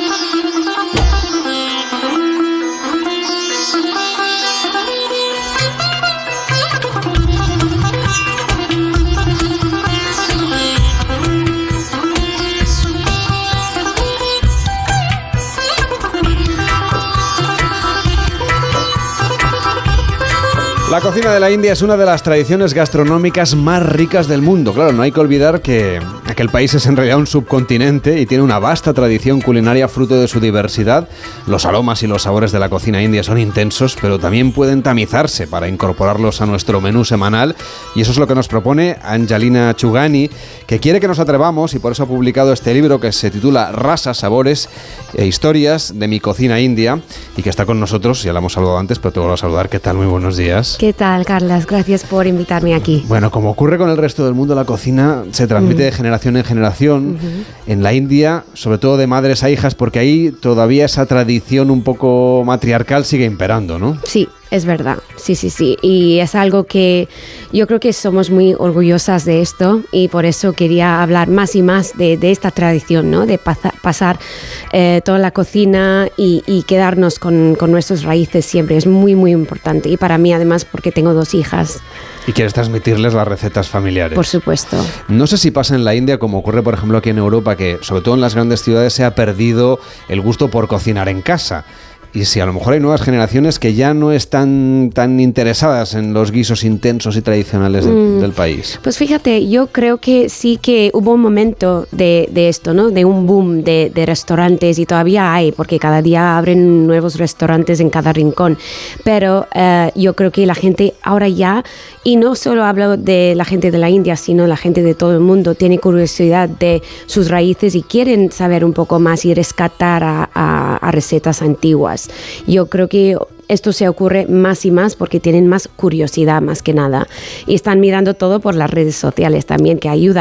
La cocina de la India es una de las tradiciones gastronómicas más ricas del mundo. Claro, no hay que olvidar que aquel país es en realidad un subcontinente y tiene una vasta tradición culinaria fruto de su diversidad. Los aromas y los sabores de la cocina india son intensos, pero también pueden tamizarse para incorporarlos a nuestro menú semanal. Y eso es lo que nos propone Anjalina Chugani, que quiere que nos atrevamos y por eso ha publicado este libro que se titula Rasas, Sabores e Historias de mi cocina india y que está con nosotros. Ya la hemos saludado antes, pero te vuelvo a saludar. ¿Qué tal? Muy buenos días. ¿Qué tal, Carlas? Gracias por invitarme aquí. Bueno, como ocurre con el resto del mundo, la cocina se transmite mm. de generación en generación. Uh-huh. En la India, sobre todo de madres a hijas, porque ahí todavía esa tradición un poco matriarcal sigue imperando, ¿no? Sí. Es verdad, sí, sí, sí. Y es algo que yo creo que somos muy orgullosas de esto y por eso quería hablar más y más de, de esta tradición, ¿no? De pasa, pasar eh, toda la cocina y, y quedarnos con, con nuestras raíces siempre. Es muy, muy importante. Y para mí, además, porque tengo dos hijas. Y quieres transmitirles las recetas familiares. Por supuesto. No sé si pasa en la India, como ocurre, por ejemplo, aquí en Europa, que sobre todo en las grandes ciudades se ha perdido el gusto por cocinar en casa. Y si a lo mejor hay nuevas generaciones que ya no están tan interesadas en los guisos intensos y tradicionales de, mm, del país. Pues fíjate, yo creo que sí que hubo un momento de, de esto, ¿no? De un boom de, de restaurantes y todavía hay, porque cada día abren nuevos restaurantes en cada rincón. Pero eh, yo creo que la gente ahora ya, y no solo hablo de la gente de la India, sino la gente de todo el mundo, tiene curiosidad de sus raíces y quieren saber un poco más y rescatar a, a, a recetas antiguas. Yo creo que esto se ocurre más y más porque tienen más curiosidad más que nada y están mirando todo por las redes sociales también, que ayuda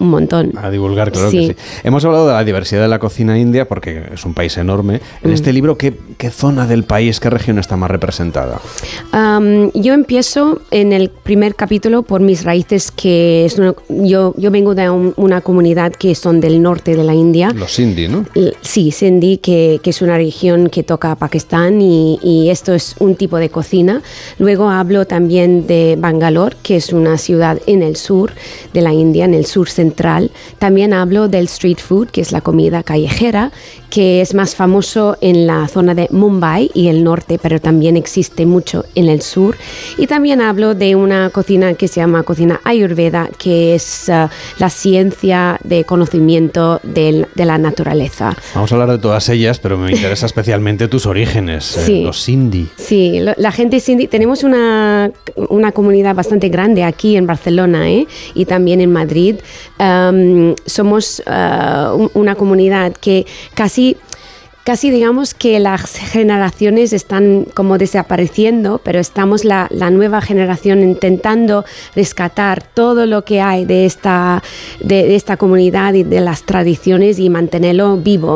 un montón. A divulgar, claro Sí. que sí. Hemos hablado de la diversidad de la cocina india porque es un país enorme. En Mm. este libro, ¿qué, qué zona del país, qué región está más representada? Um, yo empiezo en el primer capítulo por mis raíces, que es una- yo, yo vengo de un- una comunidad que son del norte de la India. Los Sindhi, ¿no? L- Sí, Sindhi, que, que es una región que toca a Pakistán y, y esto es un tipo de cocina. Luego hablo también de Bangalore, que es una ciudad en el sur de la India, en el sur central. También hablo del street food, que es la comida callejera, que es más famoso en la zona de Mumbai y el norte, pero también existe mucho en el sur. Y también hablo de una cocina que se llama cocina Ayurveda, que es uh, la ciencia de conocimiento del- de la naturaleza. Vamos a hablar de todas ellas, pero me interesa especialmente tus orígenes, eh, Sí. los Sindhi. Sí, lo- la gente sindhi, tenemos una, una comunidad bastante grande aquí en Barcelona, ¿eh? Y también en Madrid. Um, somos uh, un- una comunidad que casi... Casi digamos que las generaciones están como desapareciendo, pero estamos la, la nueva generación intentando rescatar todo lo que hay de esta, de, de esta comunidad y de las tradiciones y mantenerlo vivo.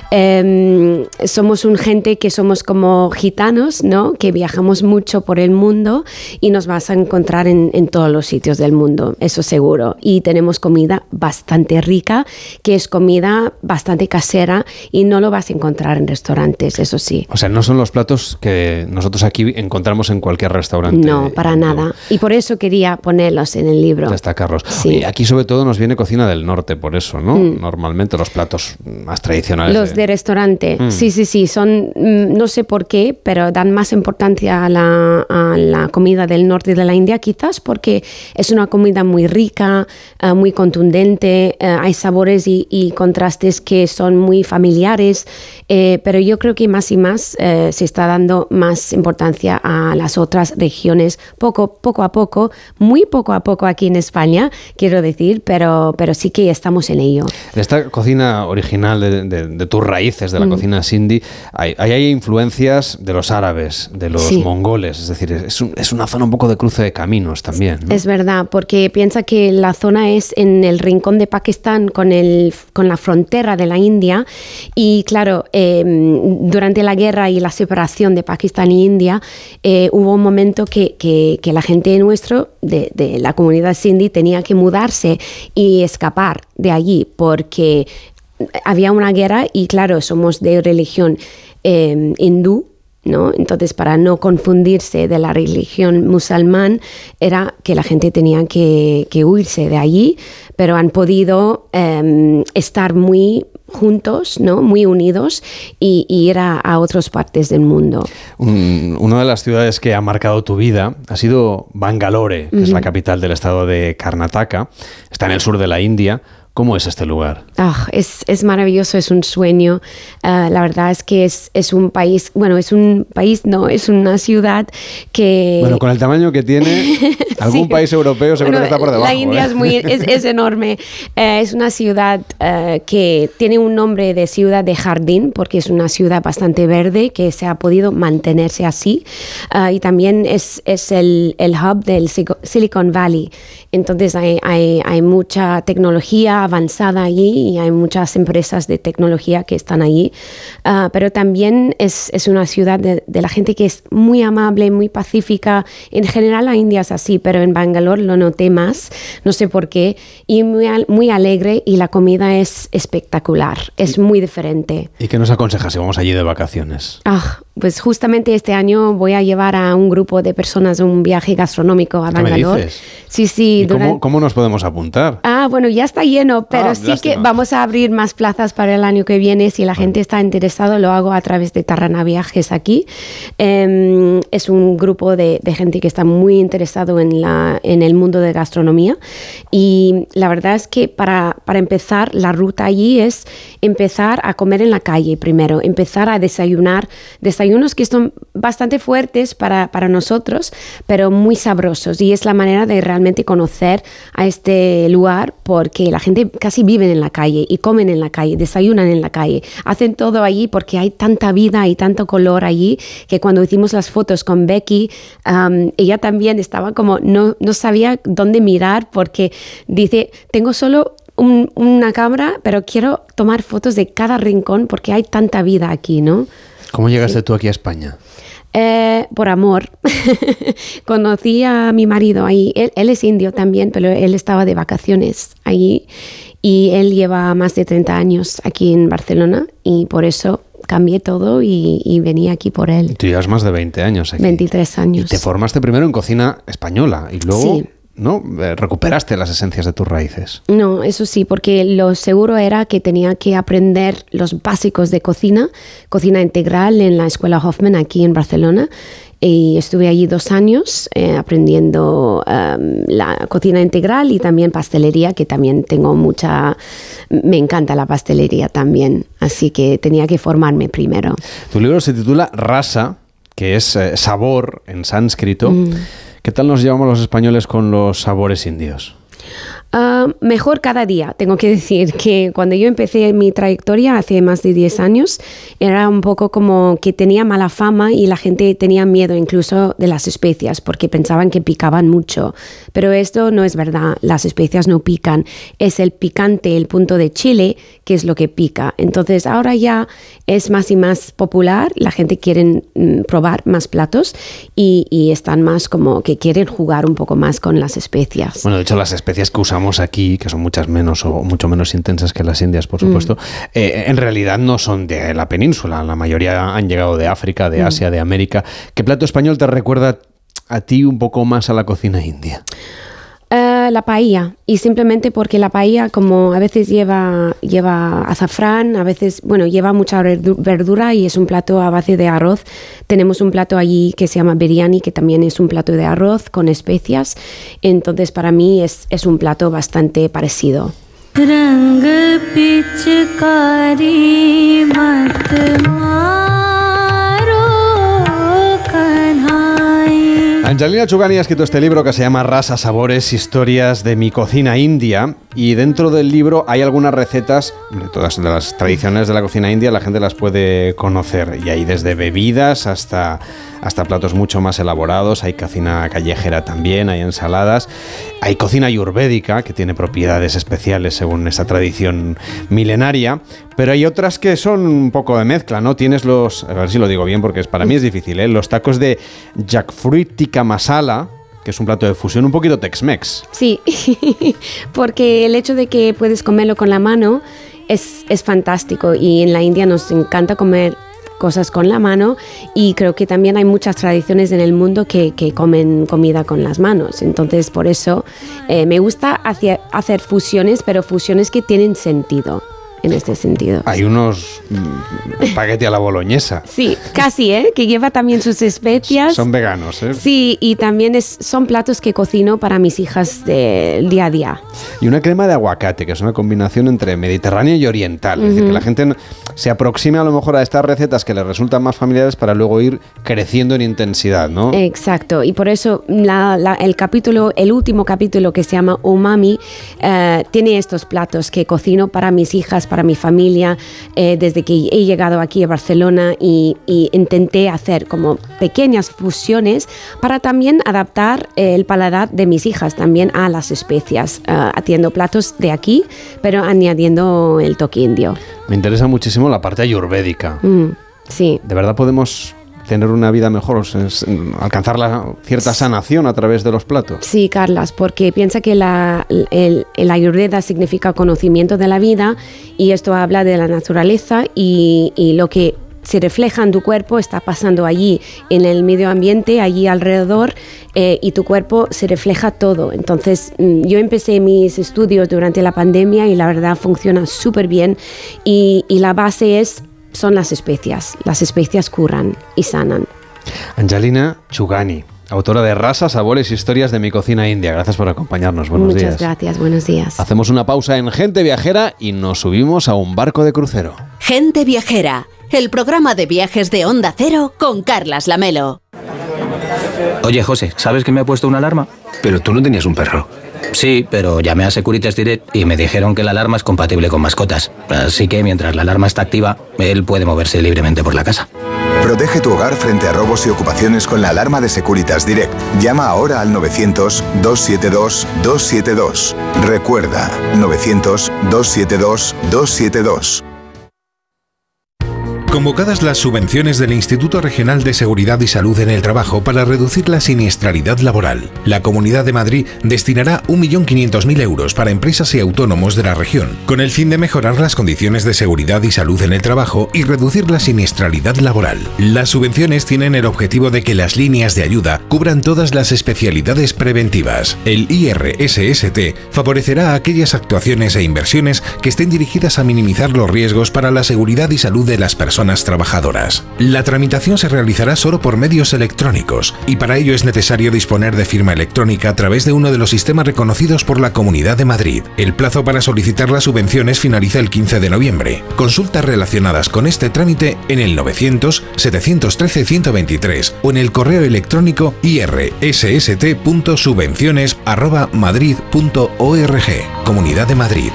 Em, somos un gente que somos como gitanos, ¿no? Que viajamos mucho por el mundo y nos vas a encontrar en, en todos los sitios del mundo, eso seguro. Y tenemos comida bastante rica, que es comida bastante casera y no lo vas a encontrar en restaurantes, eso sí. O sea, no son los platos que nosotros aquí encontramos en cualquier restaurante. No, para nada. Y por eso quería ponerlos en el libro. Destacarlos. Sí. Oye, aquí sobre todo nos viene cocina del norte, por eso, ¿no? Mm. Normalmente los platos más tradicionales. Los de restaurante, Mm. sí, sí, sí, son, mm, no sé por qué, pero dan más importancia a la, a la comida del norte de la India, quizás porque es una comida muy rica, eh, muy contundente, eh, hay sabores y, y contrastes que son muy familiares, eh, pero yo creo que más y más eh, se está dando más importancia a las otras regiones, poco, poco a poco, muy poco a poco aquí en España, quiero decir, pero, pero sí que estamos en ello. De esta cocina original de, de- de tus raíces, de la Mm. cocina sindhi, hay, hay hay influencias de los árabes, de los Sí. mongoles, es decir, es, un- es una zona un poco de cruce de caminos también, ¿no? Es verdad, porque piensa que la zona es en el rincón de Pakistán con, el, con la frontera de la India y claro, eh, durante la guerra y la separación de Pakistán y India eh, hubo un momento que, que, que la gente nuestro de, de la comunidad sindhi tenía que mudarse y escapar de allí porque había una guerra y claro, somos de religión eh, hindú, ¿no? Entonces, para no confundirse de la religión musulmán, era que la gente tenía que, que huirse de allí, pero han podido eh, estar muy juntos, ¿no? Muy unidos y, y ir a, a otras partes del mundo. Un- una de las ciudades que ha marcado tu vida ha sido Bangalore, que es Ujú. la capital del estado de Karnataka. Está en el sur de la India. ¿Cómo es este lugar? Ah, es, es maravilloso, es un sueño. Ah, la verdad es que es, es un país, bueno, es un país, no, es una ciudad que... Bueno, con el tamaño que tiene, algún Sí. país europeo seguro Bueno, que está por debajo. La India ¿eh? es, muy, es, es enorme. Eh, es una ciudad eh, que tiene un nombre de ciudad de jardín porque es una ciudad bastante verde que se ha podido mantenerse así. Ah, y también es, es el, el hub del Sigo- Silicon Valley. Entonces hay, hay, hay mucha tecnología avanzada allí y hay muchas empresas de tecnología que están allí. Ah, pero también es, es una ciudad de, de la gente que es muy amable, muy pacífica. En general la India es así, pero en Bangalore lo noté más, no sé por qué, y muy, al- muy alegre y la comida es espectacular, es muy diferente. ¿Y qué nos aconsejas si vamos allí de vacaciones? Ah, pues justamente este año voy a llevar a un grupo de personas a un viaje gastronómico a ¿Qué me Bangalore. dices? Sí, sí. ¿Y cómo, durante- cómo nos podemos apuntar? Ah, bueno, ya está lleno, pero Ah, sí lástima. que vamos a abrir más plazas para el año que viene. Si la gente está interesada, lo hago a través de Tarrana Viajes aquí. Em, es un grupo de, de gente que está muy interesado en, la, en el mundo de gastronomía y la verdad es que para, para empezar, la ruta allí es empezar a comer en la calle primero, empezar a desayunar, desayunos que son bastante fuertes para, para nosotros, pero muy sabrosos y es la manera de realmente conocer a este lugar porque la gente casi vive en la calle y comen en la calle, desayunan en la calle, hacen todo allí porque hay tanta vida y tanto color allí que cuando hicimos las fotos con Becky, um, ella también estaba como, no, no sabía dónde mirar porque dice, tengo solo un, una cámara, pero quiero tomar fotos de cada rincón porque hay tanta vida aquí, ¿no? ¿Cómo llegaste sí. tú aquí a España? Eh, por amor. Conocí a mi marido ahí. Él, él es indio también, pero él estaba de vacaciones allí y él lleva más de treinta años aquí en Barcelona y por eso cambié todo y, y venía aquí por él. Tú llevas más de veinte años aquí. veintitrés años. Y te formaste primero en cocina española y luego... Sí. ¿no? Recuperaste las esencias de tus raíces. No, eso sí, porque lo seguro era que tenía que aprender los básicos de cocina, cocina integral en la Escuela Hoffman aquí en Barcelona. Y estuve allí dos años eh, aprendiendo um, la cocina integral y también pastelería, que también tengo mucha... Me encanta la pastelería también, así que tenía que formarme primero. Tu libro se titula Rasa, que es eh, sabor en sánscrito. Mm. ¿Qué tal nos llevamos los españoles con los sabores indios? Uh, mejor cada día. Tengo que decir que cuando yo empecé mi trayectoria hace más de diez años, era un poco como que tenía mala fama y la gente tenía miedo incluso de las especias porque pensaban que picaban mucho. Pero esto no es verdad. Las especias no pican. Es el picante, el punto de chile, que es lo que pica. Entonces ahora ya es más y más popular. La gente quiere mm, probar más platos y, y están más como que quieren jugar un poco más con las especias. Bueno, de hecho las especias que usamos aquí, que son muchas menos o mucho menos intensas que las indias, por supuesto, mm. eh, en realidad no son de la península. La mayoría han llegado de África, de Asia, mm. de América. ¿Qué plato español te recuerda a ti un poco más a la cocina india? Uh, la paella, y simplemente porque la paella como a veces lleva, lleva azafrán, a veces, bueno, lleva mucha verdura y es un plato a base de arroz. Tenemos un plato allí que se llama biryani, que también es un plato de arroz con especias, entonces para mí es, es un plato bastante parecido. Angelina Chugani ha escrito este libro que se llama Rasa, Sabores, Historias de mi cocina india, y dentro del libro hay algunas recetas, todas las tradiciones de la cocina india la gente las puede conocer, y hay desde bebidas hasta, hasta platos mucho más elaborados. Hay cocina callejera también, hay ensaladas, hay cocina ayurvédica que tiene propiedades especiales según esta tradición milenaria, pero hay otras que son un poco de mezcla, ¿no? Tienes los, a ver si lo digo bien porque para mí es difícil, ¿eh? Los tacos de jackfruit tikka masala, que es un plato de fusión un poquito Tex-Mex. Sí, porque el hecho de que puedes comerlo con la mano es, es fantástico, y en la India nos encanta comer cosas con la mano, y creo que también hay muchas tradiciones en el mundo que, que comen comida con las manos. Entonces por eso eh, me gusta hacer, hacer fusiones, pero fusiones que tienen sentido. En este sentido. Hay unos mmm, espagueti a la boloñesa. Sí, casi, ¿eh? Que lleva también sus especias. Son veganos, ¿eh? Sí, y también es, son platos que cocino para mis hijas del día a día. Y una crema de aguacate, que es una combinación entre mediterránea y oriental. Uh-huh. Es decir, que la gente se aproxime a lo mejor a estas recetas que les resultan más familiares para luego ir creciendo en intensidad, ¿no? Exacto, y por eso la, la, el capítulo, el último capítulo que se llama Umami, eh, tiene estos platos que cocino para mis hijas, para mi familia, eh, desde que he llegado aquí a Barcelona, y, y intenté hacer como pequeñas fusiones para también adaptar eh, el paladar de mis hijas también a las especias, uh, haciendo platos de aquí, pero añadiendo el toque indio. Me interesa muchísimo la parte ayurvédica. Mm, sí. ¿De verdad podemos tener una vida mejor, o sea, alcanzar la cierta sanación a través de los platos? Sí, Carlas, porque piensa que la, el, el Ayurveda significa conocimiento de la vida, y esto habla de la naturaleza, y, y lo que se refleja en tu cuerpo está pasando allí, en el medio ambiente, allí alrededor, eh, y tu cuerpo se refleja todo. Entonces, yo empecé mis estudios durante la pandemia y la verdad funciona súper bien, y, y la base es son las especias. Las especias curan y sanan. Angelina Chugani, autora de Rasa, Sabores, Historias de mi cocina india. Gracias por acompañarnos. Buenos Muchas días. Muchas gracias. Buenos días. Hacemos una pausa en Gente Viajera y nos subimos a un barco de crucero. Gente Viajera, el programa de viajes de Onda Cero con Carlas Lamelo. Oye, José, ¿sabes que me ha puesto una alarma? Pero tú no tenías un perro. Sí, pero llamé a Securitas Direct y me dijeron que la alarma es compatible con mascotas. Así que mientras la alarma está activa, él puede moverse libremente por la casa. Protege tu hogar frente a robos y ocupaciones con la alarma de Securitas Direct. Llama ahora al novecientos, doscientos setenta y dos, doscientos setenta y dos. Recuerda, novecientos, doscientos setenta y dos, doscientos setenta y dos. Convocadas las subvenciones del Instituto Regional de Seguridad y Salud en el Trabajo para reducir la siniestralidad laboral, la Comunidad de Madrid destinará un millón quinientos mil euros para empresas y autónomos de la región, con el fin de mejorar las condiciones de seguridad y salud en el trabajo y reducir la siniestralidad laboral. Las subvenciones tienen el objetivo de que las líneas de ayuda cubran todas las especialidades preventivas. El I R S S T favorecerá aquellas actuaciones e inversiones que estén dirigidas a minimizar los riesgos para la seguridad y salud de las personas trabajadoras. La tramitación se realizará solo por medios electrónicos y para ello es necesario disponer de firma electrónica a través de uno de los sistemas reconocidos por la Comunidad de Madrid. El plazo para solicitar las subvenciones finaliza el quince de noviembre. Consultas relacionadas con este trámite en el novecientos, setecientos trece, ciento veintitrés o en el correo electrónico i r s s t punto subvenciones arroba madrid punto org. Comunidad de Madrid.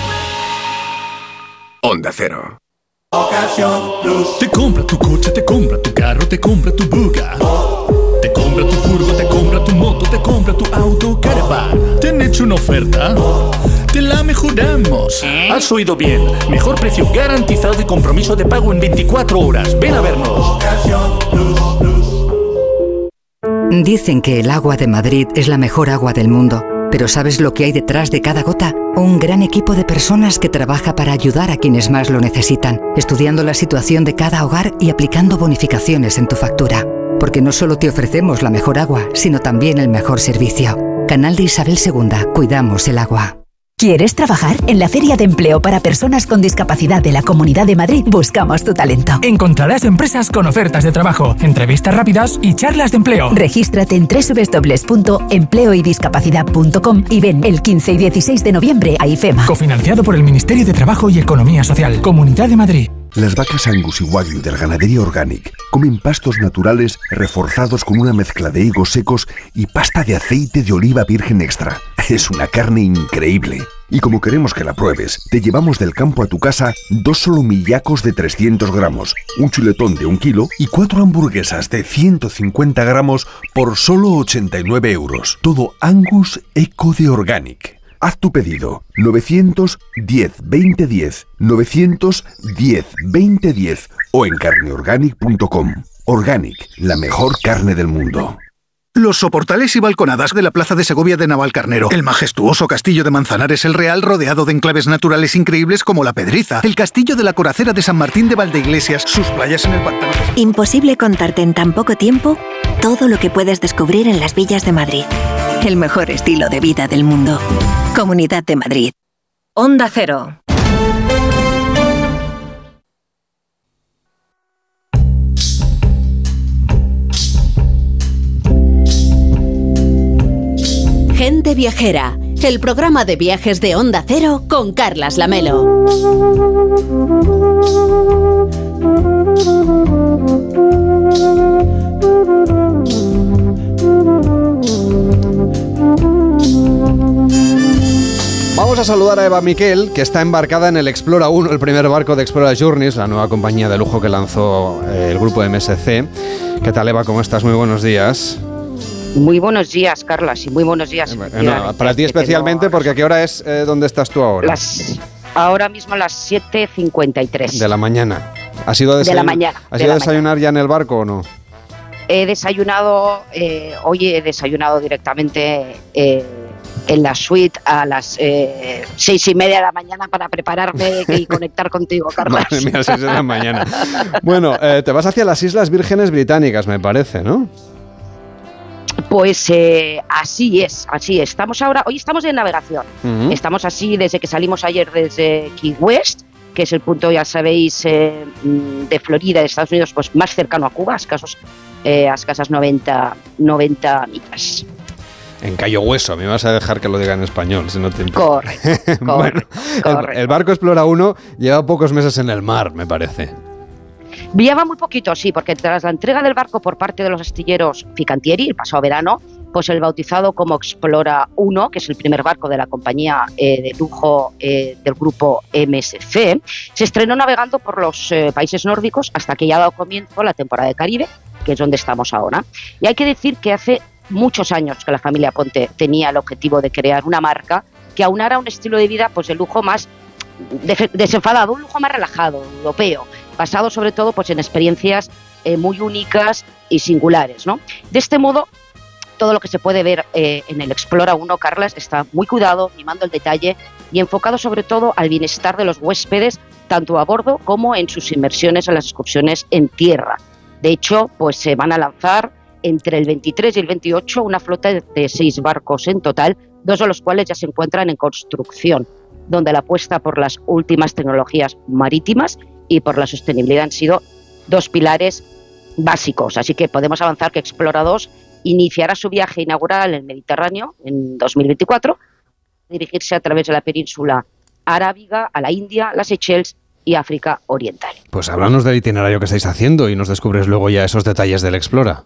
Onda Cero. Ocasión Plus. Te compra tu coche, te compra tu carro, te compra tu buga. Te compra tu furgo, te compra tu moto, te compra tu auto, caravan. ¿Te han hecho una oferta? Te la mejoramos. Has oído bien. Mejor precio garantizado y compromiso de pago en veinticuatro horas. Ven a vernos. Ocasión Plus, Plus. Dicen que el agua de Madrid es la mejor agua del mundo. Pero ¿sabes lo que hay detrás de cada gota? Un gran equipo de personas que trabaja para ayudar a quienes más lo necesitan, estudiando la situación de cada hogar y aplicando bonificaciones en tu factura. Porque no solo te ofrecemos la mejor agua, sino también el mejor servicio. Canal de Isabel segunda. Cuidamos el agua. ¿Quieres trabajar? En la Feria de Empleo para Personas con Discapacidad de la Comunidad de Madrid buscamos tu talento. Encontrarás empresas con ofertas de trabajo, entrevistas rápidas y charlas de empleo. Regístrate en doble u doble u doble u punto empleo y discapacidad punto com y ven el quince y dieciséis de noviembre a IFEMA. Cofinanciado por el Ministerio de Trabajo y Economía Social, Comunidad de Madrid. Las vacas Angus y Wagyu de la ganadería Organic comen pastos naturales reforzados con una mezcla de higos secos y pasta de aceite de oliva virgen extra. Es una carne increíble. Y como queremos que la pruebes, te llevamos del campo a tu casa dos solomillacos de trescientos gramos, un chuletón de un kilo y cuatro hamburguesas de ciento cincuenta gramos por solo ochenta y nueve euros. Todo Angus Eco de Organic. Haz tu pedido novecientos diez, veinte diez, novecientos diez, veinte diez o en carne organic punto com. Organic, la mejor carne del mundo. Los soportales y balconadas de la Plaza de Segovia de Navalcarnero. El majestuoso castillo de Manzanares el Real, rodeado de enclaves naturales increíbles como La Pedriza. El castillo de la Coracera de San Martín de Valdeiglesias. Sus playas en el pantano. Imposible contarte en tan poco tiempo todo lo que puedes descubrir en las villas de Madrid. El mejor estilo de vida del mundo. Comunidad de Madrid. Onda Cero. Gente Viajera, el programa de viajes de Onda Cero con Carlas Lamelo. Vamos a saludar a Eva Miquel, que está embarcada en el Explora uno, el primer barco de Explora Journeys, la nueva compañía de lujo que lanzó eh, el grupo M S C. ¿Qué tal, Eva? ¿Cómo estás? Muy buenos días. Muy buenos días, Carlas, y muy buenos días. Eh, no, para ti especialmente, porque ¿a qué hora es eh, donde estás tú ahora? Las, ahora mismo a las siete cincuenta y tres. De la mañana. ¿Has ido a, de la mañana, ¿has de ido la a desayunar mañana. ya en el barco o no? He desayunado, eh, hoy he desayunado directamente eh, en la suite a las eh, seis y media de la mañana para prepararme y conectar contigo, Carlos. Madre mía, seis de la mañana. Bueno, eh, te vas hacia las Islas Vírgenes Británicas, me parece, ¿no? Pues eh, así es, así es. Estamos ahora, hoy estamos en navegación. Uh-huh. Estamos así desde que salimos ayer desde Key West, que es el punto, ya sabéis, eh, de Florida, de Estados Unidos, pues más cercano a Cuba, a escasos, eh, a escasas noventa millas. En Cayo Hueso, me vas a dejar que lo diga en español, si no te importa. Correcto, bueno, correcto, correcto. El, el barco Explora uno lleva pocos meses en el mar, me parece. Lleva muy poquito, sí, porque tras la entrega del barco por parte de los astilleros Ficantieri el pasado verano, pues el bautizado como Explora uno, que es el primer barco de la compañía eh, de lujo eh, del grupo M S C, se estrenó navegando por los eh, países nórdicos hasta que ya ha dado comienzo la temporada de Caribe, que es donde estamos ahora. Y hay que decir que hace muchos años que la familia Ponte tenía el objetivo de crear una marca que aunara un estilo de vida pues de lujo más desenfadado, un lujo más relajado, europeo, basado sobre todo pues en experiencias eh, muy únicas y singulares, ¿no? De este modo, todo lo que se puede ver eh, en el Explora uno, Carlas, está muy cuidado, mimando el detalle y enfocado sobre todo al bienestar de los huéspedes, tanto a bordo como en sus inmersiones en las excursiones en tierra. De hecho, pues se van a lanzar entre el veintitrés y el veintiocho una flota de seis barcos en total, dos de los cuales ya se encuentran en construcción, donde la apuesta por las últimas tecnologías marítimas y por la sostenibilidad han sido dos pilares básicos. Así que podemos avanzar que Explora dos iniciará su viaje inaugural en el Mediterráneo en dos mil veinticuatro, dirigirse a través de la península arábiga a la India, las Seychelles y África Oriental. Pues háblanos del itinerario que estáis haciendo y nos descubres luego ya esos detalles del Explora.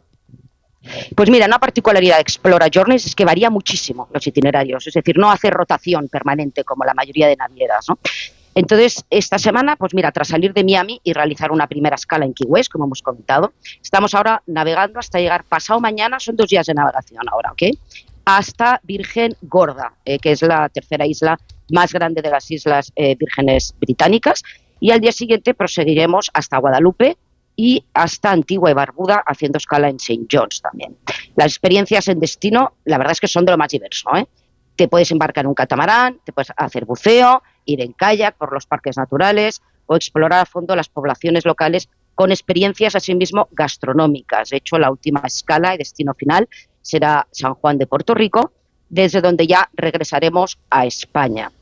Pues mira, una particularidad de Explora Journeys es que varía muchísimo los itinerarios, es decir, no hace rotación permanente como la mayoría de navieras, ¿no? Entonces, esta semana, pues mira, tras salir de Miami y realizar una primera escala en Key West, como hemos comentado, estamos ahora navegando hasta llegar pasado mañana, son dos días de navegación ahora, ¿ok? Hasta Virgen Gorda, eh, que es la tercera isla más grande de las Islas eh, Vírgenes Británicas, y al día siguiente proseguiremos hasta Guadalupe y hasta Antigua y Barbuda, haciendo escala en Saint John's también. Las experiencias en destino, la verdad es que son de lo más diverso, ¿eh? Te puedes embarcar en un catamarán, te puedes hacer buceo, ir en kayak por los parques naturales o explorar a fondo las poblaciones locales con experiencias asimismo gastronómicas. De hecho, la última escala y destino final será San Juan de Puerto Rico, desde donde ya regresaremos a España.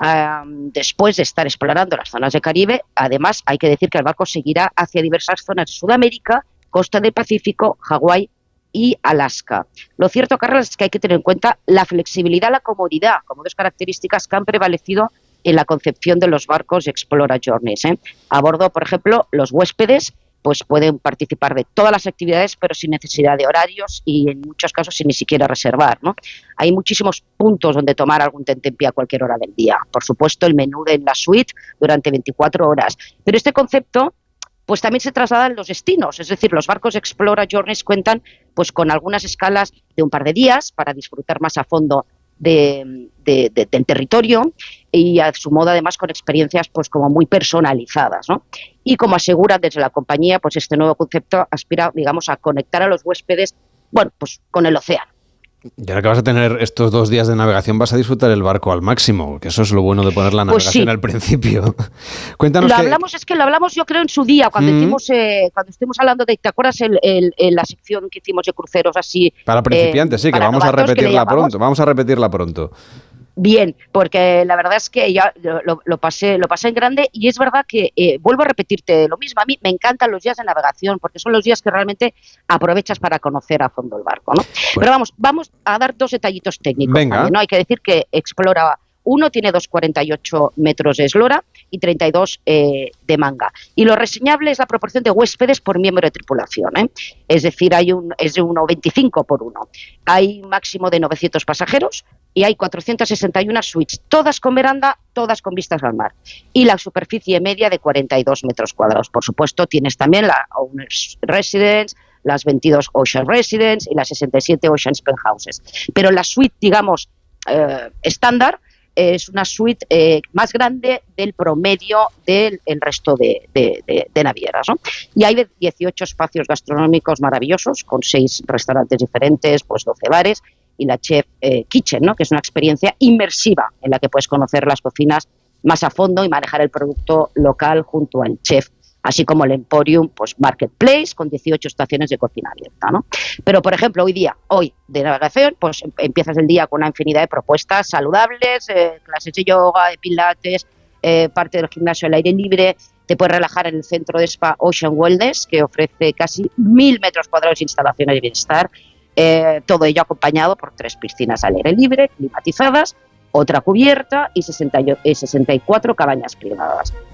Um, después de estar explorando las zonas de Caribe, además hay que decir que el barco seguirá hacia diversas zonas de Sudamérica, costa del Pacífico, Hawái y Alaska. Lo cierto, Carlos, es que hay que tener en cuenta la flexibilidad y la comodidad como dos características que han prevalecido en la concepción de los barcos Explora Journeys, ¿eh? A bordo, por ejemplo, los huéspedes pues pueden participar de todas las actividades, pero sin necesidad de horarios y en muchos casos sin ni siquiera reservar, ¿no? Hay muchísimos puntos donde tomar algún tentempié a cualquier hora del día. Por supuesto, el menú de la suite durante veinticuatro horas. Pero este concepto pues también se traslada en los destinos, es decir, los barcos Explora Journeys cuentan pues con algunas escalas de un par de días para disfrutar más a fondo de, de, de, del territorio y a su modo además con experiencias pues como muy personalizadas, ¿no? Y como asegura desde la compañía, pues este nuevo concepto aspira, digamos, a conectar a los huéspedes, bueno, pues con el océano. Y ahora que vas a tener estos dos días de navegación, vas a disfrutar el barco al máximo, que eso es lo bueno de poner la navegación pues sí. al principio. Cuéntanos lo que... hablamos, es que lo hablamos yo creo en su día, cuando mm. hicimos, eh, cuando estuvimos hablando de, ¿te acuerdas el, el, el, la sección que hicimos de cruceros así? Para principiantes, eh, sí, que vamos a repetirla pronto, vamos a repetirla pronto. Bien, porque la verdad es que ya lo, lo pasé lo pasé en grande y es verdad que eh, vuelvo a repetirte lo mismo. A mí me encantan los días de navegación porque son los días que realmente aprovechas para conocer a fondo el barco, ¿no? Bueno. Pero vamos, vamos a dar dos detallitos técnicos. Venga. También, ¿no? Hay que decir que Explora uno tiene doscientos cuarenta y ocho metros de eslora y treinta y dos eh, de manga. Y lo reseñable es la proporción de huéspedes por miembro de tripulación, ¿eh? Es decir, hay un, es de uno coma veinticinco por uno. Hay un máximo de novecientos pasajeros y hay cuatrocientas sesenta y una suites, todas con veranda, todas con vistas al mar. Y la superficie media de cuarenta y dos metros cuadrados. Por supuesto, tienes también la Owner's Residence, las veintidós Ocean Residence y las sesenta y siete Ocean Penthouses. Pero la suite, digamos, eh, estándar, es una suite eh, más grande del promedio del el resto de, de, de, de navieras, ¿no? Y hay dieciocho espacios gastronómicos maravillosos, con seis restaurantes diferentes, pues doce bares, y la Chef eh, Kitchen, ¿no? Que es una experiencia inmersiva en la que puedes conocer las cocinas más a fondo y manejar el producto local junto al chef, así como el Emporium pues Marketplace con dieciocho estaciones de cocina abierta, ¿no? Pero, por ejemplo, hoy día, hoy de navegación, pues empiezas el día con una infinidad de propuestas saludables, eh, clases de yoga, de pilates, eh, parte del gimnasio al aire libre, te puedes relajar en el centro de spa Ocean Wellness, que ofrece casi mil metros cuadrados de instalaciones de bienestar, eh, todo ello acompañado por tres piscinas al aire libre, climatizadas, otra cubierta y sesenta y cuatro cabañas privadas.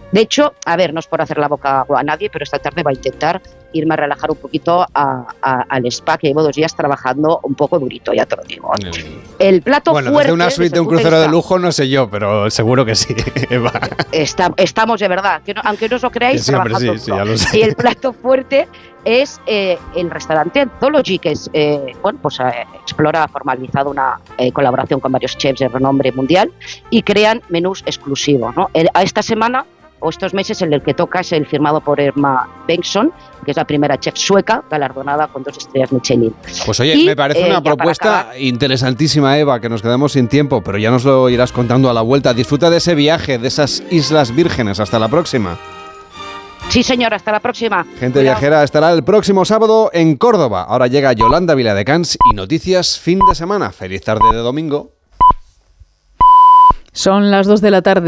De hecho, a ver, no es por hacer la boca agua a nadie, pero esta tarde va a intentar irme a relajar un poquito a, a, al spa, que llevo dos días trabajando un poco durito, ya te lo digo. El plato bueno, fuerte... Bueno, desde una suite de un crucero está, de lujo no sé yo, pero seguro que sí, Eva. Está, estamos de verdad, que no, aunque no os lo creáis, sí, trabajando. Hombre, sí, sí, ya lo sé. Y el plato fuerte es eh, el restaurante Anthology, que es, eh, bueno, pues eh, Explora ha formalizado una eh, colaboración con varios chefs de renombre mundial y crean menús exclusivos, ¿no? El, a esta semana o estos meses el que toca es el firmado por Irma Bengtsson, que es la primera chef sueca galardonada con dos estrellas Michelin. Pues oye, y, me parece eh, una propuesta acabar, interesantísima, Eva, que nos quedamos sin tiempo, pero ya nos lo irás contando a la vuelta. Disfruta de ese viaje, de esas Islas Vírgenes. Hasta la próxima. Sí, señor, hasta la próxima. Gente Cuidado. Viajera estará el próximo sábado en Córdoba. Ahora llega Yolanda Viladecans y noticias fin de semana. Feliz tarde de domingo. Son las dos de la tarde.